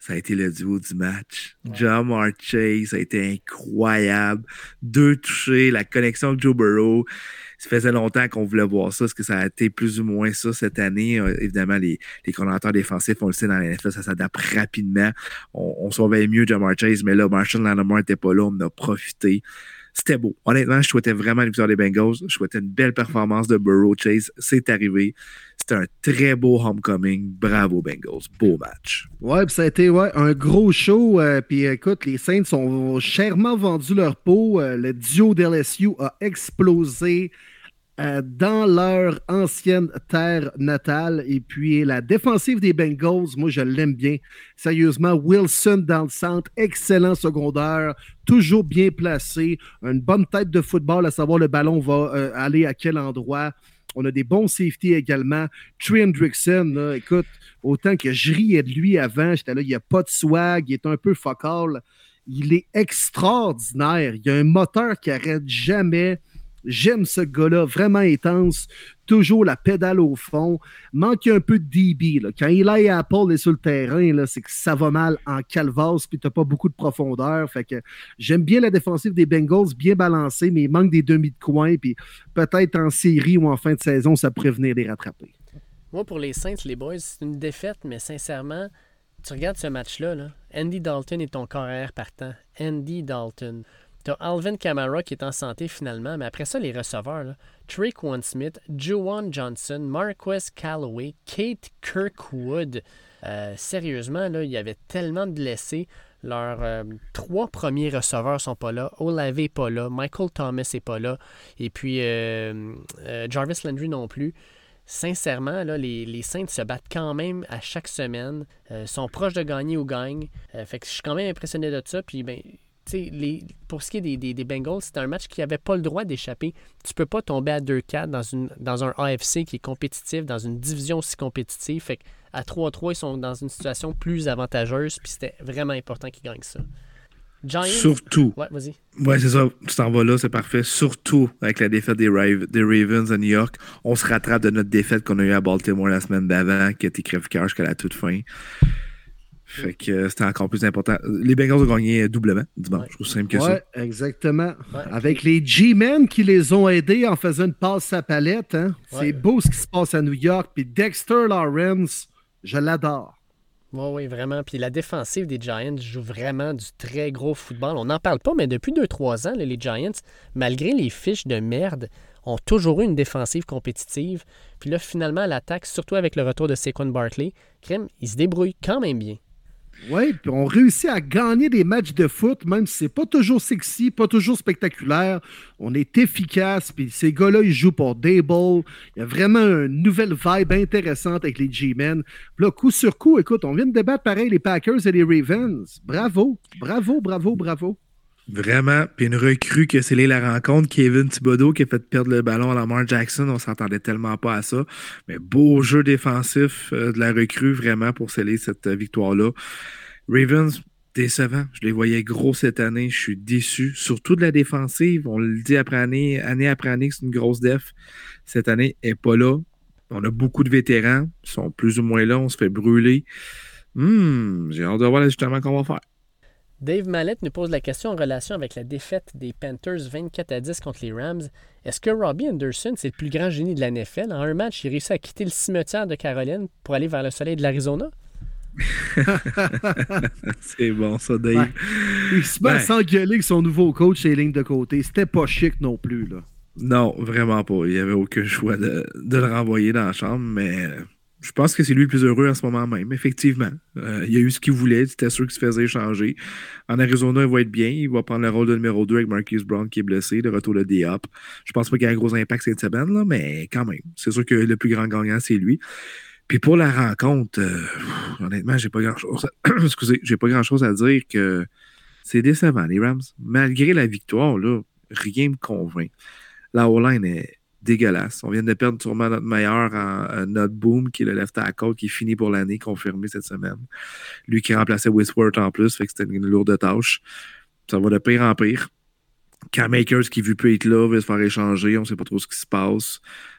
D: ça a été le duo du match. Ouais. Ja'Marr Chase, ça a été incroyable. Deux touchés, la connexion avec Joe Burrow. Ça faisait longtemps qu'on voulait voir ça. Est-ce que ça a été plus ou moins ça cette année? Euh, évidemment, les, les coordonnateurs défensifs, on le sait dans la N F L, ça s'adapte rapidement. On, on surveille mieux Ja'Marr Chase, mais là, Marshall Lattimore n'était pas là, on en a profité. C'était beau. Honnêtement, je souhaitais vraiment la victoire des Bengals. Je souhaitais une belle performance de Burrow. Chase, c'est arrivé. C'était un très beau homecoming. Bravo, Bengals. Beau match.
C: Ouais, puis ça a été ouais, un gros show. Euh, puis écoute, les Saints ont chèrement vendu leur peau. Euh, le duo d'L S U a explosé euh, dans leur ancienne terre natale. Et puis la défensive des Bengals, moi, je l'aime bien. Sérieusement, Wilson dans le centre, excellent secondaire, toujours bien placé, une bonne tête de football, à savoir le ballon va euh, aller à quel endroit. On a des bons safety également. Trey Hendrickson, là, écoute, autant que je riais de lui avant, j'étais là, il n'y a pas de swag, il est un peu focal. Il est extraordinaire. Il y a un moteur qui n'arrête jamais. J'aime ce gars-là, vraiment intense. Toujours la pédale au fond. Manque un peu de D B. Là. Quand Eli Apple est sur le terrain, là, c'est que ça va mal en calvasse puis tu n'as pas beaucoup de profondeur. Fait que j'aime bien la défensive des Bengals, bien balancée, mais il manque des demi de coin. Puis peut-être en série ou en fin de saison, ça pourrait venir les rattraper.
E: Moi, pour les Saints, les boys, c'est une défaite, mais sincèrement, tu regardes ce match-là, là, Andy Dalton est ton corps arrière partant. Andy Dalton. T'as Alvin Kamara qui est en santé finalement, mais après ça, les receveurs, là, Traquan Smith, Juwan Johnson, Marquez Callaway, Kate Kirkwood. Euh, sérieusement, là, il y avait tellement de blessés. Leurs euh, trois premiers receveurs sont pas là. Olave n'est pas là. Michael Thomas n'est pas là. Et puis euh, euh, Jarvis Landry non plus. Sincèrement, là, les, les Saints se battent quand même à chaque semaine. Euh, sont proches de gagner ou gagnent. Euh, fait que je suis quand même impressionné de ça. Puis, ben, les, pour ce qui est des, des, des Bengals, c'était un match qui n'avait pas le droit d'échapper. Tu peux pas tomber à deux quatre dans, une, dans un A F C qui est compétitif, dans une division aussi compétitive. Fait qu'à trois trois, ils sont dans une situation plus avantageuse. Puis c'était vraiment important qu'ils gagnent ça.
D: Giants... Surtout.
E: Ouais, vas-y.
D: Ouais, c'est ça. Tu t'en vas là, c'est parfait. Surtout avec la défaite des, Rav- des Ravens à New York. On se rattrape de notre défaite qu'on a eue à Baltimore la semaine d'avant, qui a été crève-cœur jusqu'à la toute fin. Fait que euh, c'était encore plus important. Les Bengals ont gagné doublement dimanche. Je trouve simple que
C: ouais,
D: ça.
C: Exactement. Ouais. Avec les G-Men qui les ont aidés en faisant une passe à palette. Hein? Ouais. C'est beau ce qui se passe à New York. Puis Dexter Lawrence, je l'adore.
E: Oui, oui, vraiment. Puis la défensive des Giants joue vraiment du très gros football. On n'en parle pas, mais depuis deux trois ans, là, les Giants, malgré les fiches de merde, ont toujours eu une défensive compétitive. Puis là, finalement, à l'attaque, surtout avec le retour de Saquon Barkley, crème, ils se débrouillent quand même bien.
C: Oui, puis on réussit à gagner des matchs de foot, même si c'est pas toujours sexy, pas toujours spectaculaire. On est efficace, puis ces gars-là, ils jouent pour Dable. Il y a vraiment une nouvelle vibe intéressante avec les G-Men. Puis là, coup sur coup, écoute, on vient de débattre pareil les Packers et les Ravens. Bravo, bravo, bravo, bravo.
D: Vraiment. Puis une recrue qui a scellé la rencontre, Kevin Thibodeau, qui a fait perdre le ballon à Lamar Jackson. On s'entendait tellement pas à ça. Mais beau jeu défensif euh, de la recrue, vraiment, pour sceller cette euh, victoire-là. Ravens, décevant. Je les voyais gros cette année. Je suis déçu. Surtout de la défensive. On le dit après année, année après année que c'est une grosse def. Cette année, elle n'est pas là. On a beaucoup de vétérans. Ils sont plus ou moins là. On se fait brûler. Hum, j'ai hâte de voir l'ajustement qu'on va faire.
E: Dave Mallette nous pose la question en relation avec la défaite des Panthers vingt-quatre à dix contre les Rams. Est-ce que Robbie Anderson, c'est le plus grand génie de la N F L? En un match, il réussit à quitter le cimetière de Caroline pour aller vers le soleil de l'Arizona?
D: C'est bon, ça, Dave.
C: Ouais. Il se met à s'engueuler avec son nouveau coach sur les lignes de côté. C'était pas chic non plus, là.
D: Non, vraiment pas. Il n'y avait aucun choix de, de le renvoyer dans la chambre, mais... Je pense que c'est lui le plus heureux en ce moment même, effectivement. Euh, il a eu ce qu'il voulait, c'était sûr qu'il se faisait échanger. En Arizona, il va être bien. Il va prendre le rôle de numéro deux avec Marquise Brown qui est blessé, le retour de D-Hop. Je pense pas qu'il y ait un gros impact cette semaine, là, mais quand même. C'est sûr que le plus grand gagnant, c'est lui. Puis pour la rencontre, euh, honnêtement, j'ai pas grand-chose à... Excusez, j'ai pas grand-chose à dire que c'est décevant, les Rams. Malgré la victoire, là, rien me convainc. La O-line est dégueulasse. On vient de perdre sûrement notre meilleur en euh, notre boom, qui est le left tackle, qui finit pour l'année, confirmé cette semaine. Lui qui remplaçait Westworth en plus, fait que c'était une lourde tâche. Ça va de pire en pire. Cam Akers qui veut plus être là, veut se faire échanger, on sait pas trop ce qui se passe.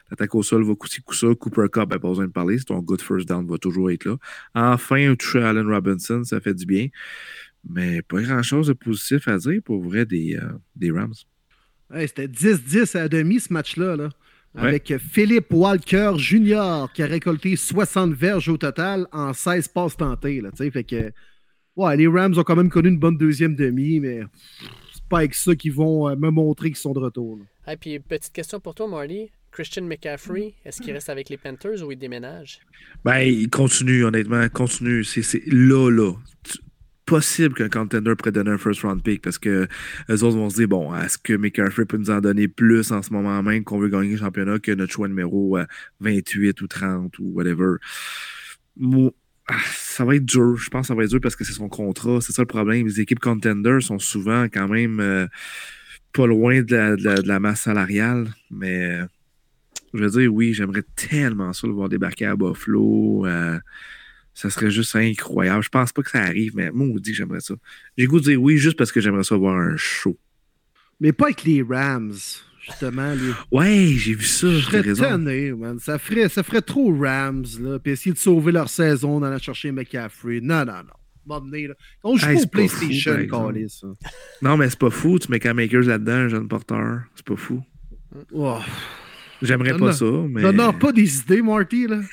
D: L'attaque au sol va coûter coup ça. Cooper Kupp, ben, pas besoin de parler. C'est ton good first down va toujours être là. Enfin, un toucher à Allen Robinson, ça fait du bien. Mais pas grand-chose de positif à dire pour vrai des, euh, des Rams.
C: Hey, c'était dix dix à la demi, ce match-là. Là.
D: Ouais.
C: Avec Philippe Walker Junior qui a récolté soixante verges au total en seize passes tentées. Là, fait que, ouais, les Rams ont quand même connu une bonne deuxième demi, mais c'est pas avec ça qu'ils vont euh, me montrer qu'ils sont de retour.
E: Et hey, puis, petite question pour toi, Marty. Christian McCaffrey, est-ce qu'il reste avec les Panthers ou il déménage?
D: Ben, il continue, honnêtement. Continue. C'est, c'est là, là. Possible qu'un contender pourrait donner un first round pick parce que les autres vont se dire bon, est-ce que McCaffrey peut nous en donner plus en ce moment même qu'on veut gagner le championnat que notre choix numéro euh, vingt-huit ou trente ou whatever. Moi, ça va être dur. Je pense que ça va être dur parce que c'est son contrat. C'est ça le problème. Les équipes contenders sont souvent quand même euh, pas loin de la, de, la, de la masse salariale. Mais euh, je veux dire, oui, j'aimerais tellement ça le voir débarquer à Buffalo. Euh, Ça serait juste incroyable. Je pense pas que ça arrive, mais moi, on dit que j'aimerais ça. J'ai goût de dire oui juste parce que j'aimerais ça voir un show.
C: Mais pas avec les Rams, justement. Les...
D: Ouais, j'ai vu ça.
C: Je serais tanné, man. Ça ferait, ça ferait trop Rams, là. Puis essayer de sauver leur saison en allant chercher McCaffrey. Non, non, non. M'emmener, là. On joue hey, au PlayStation, calé, ça.
D: Non, mais c'est pas fou. Tu mets Cam Akers là-dedans, un jeune porteur. C'est pas fou.
C: Oh.
D: J'aimerais
C: non,
D: pas
C: non.
D: ça, mais...
C: Non, non, pas des idées, Marty, là.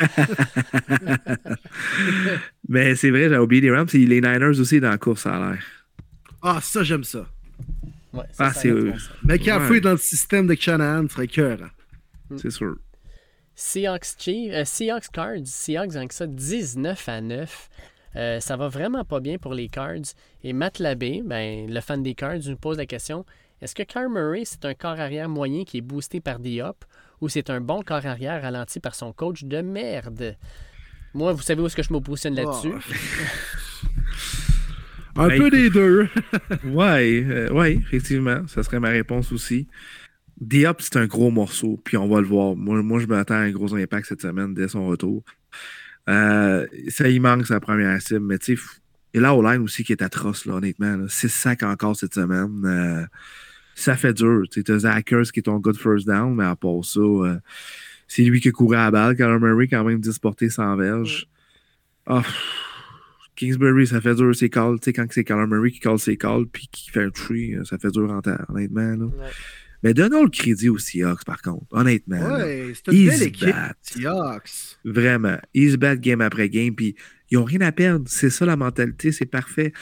D: Mais c'est vrai, j'ai oublié les Rams. Et les Niners aussi dans la course, ça a l'air.
C: Ah, ça, j'aime ça.
E: Ouais, ça
D: ah, c'est... Bon,
C: McCaffrey ouais. dans le système de Shanahan serait cœur.
D: C'est sûr.
E: Seahawks, Chiefs, euh, Seahawks Cards. Seahawks gagnent ça dix-neuf à neuf. Euh, ça va vraiment pas bien pour les Cards. Et Matt Labbé, ben, le fan des Cards, nous pose la question, est-ce que Kyler Murray, c'est un corps arrière moyen qui est boosté par D-Hop ou c'est un bon corps arrière ralenti par son coach de merde? Moi, vous savez où est-ce que je me positionne là-dessus?
C: Oh. Un ben, peu écoute, des deux.
D: ouais, euh, ouais, effectivement. Ça serait ma réponse aussi. D-Hop, c'est un gros morceau, puis on va le voir. Moi, moi je m'attends à un gros impact cette semaine dès son retour. Euh, ça y manque sa première cible, mais tu sais, et là, O-line aussi qui est atroce, là, honnêtement. Là. six sacs encore cette semaine. Euh, ça fait dur. Tu as Zachers qui est ton good first down, mais à part ça, euh, c'est lui qui courait à la balle. Kyler Murray, quand même, dix portées sans verge. Mm. Oh, Kingsbury, ça fait dur ses calls. Tu sais, quand c'est Kyler Murray qui call ses calls puis qui fait un tree, ça fait dur en terre, honnêtement. Là. Ouais. Mais donnons le crédit aux Seahawks, par contre, honnêtement.
C: Ouais, là. C'est une belle équipe, Seahawks.
D: Vraiment. Ils se battent game après game, puis ils n'ont rien à perdre. C'est ça la mentalité, c'est parfait.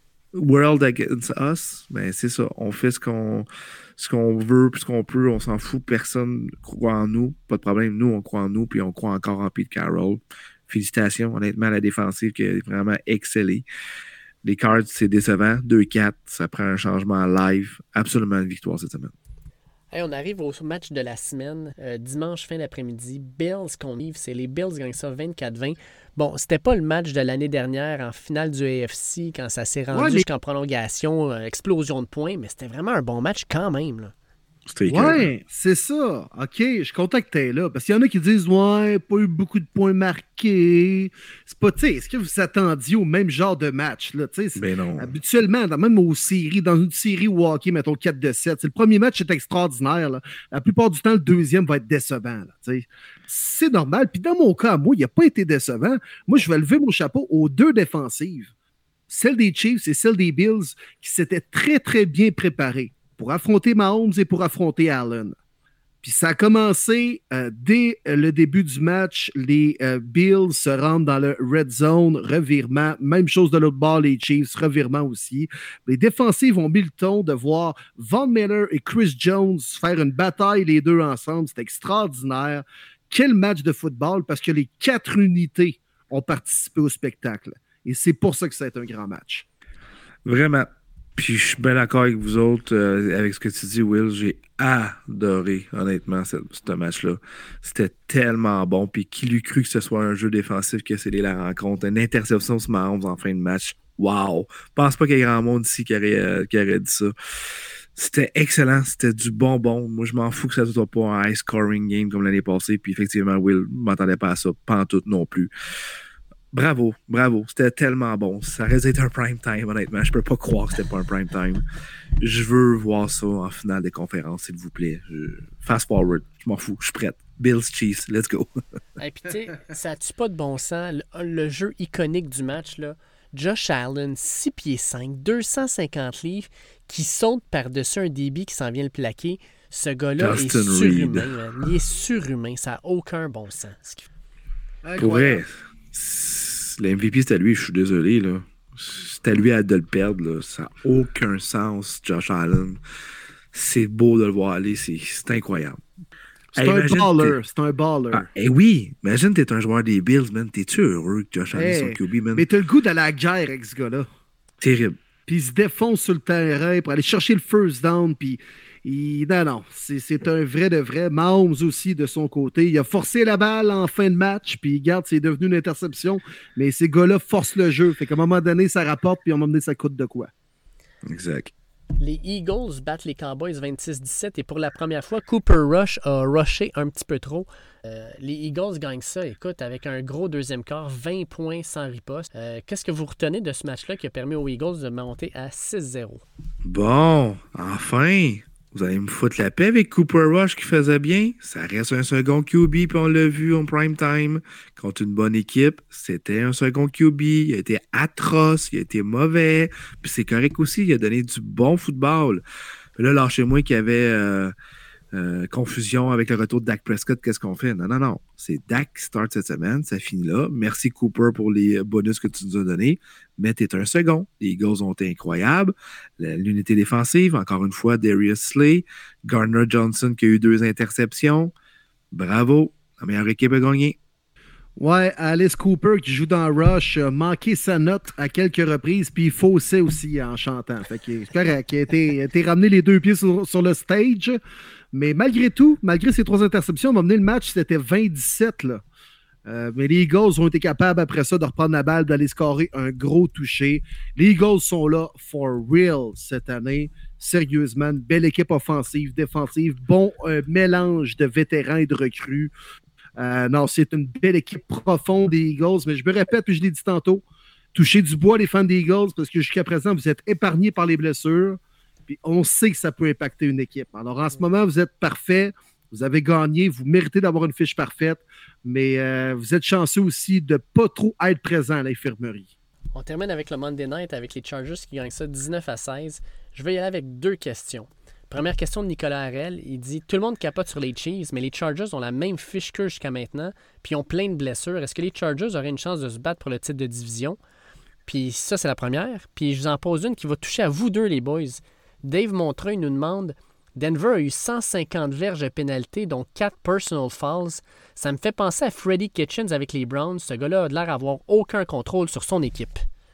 D: World against us, ben c'est ça. On fait ce qu'on ce qu'on veut, puis ce qu'on peut, on s'en fout. Personne croit en nous. Pas de problème. Nous, on croit en nous, puis on croit encore en Pete Carroll. Félicitations, honnêtement, à la défensive qui a vraiment excellé. Les Cards, c'est décevant. deux quatre, ça prend un changement live. Absolument une victoire cette semaine.
E: Hey, on arrive au match de la semaine, euh, dimanche fin d'après-midi. Bills contre Yves, c'est les Bills gagnent ça vingt-quatre vingt. Bon, c'était pas le match de l'année dernière en finale du A F C quand ça s'est rendu ouais, mais... jusqu'en prolongation, euh, explosion de points, mais c'était vraiment un bon match quand même. Là.
C: Ouais, c'est ça. OK, je suis content que t'es là. Parce qu'il y en a qui disent ouais, pas eu beaucoup de points marqués. C'est pas, tu sais, est-ce que vous attendiez au même genre de match? Là,
D: ben non.
C: Habituellement, dans, même aux séries, dans une série où hockey, mettons quatre de sept, c'est le premier match est extraordinaire. Là. La plupart du temps, le deuxième va être décevant. Là, c'est normal. Puis dans mon cas, moi, il n'a pas été décevant. Moi, je vais lever mon chapeau aux deux défensives. Celle des Chiefs et celle des Bills qui s'étaient très, très bien préparées pour affronter Mahomes et pour affronter Allen. Puis ça a commencé euh, dès euh, le début du match. Les euh, Bills se rendent dans le red zone, revirement. Même chose de l'autre bord, les Chiefs, revirement aussi. Les défensives ont mis le ton de voir Von Miller et Chris Jones faire une bataille les deux ensemble. C'est extraordinaire. Quel match de football parce que les quatre unités ont participé au spectacle. Et c'est pour ça que c'est un grand match.
D: Vraiment. Puis je suis bien d'accord avec vous autres, euh, avec ce que tu dis, Will. J'ai adoré, honnêtement, ce, ce match-là. C'était tellement bon. Puis qui l'eût cru que ce soit un jeu défensif qui a scellé la rencontre? Une interception sur Mahomes en fin de match. Wow! Je pense pas qu'il y ait grand monde ici qui aurait, euh, qui aurait dit ça. C'était excellent. C'était du bonbon. Moi, je m'en fous que ça ne soit pas un high-scoring game comme l'année passée. Puis effectivement, Will ne m'entendait pas à ça. Pas en tout non plus. Bravo, bravo. C'était tellement bon. Ça aurait été un prime time, honnêtement. Je peux pas croire que c'était pas un prime time. Je veux voir ça en finale des conférences, s'il vous plaît. Je... Fast forward. Je m'en fous. Je suis prête. Bills, Chiefs, let's go.
E: Et puis, tu sais, ça tue pas de bon sens. Le, le jeu iconique du match, là. Josh Allen, six pieds cinq, deux cent cinquante livres, qui saute par-dessus un D B qui s'en vient le plaquer. Ce gars-là
D: Justin
E: est surhumain. Man. Il est surhumain. Ça n'a aucun bon sens. Ce qu'il fait.
D: Pour vrai, le M V P, c'était lui. Je suis désolé, là. C'était lui à de le perdre, là. Ça n'a aucun sens, Josh Allen. C'est beau de le voir aller. C'est, c'est incroyable.
C: C'est
D: hey,
C: un baller. C'est un baller.
D: Ah, eh oui, imagine t'es un joueur des Bills, man. T'es-tu heureux que Josh Allen hey, soit Q B, man?
C: Mais t'as le goût d'aller à la guerre avec ce gars-là.
D: Terrible.
C: Puis il se défonce sur le terrain pour aller chercher le first down. Puis il... non, non. C'est, c'est un vrai de vrai. Mahomes aussi, de son côté. Il a forcé la balle en fin de match. Puis regarde, c'est devenu une interception. Mais ces gars-là forcent le jeu. Fait qu'à un moment donné, ça rapporte. Puis à un moment donné, ça coûte de quoi.
D: Exact.
E: Les Eagles battent les Cowboys vingt-six dix-sept et pour la première fois, Cooper Rush a rushé un petit peu trop. Euh, les Eagles gagnent ça, écoute, avec un gros deuxième quart, vingt points sans riposte. Euh, qu'est-ce que vous retenez de ce match-là qui a permis aux Eagles de monter à six zéro?
D: Bon, enfin! Vous allez me foutre la paix avec Cooper Rush qui faisait bien. Ça reste un second Q B, puis on l'a vu en prime time. Contre une bonne équipe, c'était un second Q B. Il a été atroce, il a été mauvais. Puis c'est correct aussi, il a donné du bon football. Puis là, lâchez-moi qu'il y avait euh, euh, confusion avec le retour de Dak Prescott. Qu'est-ce qu'on fait? Non, non, non. C'est Dak qui start cette semaine. Ça finit là. Merci Cooper pour les bonus que tu nous as donnés. Mais t'es un second. Les Eagles ont été incroyables. L'unité défensive, encore une fois, Darius Slay. Gardner Johnson qui a eu deux interceptions. Bravo. La meilleure équipe a gagné.
C: Ouais, Alice Cooper qui joue dans Rush a manqué sa note à quelques reprises, puis il faussait aussi en chantant. Fait que c'est correct. Il a été, il a été ramené les deux pieds sur, sur le stage. Mais malgré tout, malgré ces trois interceptions, on m'a mené le match, c'était vingt dix-sept. Là. Euh, mais les Eagles ont été capables après ça de reprendre la balle, d'aller scorer un gros toucher. Les Eagles sont là for real cette année. Sérieusement, une belle équipe offensive, défensive, bon euh, mélange de vétérans et de recrues. Euh, non, c'est une belle équipe profonde des Eagles, mais je me répète, puis je l'ai dit tantôt, touchez du bois les fans des Eagles parce que jusqu'à présent, vous êtes épargnés par les blessures. Puis on sait que ça peut impacter une équipe. Alors en ce moment, vous êtes parfait. Vous avez gagné, vous méritez d'avoir une fiche parfaite, mais euh, vous êtes chanceux aussi de ne pas trop être présent à l'infirmerie.
E: On termine avec le Monday Night avec les Chargers qui gagnent ça dix-neuf à seize. Je vais y aller avec deux questions. Première question de Nicolas Harel. Il dit « Tout le monde capote sur les Chiefs, mais les Chargers ont la même fiche qu'eux jusqu'à maintenant, puis ils ont plein de blessures. Est-ce que les Chargers auraient une chance de se battre pour le titre de division? » Puis ça, c'est la première. Puis je vous en pose une qui va toucher à vous deux, les boys. Dave Montreuil nous demande « Denver a eu cent cinquante verges de pénalité, dont quatre personal fouls. Ça me fait penser à Freddie Kitchens avec les Browns. Ce gars-là a l'air d'avoir aucun contrôle sur son équipe. »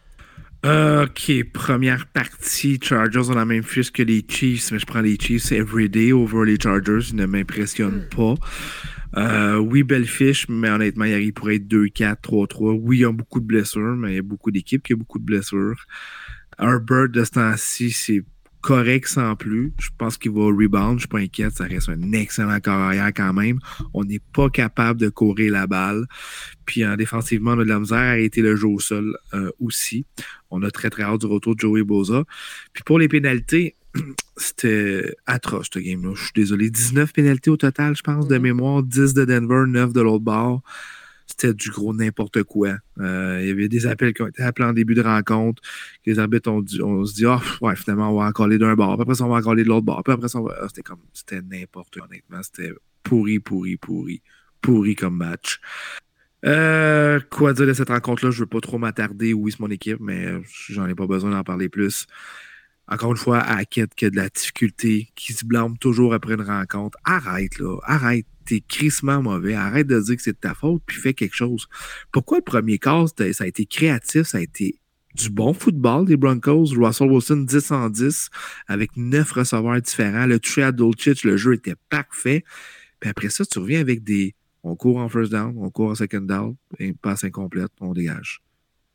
D: OK, première partie. Chargers ont la même fiche que les Chiefs, mais je prends les Chiefs everyday over les Chargers. Ils ne m'impressionnent pas. Euh, oui, belle fiche, mais honnêtement, il pourrait être deux quatre, trois trois. Oui, il y a beaucoup de blessures, mais il y a beaucoup d'équipes qui ont beaucoup de blessures. Herbert, de ce temps-ci, c'est correct sans plus. Je pense qu'il va rebound. Je ne suis pas inquiète. Ça reste un excellent carrière quand même. On n'est pas capable de courir la balle. Puis en défensivement, on a de la misère à arrêter le jeu au sol euh, aussi. On a très très hâte du retour de Joey Bosa. Puis pour les pénalités, c'était atroce ce game-là. Je suis désolé. dix-neuf pénalités au total, je pense, de mémoire. dix de Denver, neuf de l'autre bord. C'était du gros n'importe quoi. Euh, il y avait des appels qui ont été appelés en début de rencontre. Les arbitres ont dit, on se dit, oh, ouais, finalement, on va encore aller d'un bord. Puis après ça, on va encore aller de l'autre bord. Puis après ça, on va... ah, c'était comme, c'était n'importe quoi, honnêtement. C'était pourri, pourri, pourri. Pourri comme match. Euh, quoi dire de cette rencontre-là? Je veux pas trop m'attarder. Oui, c'est mon équipe, mais j'en ai pas besoin d'en parler plus. Encore une fois, Hackett qui a de la difficulté, qui se blâme toujours après une rencontre. Arrête, là. Arrête. T'es crissement mauvais. Arrête de dire que c'est de ta faute, puis fais quelque chose. Pourquoi le premier quart, ça a été créatif, ça a été du bon football des Broncos. Russell Wilson dix en dix, avec neuf receveurs différents. Le toucher à Dulcich, le jeu était parfait. Puis après ça, tu reviens avec des... On court en first down, on court en second down, et passe incomplète, on dégage.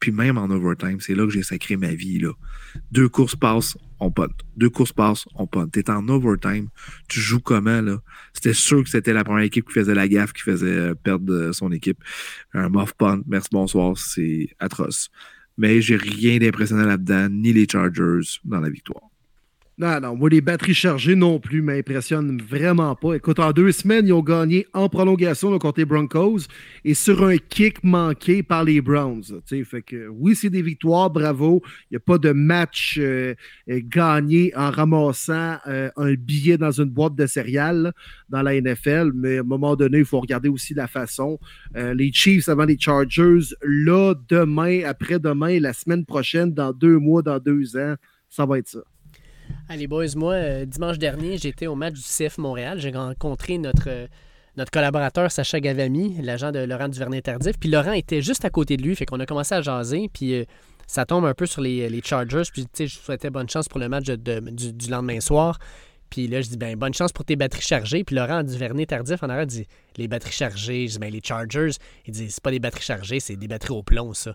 D: Puis même en overtime, c'est là que j'ai sacré ma vie. Là. Deux courses passent, on punt. Deux courses passent, on punt. T'es en overtime, tu joues comment, là? C'était sûr que c'était la première équipe qui faisait la gaffe, qui faisait perdre son équipe. Un muff punt, merci, bonsoir, c'est atroce. Mais j'ai rien d'impressionnant là-dedans, ni les Chargers dans la victoire.
C: Non, non, moi, les batteries chargées non plus m'impressionnent vraiment pas. Écoute, en deux semaines, ils ont gagné en prolongation là, contre les Broncos et sur un kick manqué par les Browns. Fait que, oui, c'est des victoires, bravo. Il n'y a pas de match euh, gagné en ramassant euh, un billet dans une boîte de céréales là, dans la N F L, mais à un moment donné, il faut regarder aussi la façon. Euh, les Chiefs avant les Chargers, là, demain, après-demain, la semaine prochaine, dans deux mois, dans deux ans, ça va être ça.
E: Allez, boys, moi, euh, dimanche dernier, j'étais au match du C F Montréal. J'ai rencontré notre, euh, notre collaborateur Sacha Gavami, l'agent de Laurent Duvernay-Tardif. Puis Laurent était juste à côté de lui, fait qu'on a commencé à jaser. Puis euh, ça tombe un peu sur les, les Chargers. Puis, tu sais, je souhaitais bonne chance pour le match de, de, du, du lendemain soir. Puis là, je dis, ben bonne chance pour tes batteries chargées. Puis Laurent Duvernay-Tardif, en arrière, dit, les batteries chargées. Je dis, ben les Chargers. Il dit, c'est pas des batteries chargées, c'est des batteries au plomb, ça.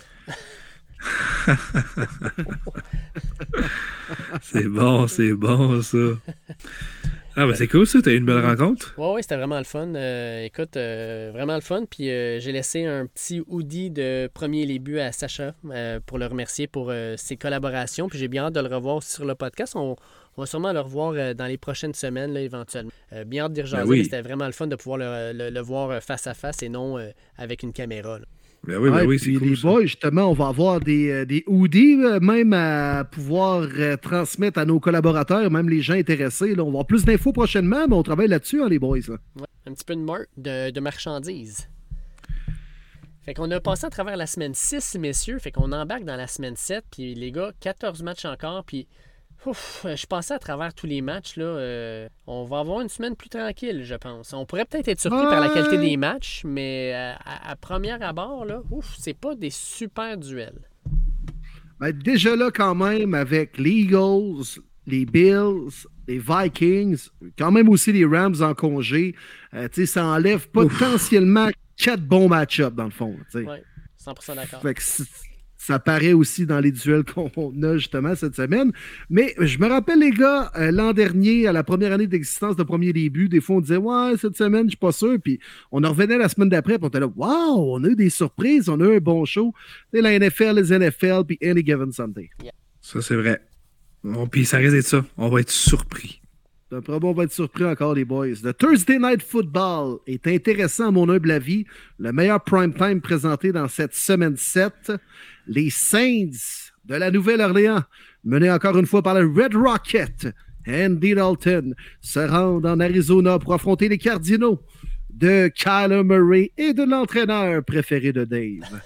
D: C'est bon, c'est bon, ça. Ah, ben c'est cool, ça. T'as eu une belle rencontre?
E: Oui, oui, c'était vraiment le fun. Euh, écoute, euh, vraiment le fun. Puis euh, j'ai laissé un petit hoodie de premier les buts à Sacha euh, pour le remercier pour euh, ses collaborations. Puis j'ai bien hâte de le revoir aussi sur le podcast. On, on va sûrement le revoir euh, dans les prochaines semaines, là, éventuellement. Euh, bien hâte d'y rejaser. Ben oui. C'était vraiment le fun de pouvoir le, le, le voir face à face et non euh, avec une caméra, là.
D: Ben oui, ben
C: ouais,
D: oui, c'est
C: puis
D: cool,
C: les
D: ça.
C: boys, justement, on va avoir des, euh, des hoodies, euh, même à pouvoir euh, transmettre à nos collaborateurs, même les gens intéressés. Là. On va avoir plus d'infos prochainement, mais on travaille là-dessus, hein, les boys. Là.
E: Ouais, un petit peu de, mar- de, de marchandises. Fait qu'on a passé à travers la semaine six, messieurs. Fait qu'on embarque dans la semaine sept. Puis les gars, quatorze matchs encore. Puis ouf, je passais à travers tous les matchs. Là, euh, on va avoir une semaine plus tranquille, je pense. On pourrait peut-être être surpris ouais. par la qualité des matchs, mais à, à première abord, là, ouf, c'est pas des super duels.
C: Ben, déjà là, quand même, avec les Eagles, les Bills, les Vikings, quand même aussi les Rams en congé, euh, ça enlève potentiellement quatre bons match-ups, dans le fond. Oui,
E: cent pour cent d'accord.
C: Fait que ça paraît aussi dans les duels qu'on a justement cette semaine. Mais je me rappelle, les gars, euh, l'an dernier, à la première année d'existence de Premier Début, des fois, on disait « Ouais, cette semaine, je suis pas sûr. » Puis on en revenait la semaine d'après, puis on était là « Wow, on a eu des surprises, on a eu un bon show. » Tu sais, la N F L, les N F L, puis Any Given Sunday.
D: Yeah. Ça, c'est vrai. Bon, puis ça risque d'être ça. On va être surpris.
C: D'après moi, on va être surpris encore, les boys. Le Thursday Night Football est intéressant à mon humble avis. Le meilleur prime time présenté dans cette semaine sept. Les Saints de la Nouvelle-Orléans, menés encore une fois par le Red Rocket, Andy Dalton, se rendent en Arizona pour affronter les Cardinaux de Kyler Murray et de l'entraîneur préféré de Dave.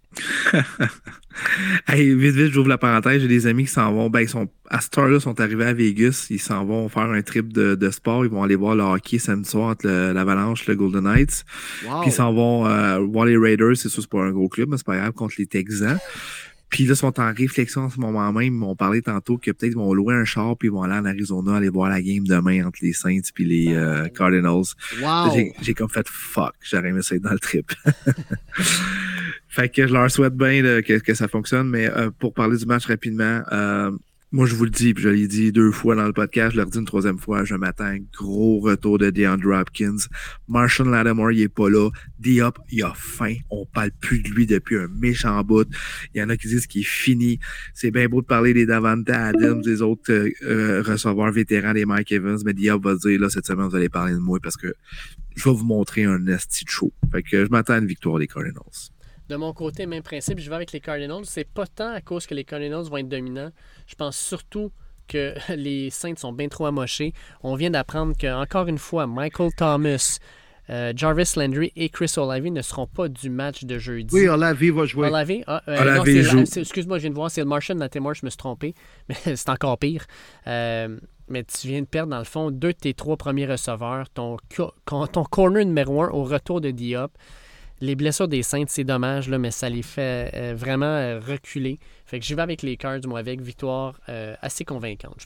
D: Hey, vite, vite, j'ouvre la parenthèse. J'ai des amis qui s'en vont. Ben, ils sont, à cette heure-là, sont arrivés à Vegas. Ils s'en vont faire un trip de, de sport. Ils vont aller voir le hockey samedi soir entre le, l'Avalanche et le Golden Knights. Wow. Puis ils s'en vont euh, voir les Raiders. C'est sûr, c'est pas un gros club, mais c'est pas grave, contre les Texans. Puis là, ils sont en réflexion en ce moment même. Ils m'ont parlé tantôt que peut-être ils vont louer un char puis ils vont aller en Arizona aller voir la game demain entre les Saints puis les euh, Cardinals.
C: Wow.
D: J'ai, j'ai comme fait fuck. J'aurais aimé ça être dans le trip. Fait que je leur souhaite bien là, que, que ça fonctionne, mais euh, pour parler du match rapidement, euh, moi je vous le dis, puis je l'ai dit deux fois dans le podcast, je leur dis une troisième fois, je m'attends à un gros retour de DeAndre Hopkins. Marshall Lattimore, il est pas là. D-Hop, il a faim. On parle plus de lui depuis un méchant bout. Il y en a qui disent qu'il est fini. C'est bien beau de parler des Davante Adams, des autres euh, euh, receveurs vétérans, des Mike Evans, mais D-Hop va dire, là, cette semaine, vous allez parler de moi parce que je vais vous montrer un esti de show. Fait que je m'attends à une victoire des Cardinals.
E: De mon côté, même principe, je vais avec les Cardinals. C'est pas tant à cause que les Cardinals vont être dominants. Je pense surtout que les Saints sont bien trop amochés. On vient d'apprendre qu'encore une fois, Michael Thomas, euh, Jarvis Landry et Chris Olave ne seront pas du match de jeudi.
C: Oui, Olave va jouer.
E: Olave? Ah, euh,
D: Olave
E: non, c'est,
D: joue.
E: C'est, excuse-moi, je viens de voir, c'est le Marshall Lattimore, je me suis trompé. Mais c'est encore pire. Euh, mais tu viens de perdre, dans le fond, deux de tes trois premiers receveurs. Ton, ton corner numéro un au retour de Diop. Les blessures des Saints, c'est dommage, là, mais ça les fait euh, vraiment euh, reculer. Fait que j'y vais avec les Cards, moi, avec victoire euh, assez convaincante, je pense.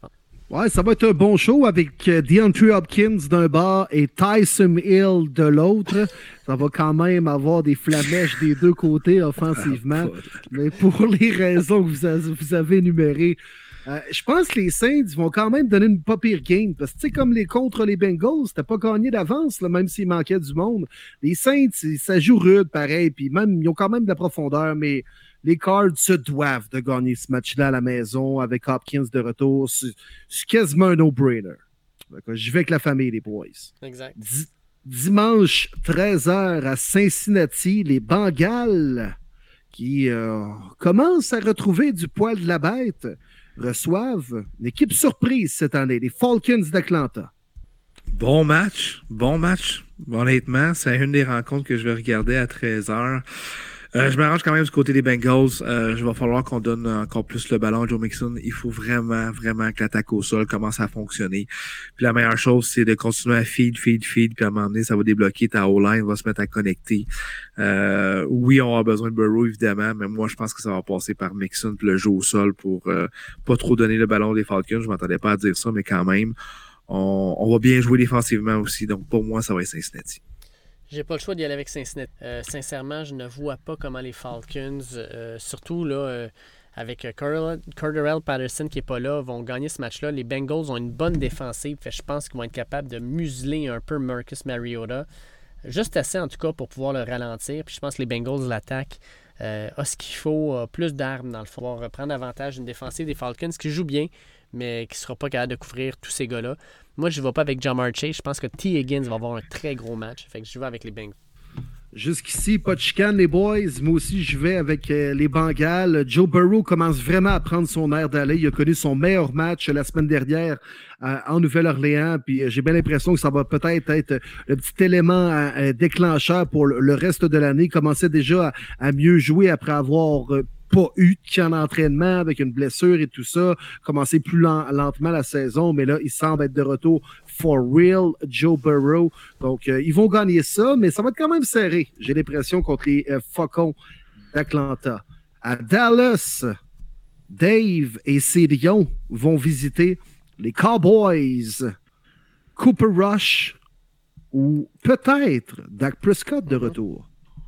C: Ouais, ça va être un bon show avec euh, DeAndre Hopkins d'un bord et Tyson Hill de l'autre. Ça va quand même avoir des flamèches des deux côtés offensivement. Mais pour les raisons que vous avez, vous avez énumérées, euh, je pense que les Saints vont quand même donner une pas pire game. Parce que, tu sais, comme les contre les Bengals, c'était pas gagné d'avance, là, même s'il manquait du monde. Les Saints, ça joue rude, pareil. Puis même, ils ont quand même de la profondeur, mais les Cards se doivent de gagner ce match-là à la maison avec Hopkins de retour. C'est, c'est quasiment un no-brainer. Je vais avec la famille, les boys.
E: Exact.
C: D- dimanche, treize heures à Cincinnati, les Bengals, qui euh, commencent à retrouver du poil de la bête, reçoivent une équipe surprise cette année, les Falcons d'Atlanta.
D: Bon match, bon match. Honnêtement, c'est une des rencontres que je vais regarder à treize heures. Euh, je m'arrange quand même du côté des Bengals. Euh, il va falloir qu'on donne encore plus le ballon à Joe Mixon. Il faut vraiment, vraiment que l'attaque au sol commence à fonctionner. Puis la meilleure chose, c'est de continuer à feed, feed, feed. Puis à un moment donné, ça va débloquer. Ta O-line va se mettre à connecter. Euh, oui, on aura besoin de Burrow, évidemment, mais moi, je pense que ça va passer par Mixon puis le jeu au sol pour euh, pas trop donner le ballon des Falcons. Je m'attendais pas à dire ça, mais quand même, on, on va bien jouer défensivement aussi. Donc, pour moi, ça va être Cincinnati.
E: J'ai pas le choix d'y aller avec Cincinnati. Euh, sincèrement, je ne vois pas comment les Falcons, euh, surtout là, euh, avec Cordarrelle Patterson qui n'est pas là, vont gagner ce match-là. Les Bengals ont une bonne défensive. Fait, je pense qu'ils vont être capables de museler un peu Marcus Mariota. Juste assez, en tout cas, pour pouvoir le ralentir. Puis je pense que les Bengals l'attaquent. Euh, a ce qu'il faut, a plus d'armes dans le fond. Pour prendre avantage d'une défensive des Falcons qui joue bien, mais qui ne sera pas capable de couvrir tous ces gars-là. Moi, je ne vais pas avec Ja'Marr Chase. Je pense que T. Higgins va avoir un très gros match. Fait que je vais avec les Bengals.
C: Jusqu'ici, pas de chicane, les boys. Moi aussi, je vais avec euh, les Bengals. Joe Burrow commence vraiment à prendre son air d'aller. Il a connu son meilleur match la semaine dernière euh, en Nouvelle-Orléans. Puis euh, j'ai bien l'impression que ça va peut-être être le petit élément euh, déclencheur pour le, le reste de l'année. Il commençait déjà à, à mieux jouer après avoir euh, pas eu de camp d'entraînement avec une blessure et tout ça. Commencé plus lent, lentement la saison, mais là, il semble être de retour for real, Joe Burrow. Donc, euh, ils vont gagner ça, mais ça va être quand même serré. J'ai l'impression contre les euh, Falcons d'Atlanta. À Dallas, Dave et ses Lions vont visiter les Cowboys, Cooper Rush ou peut-être Dak Prescott de retour.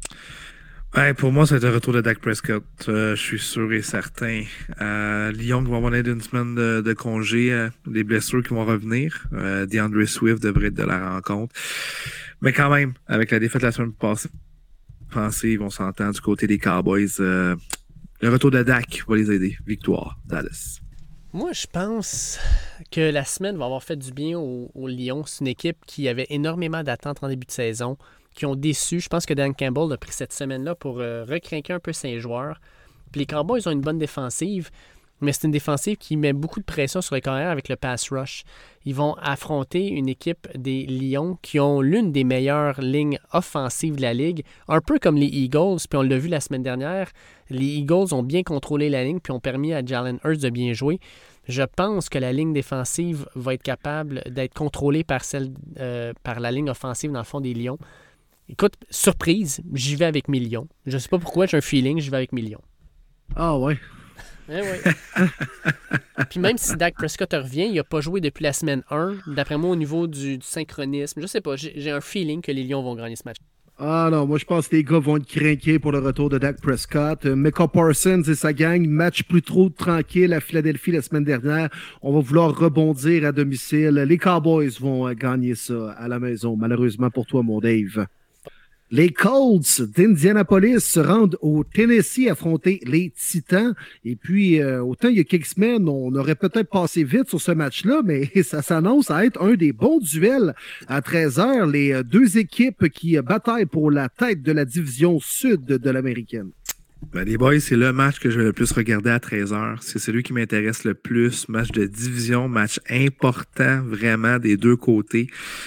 D: Ouais, pour moi, c'est un retour de Dak Prescott. Euh, je suis sûr et certain. Euh, Lyon qui va avoir une semaine de, de congé, euh, les blessures qui vont revenir. Euh, DeAndre Swift devrait être de la rencontre. Mais quand même, avec la défaite de la semaine passée, pensez, ils vont s'entendre du côté des Cowboys. Euh, le retour de Dak va les aider. Victoire, Dallas.
E: Moi, je pense que la semaine va avoir fait du bien au, au Lyon. C'est une équipe qui avait énormément d'attentes en début de saison, qui ont déçu. Je pense que Dan Campbell a pris cette semaine-là pour euh, recrinquer un peu ses joueurs. Puis les Cowboys ont une bonne défensive, mais c'est une défensive qui met beaucoup de pression sur les carrières avec le pass rush. Ils vont affronter une équipe des Lions qui ont l'une des meilleures lignes offensives de la Ligue, un peu comme les Eagles, puis on l'a vu la semaine dernière. Les Eagles ont bien contrôlé la ligne puis ont permis à Jalen Hurts de bien jouer. Je pense que la ligne défensive va être capable d'être contrôlée par, celle, euh, par la ligne offensive dans le fond des Lions. Écoute, surprise, j'y vais avec mes Lions. Je sais pas pourquoi, j'ai un feeling, j'y vais avec mes Lions.
C: Ah ouais.
E: Eh oui. Puis même si Dak Prescott revient, il n'a pas joué depuis la semaine un. D'après moi, au niveau du, du synchronisme, je sais pas, j'ai, j'ai un feeling que les Lions vont gagner ce match.
C: Ah non, moi je pense que les gars vont être craqués pour le retour de Dak Prescott. Euh, Micah Parsons et sa gang, match plus trop tranquille à Philadelphie la semaine dernière. On va vouloir rebondir à domicile. Les Cowboys vont euh, gagner ça à la maison, malheureusement pour toi, mon Dave. Les Colts d'Indianapolis se rendent au Tennessee affronter les Titans. Et puis, euh, autant il y a quelques semaines, on aurait peut-être passé vite sur ce match-là, mais ça s'annonce à être un des bons duels à treize heures. Les deux équipes qui bataillent pour la tête de la division sud de l'américaine.
D: Ben, les boys, c'est le match que je vais le plus regarder à treize heures. C'est celui qui m'intéresse le plus. Match de division, match important vraiment des deux côtés.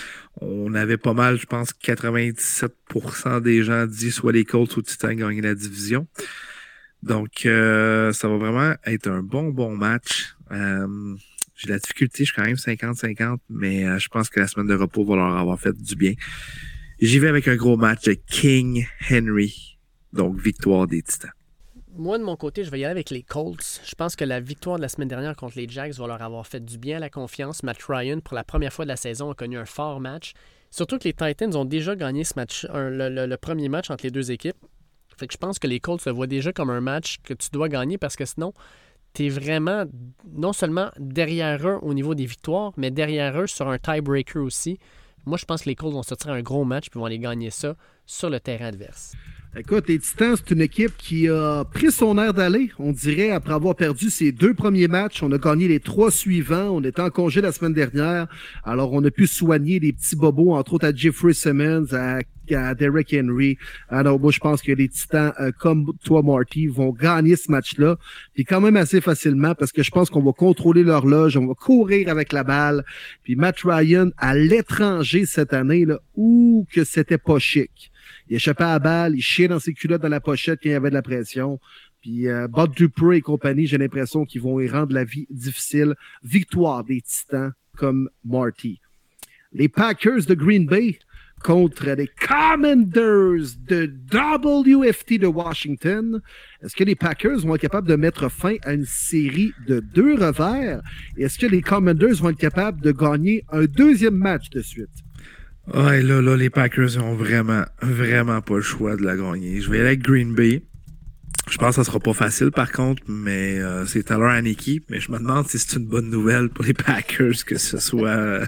D: On avait pas mal, je pense, quatre-vingt-dix-sept pour cent des gens dit soit les Colts ou Titans gagner la division. Donc, euh, ça va vraiment être un bon, bon match. Euh, j'ai de la difficulté, je suis quand même cinquante cinquante, mais euh, je pense que la semaine de repos va leur avoir fait du bien. J'y vais avec un gros match de King Henry. Donc, victoire des Titans.
E: Moi, de mon côté, je vais y aller avec les Colts. Je pense que la victoire de la semaine dernière contre les Jags va leur avoir fait du bien à la confiance. Matt Ryan, pour la première fois de la saison, a connu un fort match. Surtout que les Titans ont déjà gagné ce match, un, le, le, le premier match entre les deux équipes. Fait que je pense que les Colts le voient déjà comme un match que tu dois gagner parce que sinon, tu es vraiment non seulement derrière eux au niveau des victoires, mais derrière eux sur un tiebreaker aussi. Moi, je pense que les Colts vont sortir un gros match et vont aller gagner ça sur le terrain adverse.
C: Écoute, les Titans, c'est une équipe qui a pris son air d'aller, on dirait, après avoir perdu ses deux premiers matchs. On a gagné les trois suivants. On était en congé la semaine dernière. Alors, on a pu soigner les petits bobos, entre autres à Jeffrey Simmons, à, à Derrick Henry. Alors, moi, je pense que les Titans, euh, comme toi, Marty, vont gagner ce match-là. Puis quand même assez facilement, parce que je pense qu'on va contrôler l'horloge, on va courir avec la balle. Puis Matt Ryan, à l'étranger cette année, là, ouh, que c'était pas chic. Il échappait à la balle, il chiait dans ses culottes dans la pochette quand il y avait de la pression. Puis euh, Bud Dupree et compagnie, j'ai l'impression qu'ils vont y rendre la vie difficile. Victoire des Titans comme Marty. Les Packers de Green Bay contre les Commanders de W F T de Washington. Est-ce que les Packers vont être capables de mettre fin à une série de deux revers? Et est-ce que les Commanders vont être capables de gagner un deuxième match de suite?
D: Ouais, là, là, les Packers ont vraiment, vraiment pas le choix de la gagner. Je vais aller avec Green Bay. Je pense que ça sera pas facile, par contre, mais euh, c'est Tyler Haneke. Mais je me demande si c'est une bonne nouvelle pour les Packers que ce soit euh,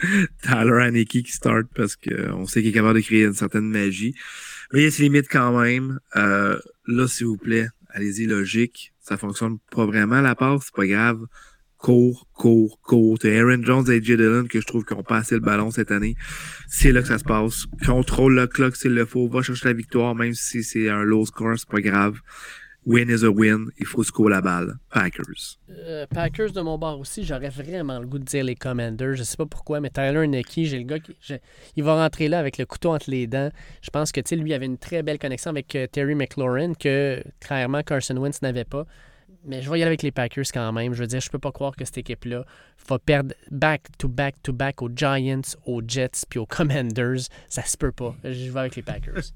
D: Tyler Haneke qui start, parce qu'on sait qu'il est capable de créer une certaine magie. Mais il y a ses limites quand même. Euh, là, s'il vous plaît, allez-y, logique. Ça fonctionne pas vraiment, la passe, c'est pas grave. Cours, cours, cours. T'as Aaron Jones et A J Dillon que je trouve qu'ils ont pas assez le ballon cette année. C'est là que ça se passe. Contrôle le clock s'il le faut. Va chercher la victoire, même si c'est un low score, c'est pas grave. Win is a win. Il faut scorer la balle. Packers.
E: Euh, Packers de mon bord aussi, j'aurais vraiment le goût de dire les Commanders. Je sais pas pourquoi, mais Tyler Haneke, j'ai le gars qui. Je, il va rentrer là avec le couteau entre les dents. Je pense que, tu sais, lui avait une très belle connexion avec euh, Terry McLaurin que, clairement, Carson Wentz n'avait pas. Mais je vais y aller avec les Packers quand même. Je veux dire, je peux pas croire que cette équipe-là va perdre back-to-back-to-back aux Giants, aux Jets puis aux Commanders. Ça se peut pas. Je vais avec les Packers.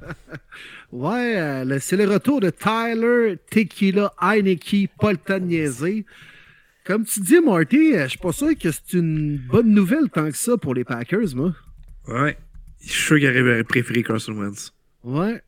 C: Ouais, euh, c'est le retour de Tyler Tequila Haneke, pas le temps de niaiser. Comme tu dis, Marty, je suis pas sûr que c'est une bonne nouvelle tant que ça pour les Packers, moi.
D: Ouais. Je suis sûr qu'il aurait préféré Carson Wentz.
C: Ouais.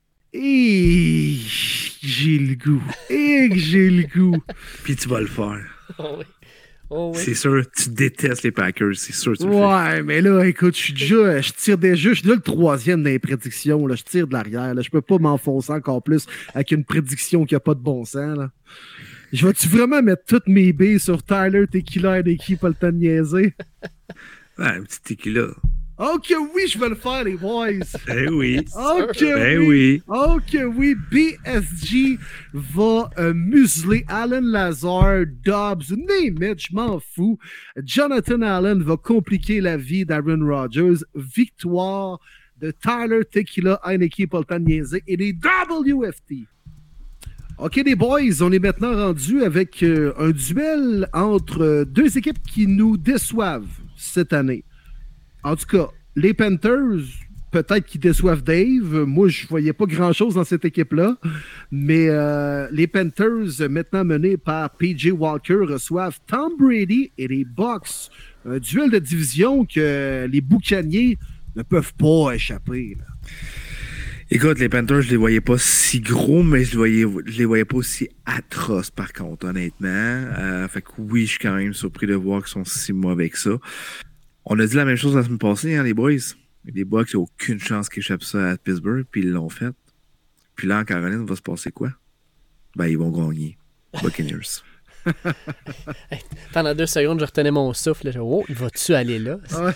C: Et j'ai le goût. Et que j'ai le goût.
D: Puis tu vas le faire.
E: Oh oui. Oh oui.
D: C'est sûr, tu détestes les Packers. C'est sûr que tu le
C: ouais,
D: fais.
C: mais là, écoute, je suis déjà, je tire déjà, je suis déjà le troisième dans les prédictions. Là, je tire de l'arrière. Là. Je peux pas m'enfoncer encore plus avec une prédiction qui a pas de bon sens. Là. Je vais-tu vraiment mettre toutes mes billes sur Tyler Tequila et l'équipe, pas le temps de niaiser?
D: Ouais, un petit tequila.
C: Oh que oui, je vais le faire, les boys!
D: Eh oui!
C: Oh que
D: ben
C: oui!
D: oui!
C: Oh que oui! B S G va euh, museler Alan Lazare, Dobbs, name it, je m'en fous. Jonathan Allen va compliquer la vie d'Aaron Rodgers. Victoire de Tyler Tequila, Haneke, pas le temps de niaiser, et les W F T. OK, les boys, on est maintenant rendus avec euh, un duel entre euh, deux équipes qui nous déçoivent cette année. En tout cas, les Panthers, peut-être qu'ils déçoivent Dave. Moi, je ne voyais pas grand-chose dans cette équipe-là. Mais euh, les Panthers, maintenant menés par P J Walker, reçoivent Tom Brady et les Bucks. Un duel de division que les boucaniers ne peuvent pas échapper. Là.
D: Écoute, les Panthers, je les voyais pas si gros, mais je les voyais, je les voyais pas aussi atroces, par contre, honnêtement. Euh, fait que oui, je suis quand même surpris de voir qu'ils sont si mauvais que ça. On a dit la même chose la semaine passée, hein, les boys. Les Bucks, il n'y a aucune chance qu'ils échappent ça à Pittsburgh, puis ils l'ont fait. Puis là, en Caroline, va se passer quoi? Ben, ils vont gagner. Buccaneers.
E: Pendant deux secondes, je retenais mon souffle. Là. Oh, vas-tu aller là?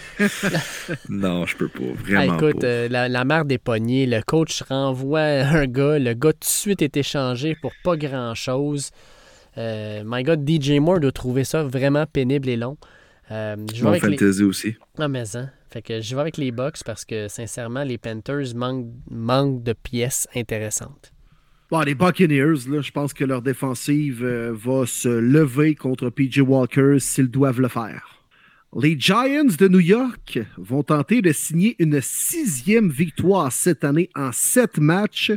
D: Non, je peux pas. Vraiment
E: ah, écoute,
D: pas.
E: Euh, la, la mère des poignets, le coach renvoie un gars. Le gars tout de suite est échangé pour pas grand-chose. Euh, my God, D J Moore doit trouver ça vraiment pénible et long. Euh, je
D: Mon
E: vais avec
D: fantasy
E: les...
D: aussi.
E: Ah, mais hein. Fait que je vais avec les Bucks parce que, sincèrement, les Panthers manquent, manquent de pièces intéressantes.
C: Bon, les Buccaneers, là, je pense que leur défensive euh, va se lever contre P J Walker s'ils doivent le faire. Les Giants de New York vont tenter de signer une sixième victoire cette année en sept matchs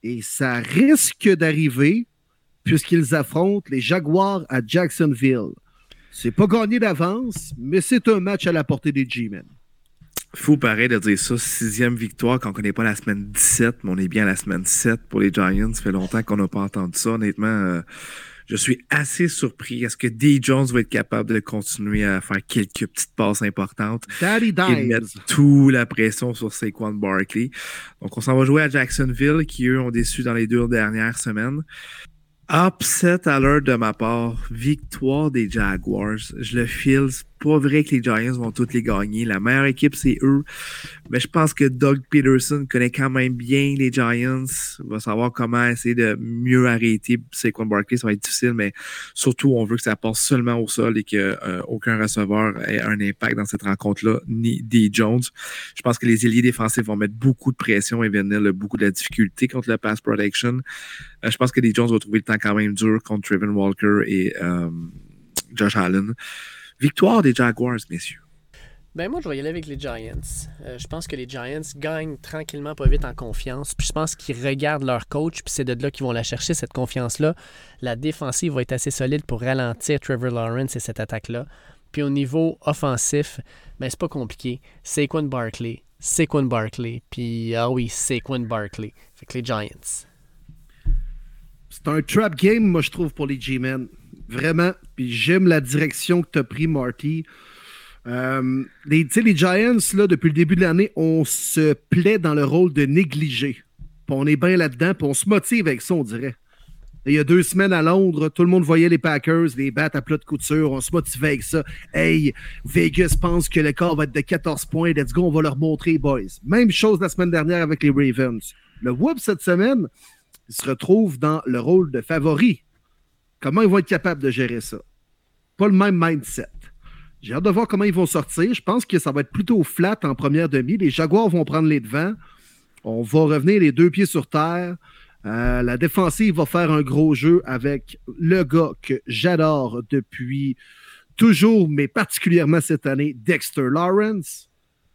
C: Et ça risque d'arriver puisqu'ils affrontent les Jaguars à Jacksonville. C'est pas gagné d'avance, mais c'est un match à la portée des G-Men.
D: Fou pareil de dire ça, sixième victoire quand on ne connaît pas la semaine dix-sept, mais on est bien à la semaine sept pour les Giants. Ça fait longtemps qu'on n'a pas entendu ça. Honnêtement, euh, je suis assez surpris. Est-ce que D. Jones va être capable de continuer à faire quelques petites passes importantes
C: Daddy
D: et de mettre toute la pression sur Saquon Barkley? Donc, on s'en va jouer à Jacksonville, qui, eux, ont déçu dans les deux dernières semaines. Upset alert de ma part, victoire des Jaguars. Je le file, c'est pas vrai que les Giants vont toutes les gagner. La meilleure équipe, c'est eux. Mais je pense que Doug Peterson connaît quand même bien les Giants. Il va savoir comment essayer de mieux arrêter Saquon Barkley. Ça va être difficile, mais surtout, on veut que ça passe seulement au sol et qu'aucun euh, receveur ait un impact dans cette rencontre-là, ni D. Jones. Je pense que les ailiers défensifs vont mettre beaucoup de pression et venir beaucoup de la difficulté contre le pass protection. Euh, je pense que D. Jones va trouver le temps quand même dur contre Trevin Walker et euh, Josh Allen. Victoire des Jaguars, messieurs.
E: Ben moi, je vais y aller avec les Giants. Euh, je pense que les Giants gagnent tranquillement, pas vite en confiance. Puis je pense qu'ils regardent leur coach, puis c'est de là qu'ils vont la chercher, cette confiance-là. La défensive va être assez solide pour ralentir Trevor Lawrence et cette attaque-là. Puis au niveau offensif, ben c'est pas compliqué. Saquon Barkley, Saquon Barkley, puis ah oui, Saquon Barkley. Fait que les Giants.
C: C'est un trap game, moi, je trouve, pour les G-Men. Vraiment. Puis j'aime la direction que tu as pris, Marty. Euh, les, les Giants, là, depuis le début de l'année, on se plaît dans le rôle de négligé. Puis on est bien là-dedans, puis on se motive avec ça, on dirait. Il y a deux semaines à Londres, tout le monde voyait les Packers, les battre à plat de couture, on se motivait avec ça. Hey, Vegas pense que le corps va être de quatorze points, let's go, on va leur montrer, boys. Même chose la semaine dernière avec les Ravens. Le Whoop, cette semaine, il se retrouve dans le rôle de favori. Comment ils vont être capables de gérer ça? Pas le même mindset. J'ai hâte de voir comment ils vont sortir. Je pense que ça va être plutôt flat en première demi. Les Jaguars vont prendre les devants. On va revenir les deux pieds sur terre. Euh, la défensive va faire un gros jeu avec le gars que j'adore depuis toujours, mais particulièrement cette année, Dexter Lawrence.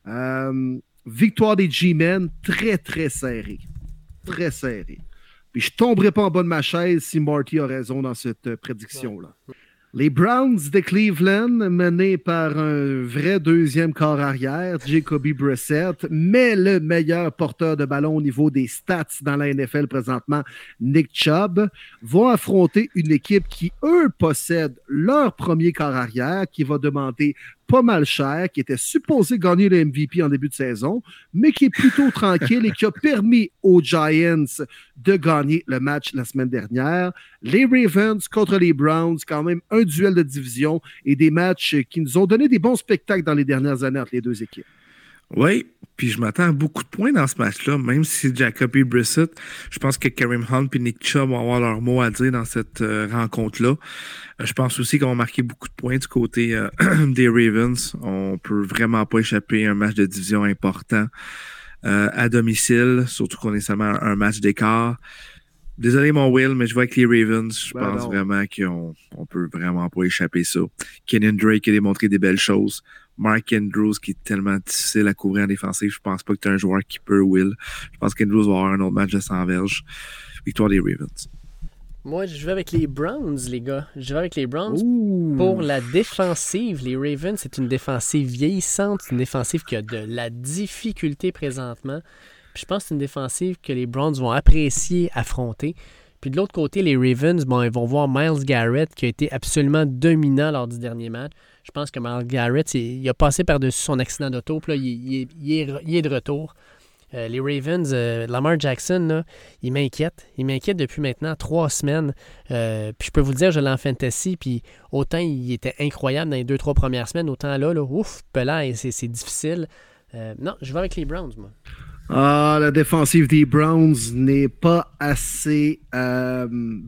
C: Euh, victoire des G-Men, très, très serrée. Très serrée. Puis je ne tomberai pas en bas de ma chaise si Marty a raison dans cette euh, prédiction-là. Ouais. Les Browns de Cleveland, menés par un vrai deuxième corps arrière, Jacoby Brissett, mais le meilleur porteur de ballon au niveau des stats dans la N F L présentement, Nick Chubb, vont affronter une équipe qui, eux, possède leur premier corps arrière, qui va demander pas mal cher, qui était supposé gagner le M V P en début de saison, mais qui est plutôt tranquille et qui a permis aux Giants de gagner le match la semaine dernière. Les Ravens contre les Browns, quand même un duel de division et des matchs qui nous ont donné des bons spectacles dans les dernières années entre les deux équipes.
D: Oui, puis je m'attends à beaucoup de points dans ce match-là, même si c'est Jacoby Brissett. Je pense que Kareem Hunt et Nick Chubb vont avoir leur mot à dire dans cette euh, rencontre-là. Euh, je pense aussi qu'on va marquer beaucoup de points du côté euh, des Ravens. On peut vraiment pas échapper à un match de division important euh, à domicile, surtout qu'on est seulement un match d'écart. Désolé, mon Will, mais je vois avec les Ravens, je ben pense non. vraiment qu'on on peut vraiment pas échapper ça. Kenyon Drake a démontré des belles choses. Mark Andrews, qui est tellement difficile à couvrir en défensif, je pense pas que tu es un joueur qui peut, Will. Je pense qu'Andrews va avoir un autre match de cent verges. Victoire des Ravens.
E: Moi, je vais avec les Browns, les gars. Je vais avec les Browns.
C: Ouh.
E: Pour la défensive. Les Ravens, c'est une défensive vieillissante, une défensive qui a de la difficulté présentement. Puis je pense que c'est une défensive que les Browns vont apprécier affronter. Puis de l'autre côté, les Ravens, bon, ils vont voir Myles Garrett qui a été absolument dominant lors du dernier match. Je pense que Myles Garrett, il, il a passé par-dessus son accident d'auto, puis là, il, il, il, est, il est de retour. Euh, les Ravens, euh, Lamar Jackson, là, il m'inquiète. Il m'inquiète depuis maintenant trois semaines. Euh, puis je peux vous le dire, je l'ai en fantasy, puis autant il était incroyable dans les deux, trois premières semaines, autant là, là ouf, là, c'est, c'est difficile. Euh, non, je vais avec les Browns, moi.
C: Ah, la défensive des Browns n'est pas assez euh,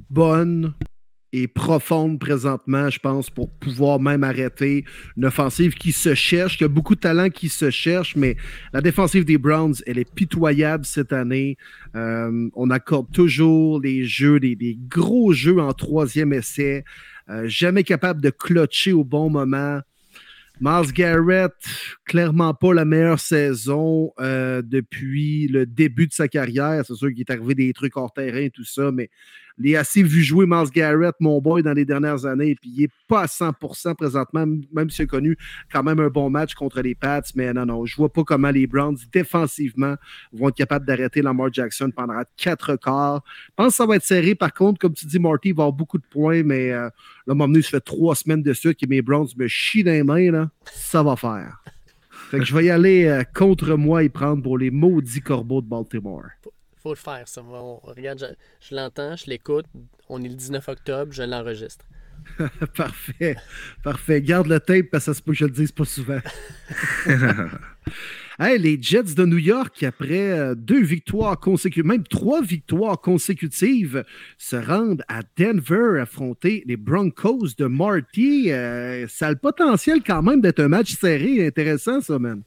C: bonne et profonde présentement, je pense, pour pouvoir même arrêter une offensive qui se cherche. Il y a beaucoup de talents qui se cherchent, mais la défensive des Browns, elle est pitoyable cette année. Euh, on accorde toujours les jeux, des, des gros jeux en troisième essai, euh, jamais capable de clutcher au bon moment. Myles Garrett, clairement pas la meilleure saison euh, depuis le début de sa carrière. C'est sûr qu'il est arrivé des trucs hors terrain et tout ça, mais il est assez vu jouer Myles Garrett, mon boy, dans les dernières années, puis il n'est pas à cent pour cent présentement, même s'il a connu quand même un bon match contre les Pats, mais non, non, je vois pas comment les Browns, défensivement, vont être capables d'arrêter Lamar Jackson pendant quatre quarts. Je pense que ça va être serré, par contre, comme tu dis, Marty, il va avoir beaucoup de points, mais euh, là, mon ça fait trois semaines de suite que mes Browns me chient dans les mains, là, ça va faire. Fait que je vais y aller euh, contre moi et prendre pour les maudits corbeaux de Baltimore.
E: Faut le faire, ça. On, regarde, je, je l'entends, je l'écoute. On est le dix-neuf octobre, je l'enregistre.
C: Parfait. Parfait. Garde le tape parce que ça se peut que je le dise pas souvent. Hey, les Jets de New York, après euh, deux victoires consécutives, même trois victoires consécutives, se rendent à Denver affronter les Broncos de Marty. Euh, ça a le potentiel quand même d'être un match serré et intéressant, ça, man.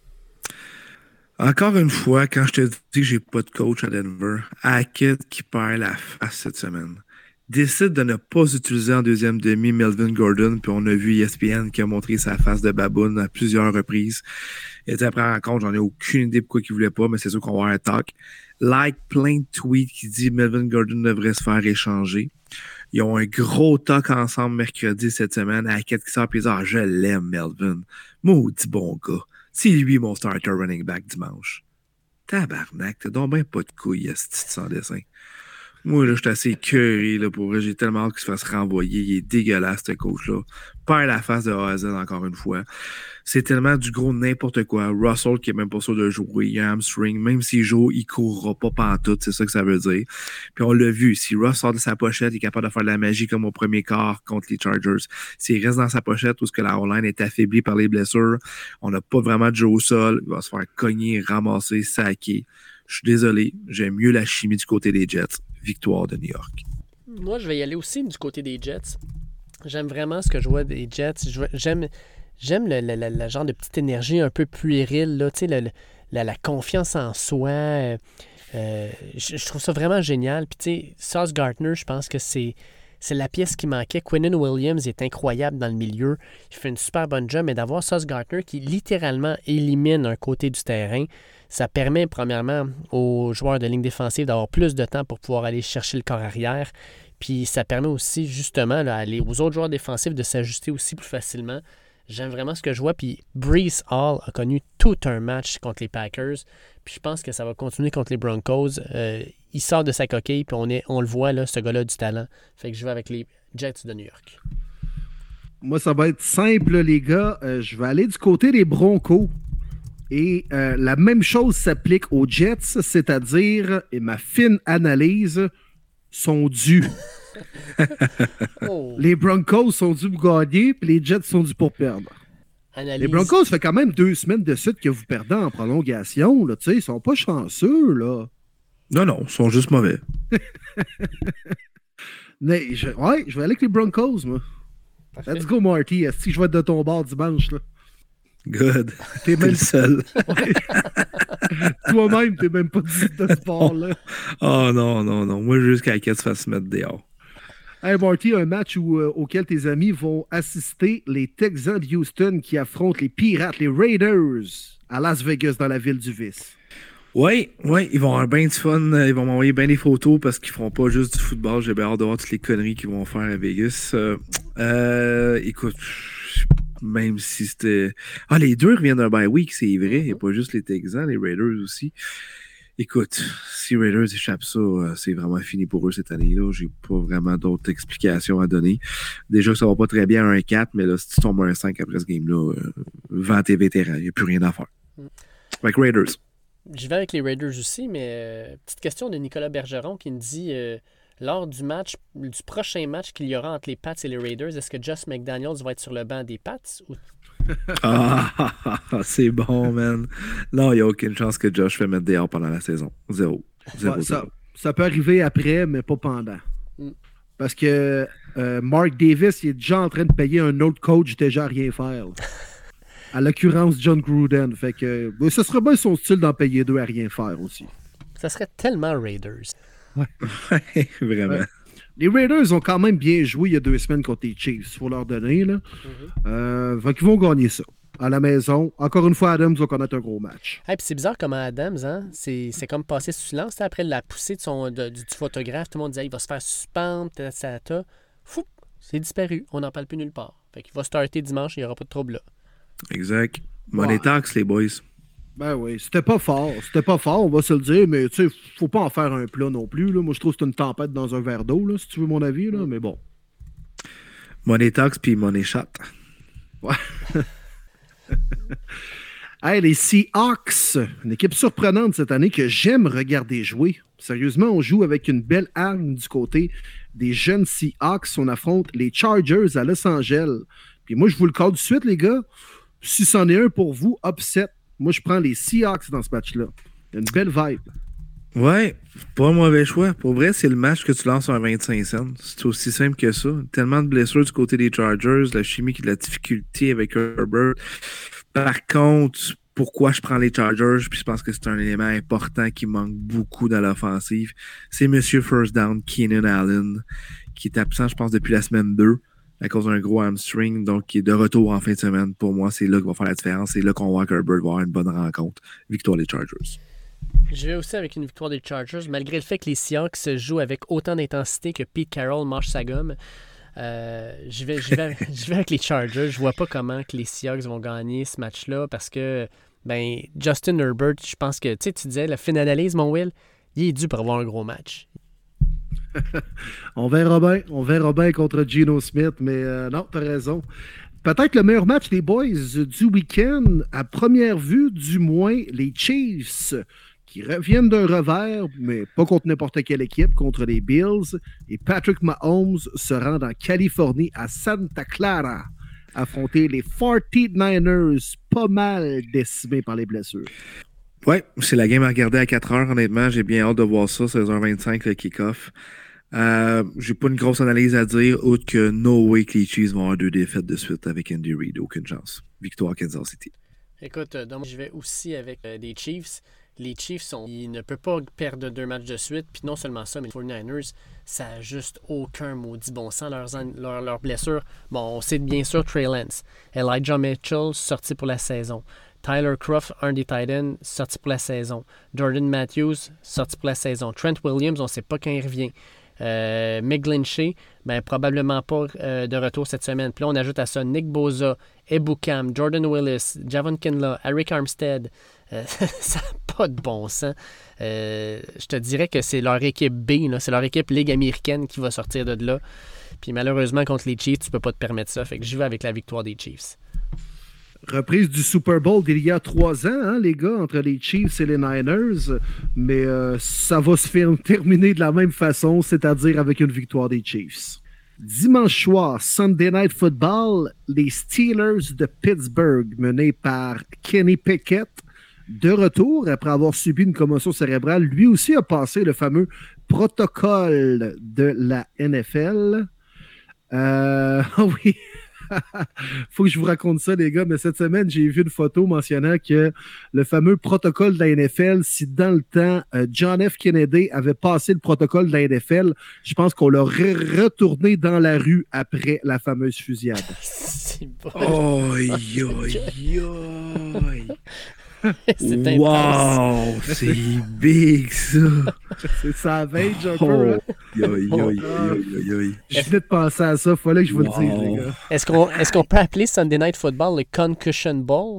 D: Encore une fois, quand je te dis que j'ai pas de coach à Denver, Hackett qui perd la face cette semaine décide de ne pas utiliser en deuxième demi Melvin Gordon, puis on a vu E S P N qui a montré sa face de baboune à plusieurs reprises. Et après la rencontre, j'en ai aucune idée pourquoi il voulait pas, mais c'est sûr qu'on va avoir un talk. Like plein de tweets qui dit Melvin Gordon devrait se faire échanger. Ils ont un gros talk ensemble mercredi cette semaine. Hackett qui sort et dit « Ah, je l'aime, Melvin. Maudit bon gars. C'est lui mon starter running back dimanche. » Tabarnak, t'as donc bien pas de couilles, esti sans dessin. Moi, là, je suis assez écœuré, là, pour vrai. J'ai tellement hâte qu'il se fasse renvoyer. Il est dégueulasse, ce coach-là. Perd la face de A à Z, encore une fois. C'est tellement du gros n'importe quoi. Russell, qui est même pas sûr de jouer, il a un hamstring. Même s'il joue, il courra pas pantoute. C'est ça que ça veut dire. Puis on l'a vu. Si Russ sort de sa pochette, il est capable de faire de la magie comme au premier quart contre les Chargers. S'il reste dans sa pochette où ce que la O-line est affaiblie par les blessures, on n'a pas vraiment de jeu au sol. Il va se faire cogner, ramasser, saquer. Je suis désolé. J'aime mieux la chimie du côté des Jets. Victoire de New York.
E: Moi, je vais y aller aussi du côté des Jets. J'aime vraiment ce que je vois des Jets. J'aime, j'aime le, le, le, le genre de petite énergie un peu puérile, là, tu sais, le, la, la confiance en soi. Euh, je, je trouve ça vraiment génial. Puis, tu sais, Sauce Gardner, je pense que c'est, c'est la pièce qui manquait. Quinnen Williams est incroyable dans le milieu. Il fait une super bonne job, mais d'avoir Sauce Gardner qui littéralement élimine un côté du terrain, ça permet, premièrement, aux joueurs de ligne défensive d'avoir plus de temps pour pouvoir aller chercher le corps arrière. Puis ça permet aussi, justement, là, aller aux autres joueurs défensifs de s'ajuster aussi plus facilement. J'aime vraiment ce que je vois. Puis Breece Hall a connu tout un match contre les Packers. Puis je pense que ça va continuer contre les Broncos. Euh, il sort de sa coquille, puis on, est, on le voit, là, ce gars-là a du talent. Fait que je vais avec les Jets de New York.
C: Moi, ça va être simple, les gars. Euh, je vais aller du côté des Broncos. Et euh, la même chose s'applique aux Jets, c'est-à-dire, et ma fine analyse, sont dus. oh. Les Broncos sont dus pour gagner, puis les Jets sont dus pour perdre. Analyse. Les Broncos, ça fait quand même deux semaines de suite que vous perdez en prolongation. Là, ils sont pas chanceux. Là.
D: Non, non, ils sont juste mauvais.
C: Mais je, ouais, je vais aller avec les Broncos, moi. Parfait. Let's go, Marty. Est-ce que je vais être de ton bord dimanche, là?
D: Good. T'es même seul.
C: Toi-même, t'es même pas dit de sport-là.
D: Oh non, non, non. Moi, juste qu'à se fasse mettre dehors.
C: Hey, Marty, un match où, euh, auquel tes amis vont assister les Texans de Houston qui affrontent les Pirates, les Raiders, à Las Vegas, dans la ville du vice.
D: Oui, oui, ils vont avoir bien du fun. Ils vont m'envoyer bien des photos parce qu'ils feront pas juste du football. J'ai bien hâte de voir toutes les conneries qu'ils vont faire à Vegas. Euh, euh, écoute, même si c'était... Ah, les deux reviennent d'un bye week, c'est vrai. Il n'y a pas juste les Texans, les Raiders aussi. Écoute, si Raiders échappent ça, c'est vraiment fini pour eux cette année-là. J'ai pas vraiment d'autres explications à donner. Déjà que ça va pas très bien à un quatre, mais là, si tu tombes à un cinq après ce game-là, euh, vends tes vétérans. Il n'y a plus rien à faire. Avec Raiders.
E: Je vais avec les Raiders aussi, mais euh, petite question de Nicolas Bergeron qui me dit euh, lors du match, du prochain match qu'il y aura entre les Pats et les Raiders, est-ce que Josh McDaniels va être sur le banc des Pats ou...
D: ah, c'est bon, man. Non, il n'y a aucune chance que Josh fait mettre dehors pendant la saison. Zéro. Zéro,
C: ouais,
D: zéro.
C: Ça, ça peut arriver après, mais pas pendant. Mm. Parce que euh, Mark Davis il est déjà en train de payer un autre coach déjà à rien faire. À l'occurrence, John Gruden. Fait que ben, ce serait bien son style d'en payer deux à rien faire aussi. Ça
E: serait tellement Raiders.
C: Ouais.
D: Vraiment.
C: Ouais. Les Raiders ont quand même bien joué il y a deux semaines contre les Chiefs. Il faut leur donner. Là. Mm-hmm. Euh, fait qu'ils vont gagner ça. à la maison. Encore une fois, Adams va connaître un gros match.
E: Hey, puis c'est bizarre comment Adams, hein? c'est, c'est comme passé sous silence. Après la poussée de son, de, du, du photographe, tout le monde disait il va se faire suspendre, tata. Fou, c'est disparu. On n'en parle plus nulle part. Fait qu'il va starter dimanche, il n'y aura pas de trouble là.
D: Exact. Money
C: Ouais.
D: tax, les boys.
C: Ben oui, c'était pas fort. C'était pas fort, on va se le dire, mais tu sais, faut pas en faire un plat non plus. Là. Moi, je trouve que c'est une tempête dans un verre d'eau, là, si tu veux mon avis, là, mais bon.
D: Money tax puis money shot.
C: Ouais. Hey, les Seahawks, une équipe surprenante cette année que j'aime regarder jouer. Sérieusement, on joue avec une belle arme du côté des jeunes Seahawks. On affronte les Chargers à Los Angeles. Puis moi, je vous le call tout de suite, les gars. Si c'en est un pour vous, upset. Moi, je prends les Seahawks dans ce match-là. Il y a une belle vibe.
D: Ouais, pas un mauvais choix. Pour vrai, c'est le match que tu lances à vingt-cinq cents. C'est aussi simple que ça. Tellement de blessures du côté des Chargers, la chimie qui a de la difficulté avec Herbert. Par contre, pourquoi je prends les Chargers, puis je pense que c'est un élément important qui manque beaucoup dans l'offensive, c'est Monsieur First Down, Keenan Allen, qui est absent, je pense, depuis la semaine deux à cause d'un gros hamstring, donc qui est de retour en fin de semaine. Pour moi, c'est là qu'il va faire la différence. C'est là qu'on voit qu'Herbert va avoir une bonne rencontre. Victoire des Chargers.
E: Je vais aussi avec une victoire des Chargers, malgré le fait que les Seahawks se jouent avec autant d'intensité que Pete Carroll mange sa gomme. Euh, je, vais, je, vais, je vais avec les Chargers. Je vois pas comment que les Seahawks vont gagner ce match-là parce que ben Justin Herbert, je pense que tu sais, tu disais, la fin d'analyse, mon Will, il est dû pour avoir un gros match.
C: On verra bien. On verra bien contre Geno Smith, mais euh, non, t'as raison. Peut-être le meilleur match des boys du week-end, à première vue, du moins, les Chiefs, qui reviennent d'un revers, mais pas contre n'importe quelle équipe, contre les Bills. Et Patrick Mahomes se rend en Californie, à Santa Clara, affronter les forty-niners, pas mal décimés par les blessures.
D: Ouais, c'est la game à regarder à quatre heures, honnêtement. J'ai bien hâte de voir ça, seize heures vingt-cinq, le kick-off. Euh, j'ai pas une grosse analyse à dire, autre que no way que les Chiefs vont avoir deux défaites de suite avec Andy Reid. Aucune chance. Victoire Kansas City.
E: Écoute, donc je vais aussi avec euh, les Chiefs. Les Chiefs, sont, ils ne peuvent pas perdre deux matchs de suite. Puis non seulement ça, mais les forty-niners, ça n'a juste aucun maudit bon sens. Leurs, leurs, leurs blessures, bon, on sait bien sûr Trey Lance. Elijah Mitchell, sorti pour la saison. Tyler Kroft, un des tight ends, sorti pour la saison. Jordan Matthews, sorti pour la saison. Trent Williams, on ne sait pas quand il revient. Euh, Mick Lynchy, ben, probablement pas euh, de retour cette semaine. Puis là, on ajoute à ça Nick Bosa, Ebukam, Jordan Willis, Javon Kinlaw, Eric Armstead. Euh, ça n'a pas de bon sens. Euh, je te dirais que c'est leur équipe B, là, c'est leur équipe Ligue américaine qui va sortir de là. Puis malheureusement, contre les Chiefs, tu peux pas te permettre ça. Fait que j'y vais avec la victoire des Chiefs.
C: Reprise du Super Bowl d'il y a trois ans, hein, les gars, entre les Chiefs et les Niners. Mais euh, ça va se faire terminer de la même façon, c'est-à-dire avec une victoire des Chiefs. Dimanche soir, Sunday Night Football, les Steelers de Pittsburgh, menés par Kenny Pickett, de retour après avoir subi une commotion cérébrale. Lui aussi a passé le fameux protocole de la N F L. Euh, oui... Faut que je vous raconte ça, les gars, mais cette semaine, j'ai vu une photo mentionnant que le fameux protocole de la N F L, si dans le temps, euh, John F. Kennedy avait passé le protocole de la N F L, je pense qu'on l'aurait retourné dans la rue après la fameuse fusillade.
E: C'est bon.
D: Oi, oi, oi.
E: C'est
D: wow, c'est big, ça.
C: C'est savage un
D: Oh,
C: peu. Hein?
D: oi, oi, oi, oi, oi.
C: Je venais de penser à ça, fallait que je vous
D: Wow.
C: le dise, les gars.
E: Est-ce qu'on, est-ce qu'on peut appeler Sunday Night Football le Concussion Bowl?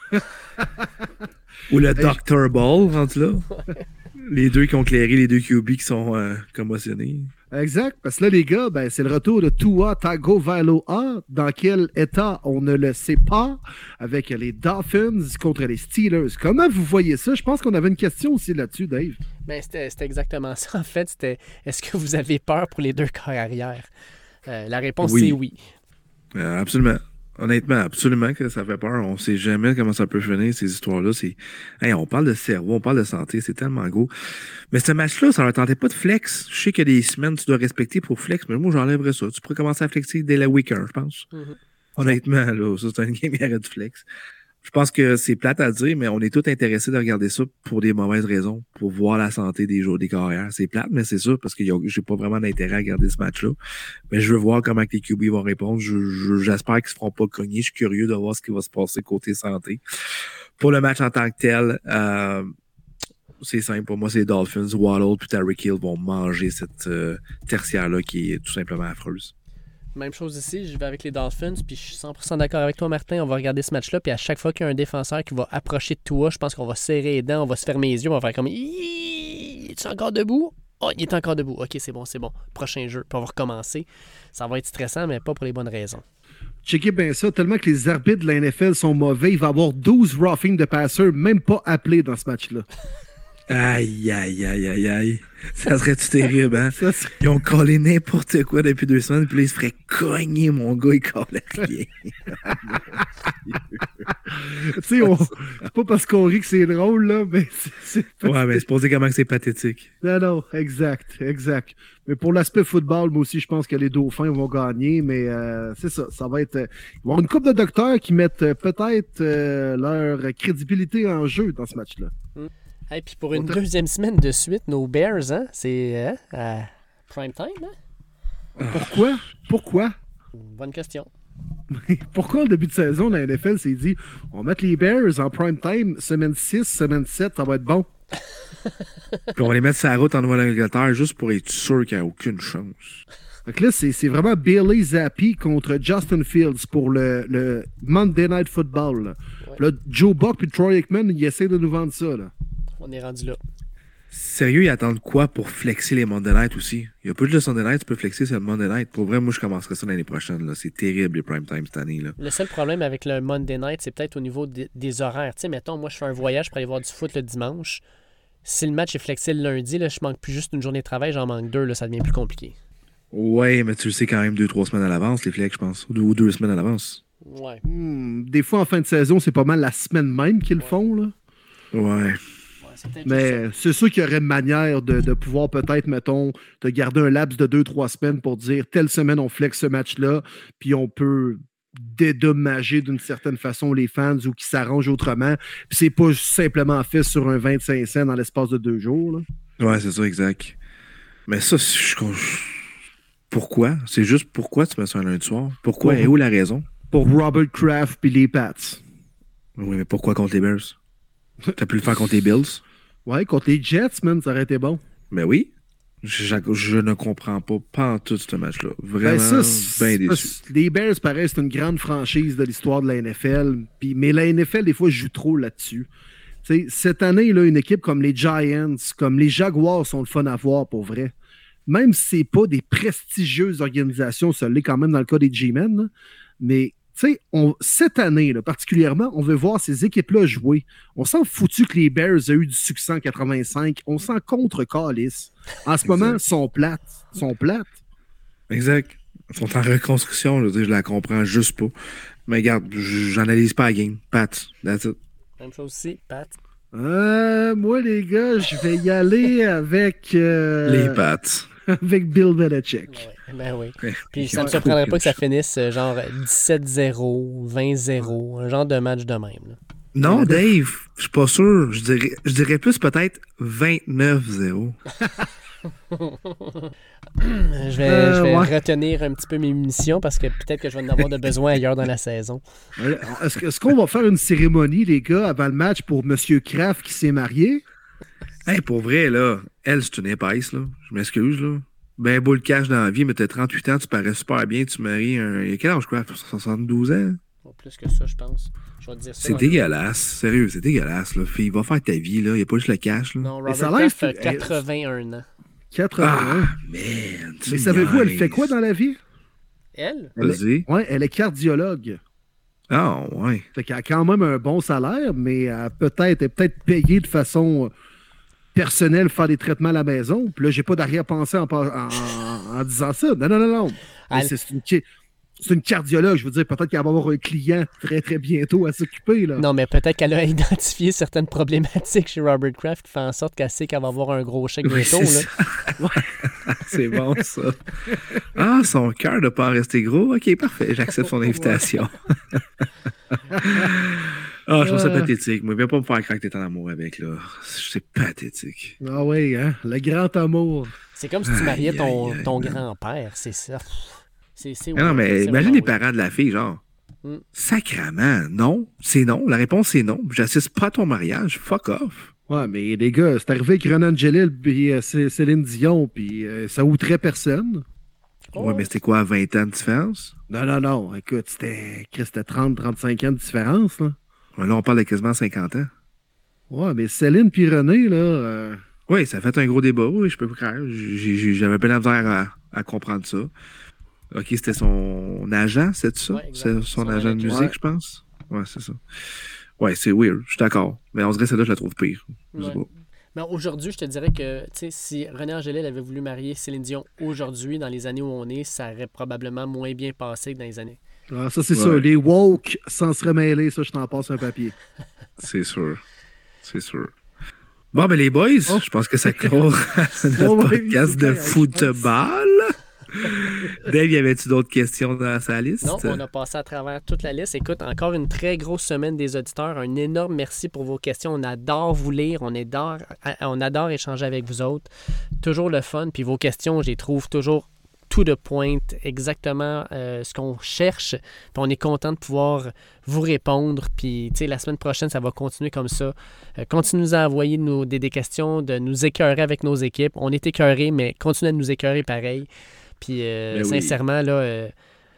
D: Ou le doctor Ball, rendu là. Les deux qui ont clairé, les deux Q B qui sont euh, commotionnés.
C: Exact, parce que là, les gars, ben, c'est le retour de Tua Tagovailoa. Dans quel état, on ne le sait pas, avec les Dolphins contre les Steelers. Comment vous voyez ça? Je pense qu'on avait une question aussi là-dessus, Dave.
E: Ben, c'était, c'était exactement ça. En fait, c'était est-ce que vous avez peur pour les deux corps arrière? Euh, la réponse,
D: Oui.
E: c'est oui.
D: Euh, absolument. Honnêtement, absolument que ça fait peur. On sait jamais comment ça peut finir, ces histoires-là. C'est... Hey, on parle de cerveau, on parle de santé, c'est tellement gros. Mais ce match-là, ça ne leur tentait pas de flex. Je sais qu'il y a des semaines tu dois respecter pour flex, mais moi, j'enlèverais ça. Tu pourrais commencer à flexer dès la week-end, je pense.
E: Mm-hmm.
D: Honnêtement, là, ça, c'est une game qui arrête de flex. Je pense que c'est plate à dire, mais on est tous intéressés de regarder ça pour des mauvaises raisons, pour voir la santé des joueurs, des carrières. C'est plate, mais c'est sûr, parce que j'ai pas vraiment d'intérêt à regarder ce match-là. Mais je veux voir comment les Q B vont répondre. Je, je, j'espère qu'ils se feront pas cogner. Je suis curieux de voir ce qui va se passer côté santé. Pour le match en tant que tel, euh, c'est simple. Pour moi, c'est les Dolphins. Waddle puis Tyreek Hill vont manger cette euh, tertiaire-là qui est tout simplement affreuse.
E: Même chose ici, je vais avec les Dolphins, puis je suis cent pour cent d'accord avec toi, Martin. On va regarder ce match-là, puis à chaque fois qu'il y a un défenseur qui va approcher de toi, je pense qu'on va serrer les dents, on va se fermer les yeux, on va faire comme il est encore debout? Oh, il est encore debout. Ok, c'est bon, c'est bon. Prochain jeu, puis on va recommencer. Ça va être stressant, mais pas pour les bonnes raisons.
C: Checkez bien ça, tellement que les arbitres de la N F L sont mauvais, il va y avoir douze roughing de passeurs, même pas appelés dans ce match-là.
D: Aïe, aïe, aïe, aïe, aïe. Ça serait-tu terrible, hein? Ça serait... Ils ont collé n'importe quoi depuis deux semaines, puis là, ils se feraient cogner, mon gars, ils collaient rien.
C: Tu sais, on... c'est pas parce qu'on rit que c'est drôle, là, mais c'est... c'est
D: ouais, mais c'est pour dire comment que c'est pathétique.
C: Non, non, exact, exact. Mais pour l'aspect football, moi aussi, je pense que les Dauphins vont gagner, mais euh, c'est ça, ça va être... Il va y avoir une couple de docteurs qui mettent euh, peut-être euh, leur crédibilité en jeu dans ce match-là.
E: Mm. Et puis pour une deuxième semaine de suite, nos Bears, hein, c'est hein, à prime time. Hein?
C: Pourquoi? Pourquoi?
E: Bonne question.
C: Pourquoi, au début de saison, la N F L s'est dit on va mettre les Bears en prime time, semaine six, semaine sept, ça va être bon.
D: Puis on va les mettre sur la route en Nouvelle-Angleterre juste pour être sûr qu'il n'y a aucune chance.
C: Donc là, c'est, c'est vraiment Bailey Zappi contre Justin Fields pour le, le Monday Night Football. Là, ouais. Là Joe Buck et Troy Aikman, ils essaient de nous vendre ça. Là.
E: On est rendu là.
D: Sérieux, ils attendent quoi pour flexer les Monday Night aussi? Il n'y a pas juste le Sunday Night, tu peux flexer sur le Monday Night. Pour vrai, moi, je commencerai ça l'année prochaine. Là. C'est terrible, les prime time cette année. Là.
E: Le seul problème avec le Monday Night, c'est peut-être au niveau des, des horaires. Tu sais, mettons, moi, je fais un voyage pour aller voir du foot le dimanche. Si le match est flexé le lundi, là, je manque plus juste une journée de travail, j'en manque deux, là, ça devient plus compliqué.
D: Ouais, mais tu le sais quand même deux, trois semaines à l'avance, les flex, je pense. Ou deux, ou deux semaines à l'avance.
E: Ouais.
C: Hmm, des fois, en fin de saison, c'est pas mal la semaine même qu'ils le
E: ouais.
C: font. Là.
D: Ouais.
E: C'est
C: mais c'est sûr qu'il y aurait une manière de, de pouvoir peut-être, mettons, de garder un laps de deux trois semaines pour dire telle semaine on flex ce match-là, puis on peut dédommager d'une certaine façon les fans ou qui s'arrangent autrement. Puis c'est pas simplement fait sur un vingt-cinq cents dans l'espace de deux jours. Là.
D: Ouais, c'est ça, exact. Mais ça, je... pourquoi? C'est juste pourquoi tu mets ça un lundi soir? Pourquoi? Pour... Et où la raison?
C: Pour Robert Kraft puis les Pats.
D: Oui, mais pourquoi contre les Bears? T'as pu le faire contre les Bills?
C: Ouais, contre les Jets, man, ça aurait été bon.
D: Ben oui. Je, je ne comprends pas, pas en tout ce match-là. Vraiment, ben ça, bien déçu.
C: Les Bears, pareil, c'est une grande franchise de l'histoire de la N F L. Puis, mais la N F L, des fois, joue trop là-dessus. T'sais, cette année, là, une équipe comme les Giants, comme les Jaguars sont le fun à voir, pour vrai. Même si c'est pas des prestigieuses organisations, ça l'est quand même dans le cas des G-Men, là, mais tu sais, cette année, là, particulièrement, on veut voir ces équipes-là jouer. On s'en foutu que les Bears aient eu du succès en quatre-vingt-cinq. On s'en contre-calisse. En ce exact. Moment, ils sont plates. Ils sont plates.
D: Exact. Ils sont en reconstruction. Je, je la comprends juste pas. Mais regarde, j'analyse pas la game. Pat, that's it.
E: Même chose aussi, Pat.
C: Euh, moi, les gars, je vais y aller avec... Euh...
D: Les Pats.
C: Avec Bill Belichick.
E: Ouais, ben oui. Puis ça ne me surprendrait pas que ça finisse genre dix-sept zéro, vingt zéro, un genre de match de même. Là.
D: Non, Dave, je suis pas sûr. Je dirais, je dirais plus peut-être vingt-neuf zéro.
E: je vais, euh, je vais ouais. retenir un petit peu mes munitions parce que peut-être que je vais en avoir de besoin ailleurs dans la saison.
C: Est-ce, est-ce qu'on va faire une cérémonie, les gars, avant le match pour M. Kraft qui s'est marié?
D: Hey, pour vrai, là, elle, c'est une épaisse, là. Je m'excuse, là. Ben beau le cash dans la vie, mais t'as trente-huit ans, tu parais super bien, tu maries un... Il y a quel âge, quoi? soixante-douze ans?
E: Pas plus que ça, je pense. Je vais te dire ça.
D: C'est dégueulasse. Sérieux, c'est dégueulasse, là. Fille, va faire ta vie, là. Il n'y a pas juste le cash, là.
E: Non, Robert Kraft a quatre-vingt-un ans.
C: quatre-vingt-un?
D: Ah, man!
C: Mais savez-vous, elle fait quoi dans la vie?
E: Elle?
C: elle
D: Vas-y.
C: Est... Ouais, elle est cardiologue.
D: Ah, oh, ouais.
C: Fait qu'elle a quand même un bon salaire, mais elle peut-être, elle est peut-être payée de façon... personnel faire des traitements à la maison. Puis là, j'ai pas d'arrière-pensée en, en, en, en disant ça. Non, non, non, non. Elle... C'est, c'est, une, c'est une cardiologue. Je veux dire, peut-être qu'elle va avoir un client très, très bientôt à s'occuper. Là.
E: Non, mais peut-être qu'elle a identifié certaines problématiques chez Robert Kraft qui fait en sorte qu'elle sait qu'elle va avoir un gros chèque
D: oui,
E: bientôt.
D: C'est,
E: là.
D: C'est bon, ça. Ah, son cœur ne pas rester gros. OK, parfait. J'accepte son invitation. Ah, je trouve ça
C: Euh.
D: pathétique. Moi, viens pas me faire croire que t'es en amour avec, là. C'est pathétique.
C: Ah oui, hein? Le grand amour.
E: C'est comme si tu mariais
D: Aïe,
E: ton,
D: aïe, aïe,
E: ton
D: man.
E: grand-père, c'est ça. C'est, c'est
D: Non, non,
E: weird,
D: mais
E: c'est
D: imagine
E: vraiment
D: les
E: weird.
D: parents de la fille, genre.
E: Mm.
D: Sacrement, non. C'est non. La réponse, c'est non. J'assiste pas à ton mariage. Fuck off.
C: Ouais, mais les gars, c'est arrivé avec Renan Angelil puis euh, C- Céline Dion, puis euh, ça outrait personne.
E: Oh.
D: Ouais, mais c'était quoi, vingt ans de différence?
C: Non, non, non. Écoute, c'était Chris, c'était trente à trente-cinq ans de différence, là.
D: Ouais, là, on parle de quasiment cinquante ans.
C: Ouais, mais Céline puis René, là... euh,
D: Oui, ça a fait un gros débat. Oui, je peux pas croire. J'ai- j'ai- J'avais pas la misère à, à comprendre ça. OK, c'était son agent, c'est ça?
E: Ouais, exact.
D: C'est son,
E: Son
D: agent de
E: manager.
D: musique,
C: Ouais.
D: je pense. Ouais, c'est ça. Ouais, c'est weird. Je suis d'accord. Mais on dirait que celle-là, je la trouve pire. Je sais
E: Ouais.
D: pas.
E: Mais aujourd'hui, je te dirais que tu sais, si René Angélil avait voulu marier Céline Dion aujourd'hui, dans les années où on est, ça aurait probablement moins bien passé que dans les années.
C: Ah, ça, c'est
D: Ouais.
C: ça. Les woke, sans se remêler, ça, je t'en passe un papier.
D: C'est sûr. C'est sûr. Bon, ben les boys,
C: Oh.
D: je pense que ça clôt notre
C: Oh, ouais,
D: podcast
C: c'est
D: de
C: clair, je
D: football. Dave, y avait-tu d'autres questions dans sa liste?
E: Non, on a passé à travers toute la liste. Écoute, encore une très grosse semaine des auditeurs. Un énorme merci pour vos questions. On adore vous lire. On adore, on adore échanger avec vous autres. Toujours le fun. Puis vos questions, je les trouve toujours to the point, exactement euh, ce qu'on cherche. Puis on est content de pouvoir vous répondre. Puis, tu sais, la semaine prochaine, ça va continuer comme ça. Euh, continuez à envoyer nous, des, des questions, de nous écœurer avec nos équipes. On est écœurés, mais continuez à nous écœurer pareil. Puis, euh,
D: Ben oui.
E: sincèrement, là, euh,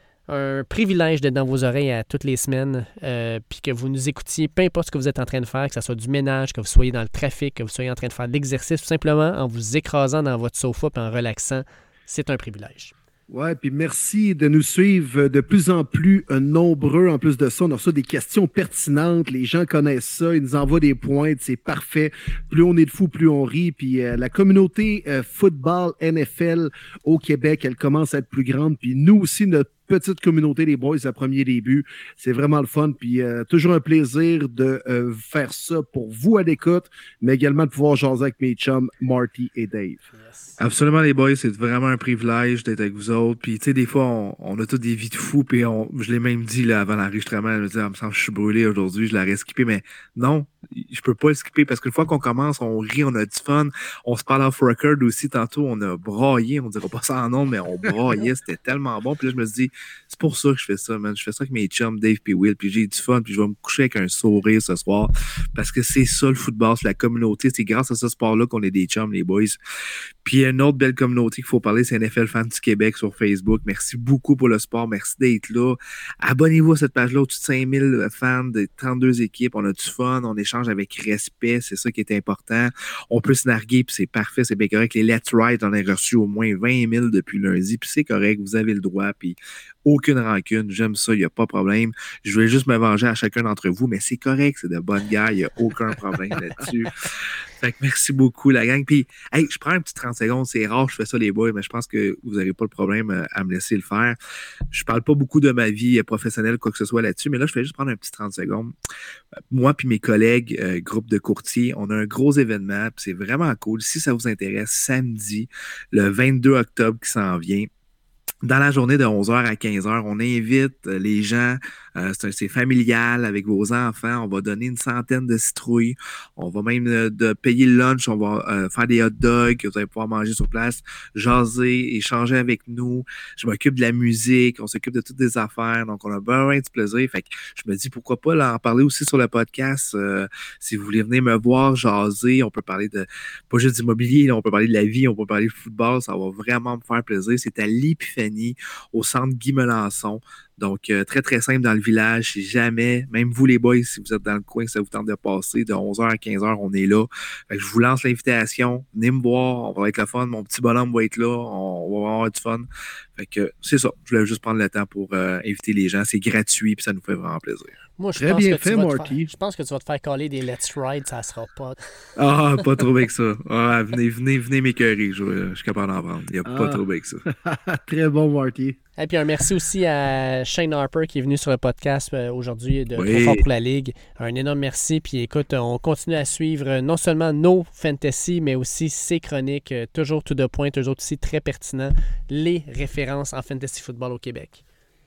E: un privilège d'être dans vos oreilles à toutes les semaines, euh, puis que vous nous écoutiez, peu importe ce que vous êtes en train de faire, que ce soit du ménage, que vous soyez dans le trafic, que vous soyez en train de faire de l'exercice, tout simplement en vous écrasant dans votre sofa et en relaxant. C'est un privilège.
C: Ouais, puis merci de nous suivre de plus en plus euh, nombreux. En plus de ça, on a reçu des questions pertinentes. Les gens connaissent ça. Ils nous envoient des pointes. C'est parfait. Plus on est de fous, plus on rit. Puis euh, la communauté euh, football N F L au Québec, elle commence à être plus grande. Puis nous aussi, notre petite communauté des boys à premier début. C'est vraiment le fun. Puis euh, toujours un plaisir de euh, faire ça pour vous à l'écoute, mais également de pouvoir jaser avec mes chums Marty et Dave.
E: Yes.
D: Absolument, les boys, c'est vraiment un privilège d'être avec vous autres. Puis, tu sais, des fois, on, on a tous des vies de fous. Puis, on, je l'ai même dit là, avant l'enregistrement. Je me disais, ah, me semble que je suis brûlé aujourd'hui, je l'aurais skippé. Mais non, je peux pas le skipper parce qu'une fois qu'on commence, on rit, on a du fun. On se parle off record aussi. Tantôt, on a braillé. On dira pas ça en nom, mais on braillait. C'était tellement bon. Puis là, je me suis dit, c'est pour ça que je fais ça, man. Je fais ça avec mes chums, Dave et Will. Puis j'ai du fun. Puis je vais me coucher avec un sourire ce soir. Parce que c'est ça le football, c'est la communauté. C'est grâce à ce sport-là qu'on est des chums, les boys. Puis une autre belle communauté qu'il faut parler, c'est N F L Fans du Québec sur Facebook. Merci beaucoup pour le sport. Merci d'être là. Abonnez-vous à cette page-là. Au-dessus de cinq mille fans de trente-deux équipes. On a du fun. On échange avec respect. C'est ça qui est important. On peut se narguer, puis c'est parfait. C'est bien correct. Les Let's Ride, on a reçu au moins vingt mille depuis lundi. Puis c'est correct. Vous avez le droit. Puis aucune rancune. J'aime ça. Il n'y a pas de problème. Je vais juste me venger à chacun d'entre vous. Mais c'est correct. C'est de bonnes gars. Il n'y a aucun problème là-dessus. Fait que merci beaucoup, la gang. Puis, hey, je prends un petit trente secondes. C'est rare, je fais ça, les boys, mais je pense que vous n'aurez pas le problème à me laisser le faire. Je parle pas beaucoup de ma vie professionnelle, quoi que ce soit là-dessus, mais là, je vais juste prendre un petit trente secondes. Moi puis mes collègues, euh, groupe de courtiers, on a un gros événement, puis c'est vraiment cool. Si ça vous intéresse, samedi, le vingt-deux octobre qui s'en vient, dans la journée de onze heures à quinze heures, on invite les gens, euh, c'est, c'est familial avec vos enfants, on va donner une centaine de citrouilles, on va même euh, de payer le lunch, on va euh, faire des hot dogs que vous allez pouvoir manger sur place, jaser, échanger avec nous, je m'occupe de la musique, on s'occupe de toutes des affaires, donc on a bien du plaisir, fait que je me dis pourquoi pas là, en parler aussi sur le podcast, euh, si vous voulez venir me voir, jaser, on peut parler de, pas juste d'immobilier, là, on peut parler de la vie, on peut parler de football, ça va vraiment me faire plaisir, c'est à l'Épiphanie, au centre Guy Melançon. Donc, euh, très, très simple dans le village. Si jamais, même vous les boys, si vous êtes dans le coin, ça vous tente de passer, de onze heures à quinze heures, on est là. Fait que je vous lance l'invitation. Venez me voir, on va être le fun. Mon petit bonhomme va être là. On, on va avoir du fun. Fait que c'est ça. Je voulais juste prendre le temps pour euh, inviter les gens. C'est gratuit puis ça nous fait vraiment plaisir.
E: Moi, je
C: Très
E: pense
C: bien
E: que
C: fait,
E: tu vas te
C: Marty.
E: faire- je pense que tu vas te faire coller des Let's Ride, ça sera pas.
D: Ah, pas trop avec ça. Ah, venez, venez, venez m'écœurer. Je, je suis capable d'en prendre. Il n'y a pas
C: Ah.
D: trop avec ça.
C: Très bon, Marty.
E: Et puis un merci aussi à Shane Harper qui est venu sur le podcast euh, aujourd'hui de
D: Oui.
E: Trop fort pour la Ligue. Un énorme merci. Puis écoute, on continue à suivre euh, non seulement nos fantasy, mais aussi ses chroniques, euh, toujours tout de point, toujours aussi très pertinent, les références en fantasy football au Québec.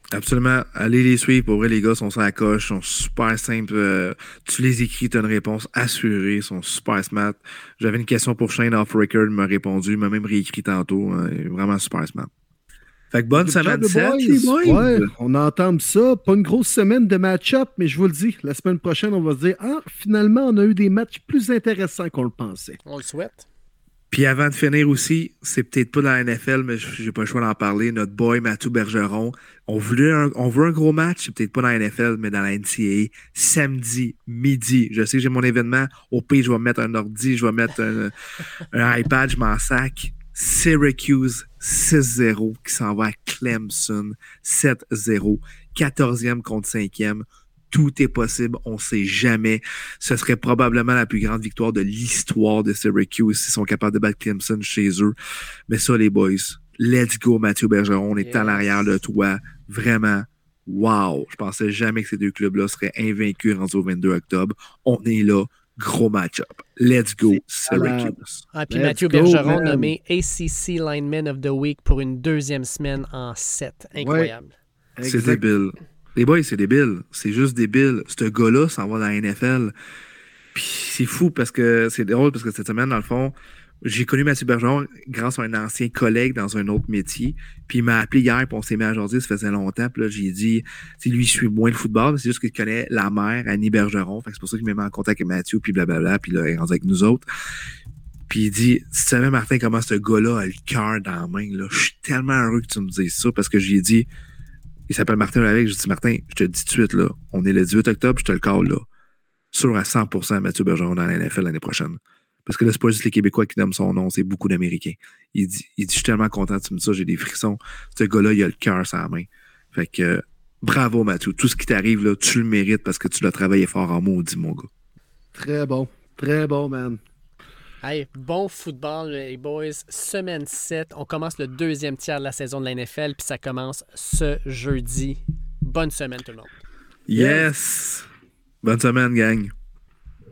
D: Absolument. Allez les suivre. Pour vrai, les gars sont sur la coche, sont super simples. Euh, tu les écris, tu as une réponse assurée, sont super smart. J'avais une question pour Shane Off-Record, il m'a répondu, il m'a même réécrit tantôt. Hein, vraiment super smart. Fait que bonne
C: Good
D: semaine
C: job,
D: sept,
C: boys.
D: les boys.
C: Ouais, on entame ça. Pas une grosse semaine de match-up, mais je vous le dis, la semaine prochaine, on va se dire, ah, finalement, on a eu des matchs plus intéressants qu'on le pensait.
E: On le souhaite.
D: Puis avant de finir aussi, c'est peut-être pas dans la N F L, mais j'ai pas le choix d'en parler. Notre boy Mathieu Bergeron, on veut un, on veut un gros match, c'est peut-être pas dans la N F L, mais dans la N C A A, samedi, midi. Je sais que j'ai mon événement. Au pire, je vais mettre un ordi, je vais mettre un, un iPad, je m'en sac. Syracuse six zéro qui s'en va à Clemson sept zéro. quatorzième contre cinquième. Tout est possible, on ne sait jamais. Ce serait probablement la plus grande victoire de l'histoire de Syracuse s'ils sont capables de battre Clemson chez eux. Mais ça, les boys, let's go, Mathieu Bergeron. On est yes. à l'arrière de toi. Vraiment, wow. Je pensais jamais que ces deux clubs-là seraient invaincus rendus au vingt-deux octobre. On est là. Gros match-up. Let's go, Syracuse.
E: Ah, puis Mathieu go, Bergeron man. Nommé A C C Lineman of the Week pour une deuxième semaine en sept. Incroyable.
D: Ouais. C'est débile. Les boys, c'est débile. C'est juste débile. Ce gars-là s'en va dans la N F L. Puis c'est fou parce que c'est drôle parce que cette semaine, dans le fond, j'ai connu Mathieu Bergeron grâce à un ancien collègue dans un autre métier. Puis il m'a appelé hier, puis on s'est mis à jaser, ça faisait longtemps. Puis là, j'ai dit, tu sais, lui, il suit moins le football, mais c'est juste qu'il connaît la mère, Annie Bergeron. Fait que c'est pour ça qu'il m'a mis en contact avec Mathieu, puis blablabla, puis là, il est rendu avec nous autres. Puis il dit, si tu savais, Martin, comment ce gars-là a le cœur dans la main, là, je suis tellement heureux que tu me dises ça, parce que j'ai dit, il s'appelle Martin Lalec, je dis, Martin, je te dis tout de suite, là, on est le dix-huit octobre, je te le cale, là, sûr à cent pour cent Mathieu Bergeron dans la N F L l'année prochaine. Parce que là, c'est pas juste les Québécois qui nomment son nom, c'est beaucoup d'Américains. Il dit, il dit, je suis tellement content que tu me dis ça, j'ai des frissons. Ce gars-là, il a le cœur sur la main. Fait que, euh, bravo, Mathieu. Tout ce qui t'arrive, là, tu le mérites parce que tu l'as travaillé fort en maudit, mon gars.
C: Très bon. Très bon, man.
E: Hey, bon football, les boys. Semaine sept, on commence le deuxième tiers de la saison de la N F L, puis ça commence ce jeudi. Bonne semaine, tout le monde.
D: Yes! Bonne semaine, gang.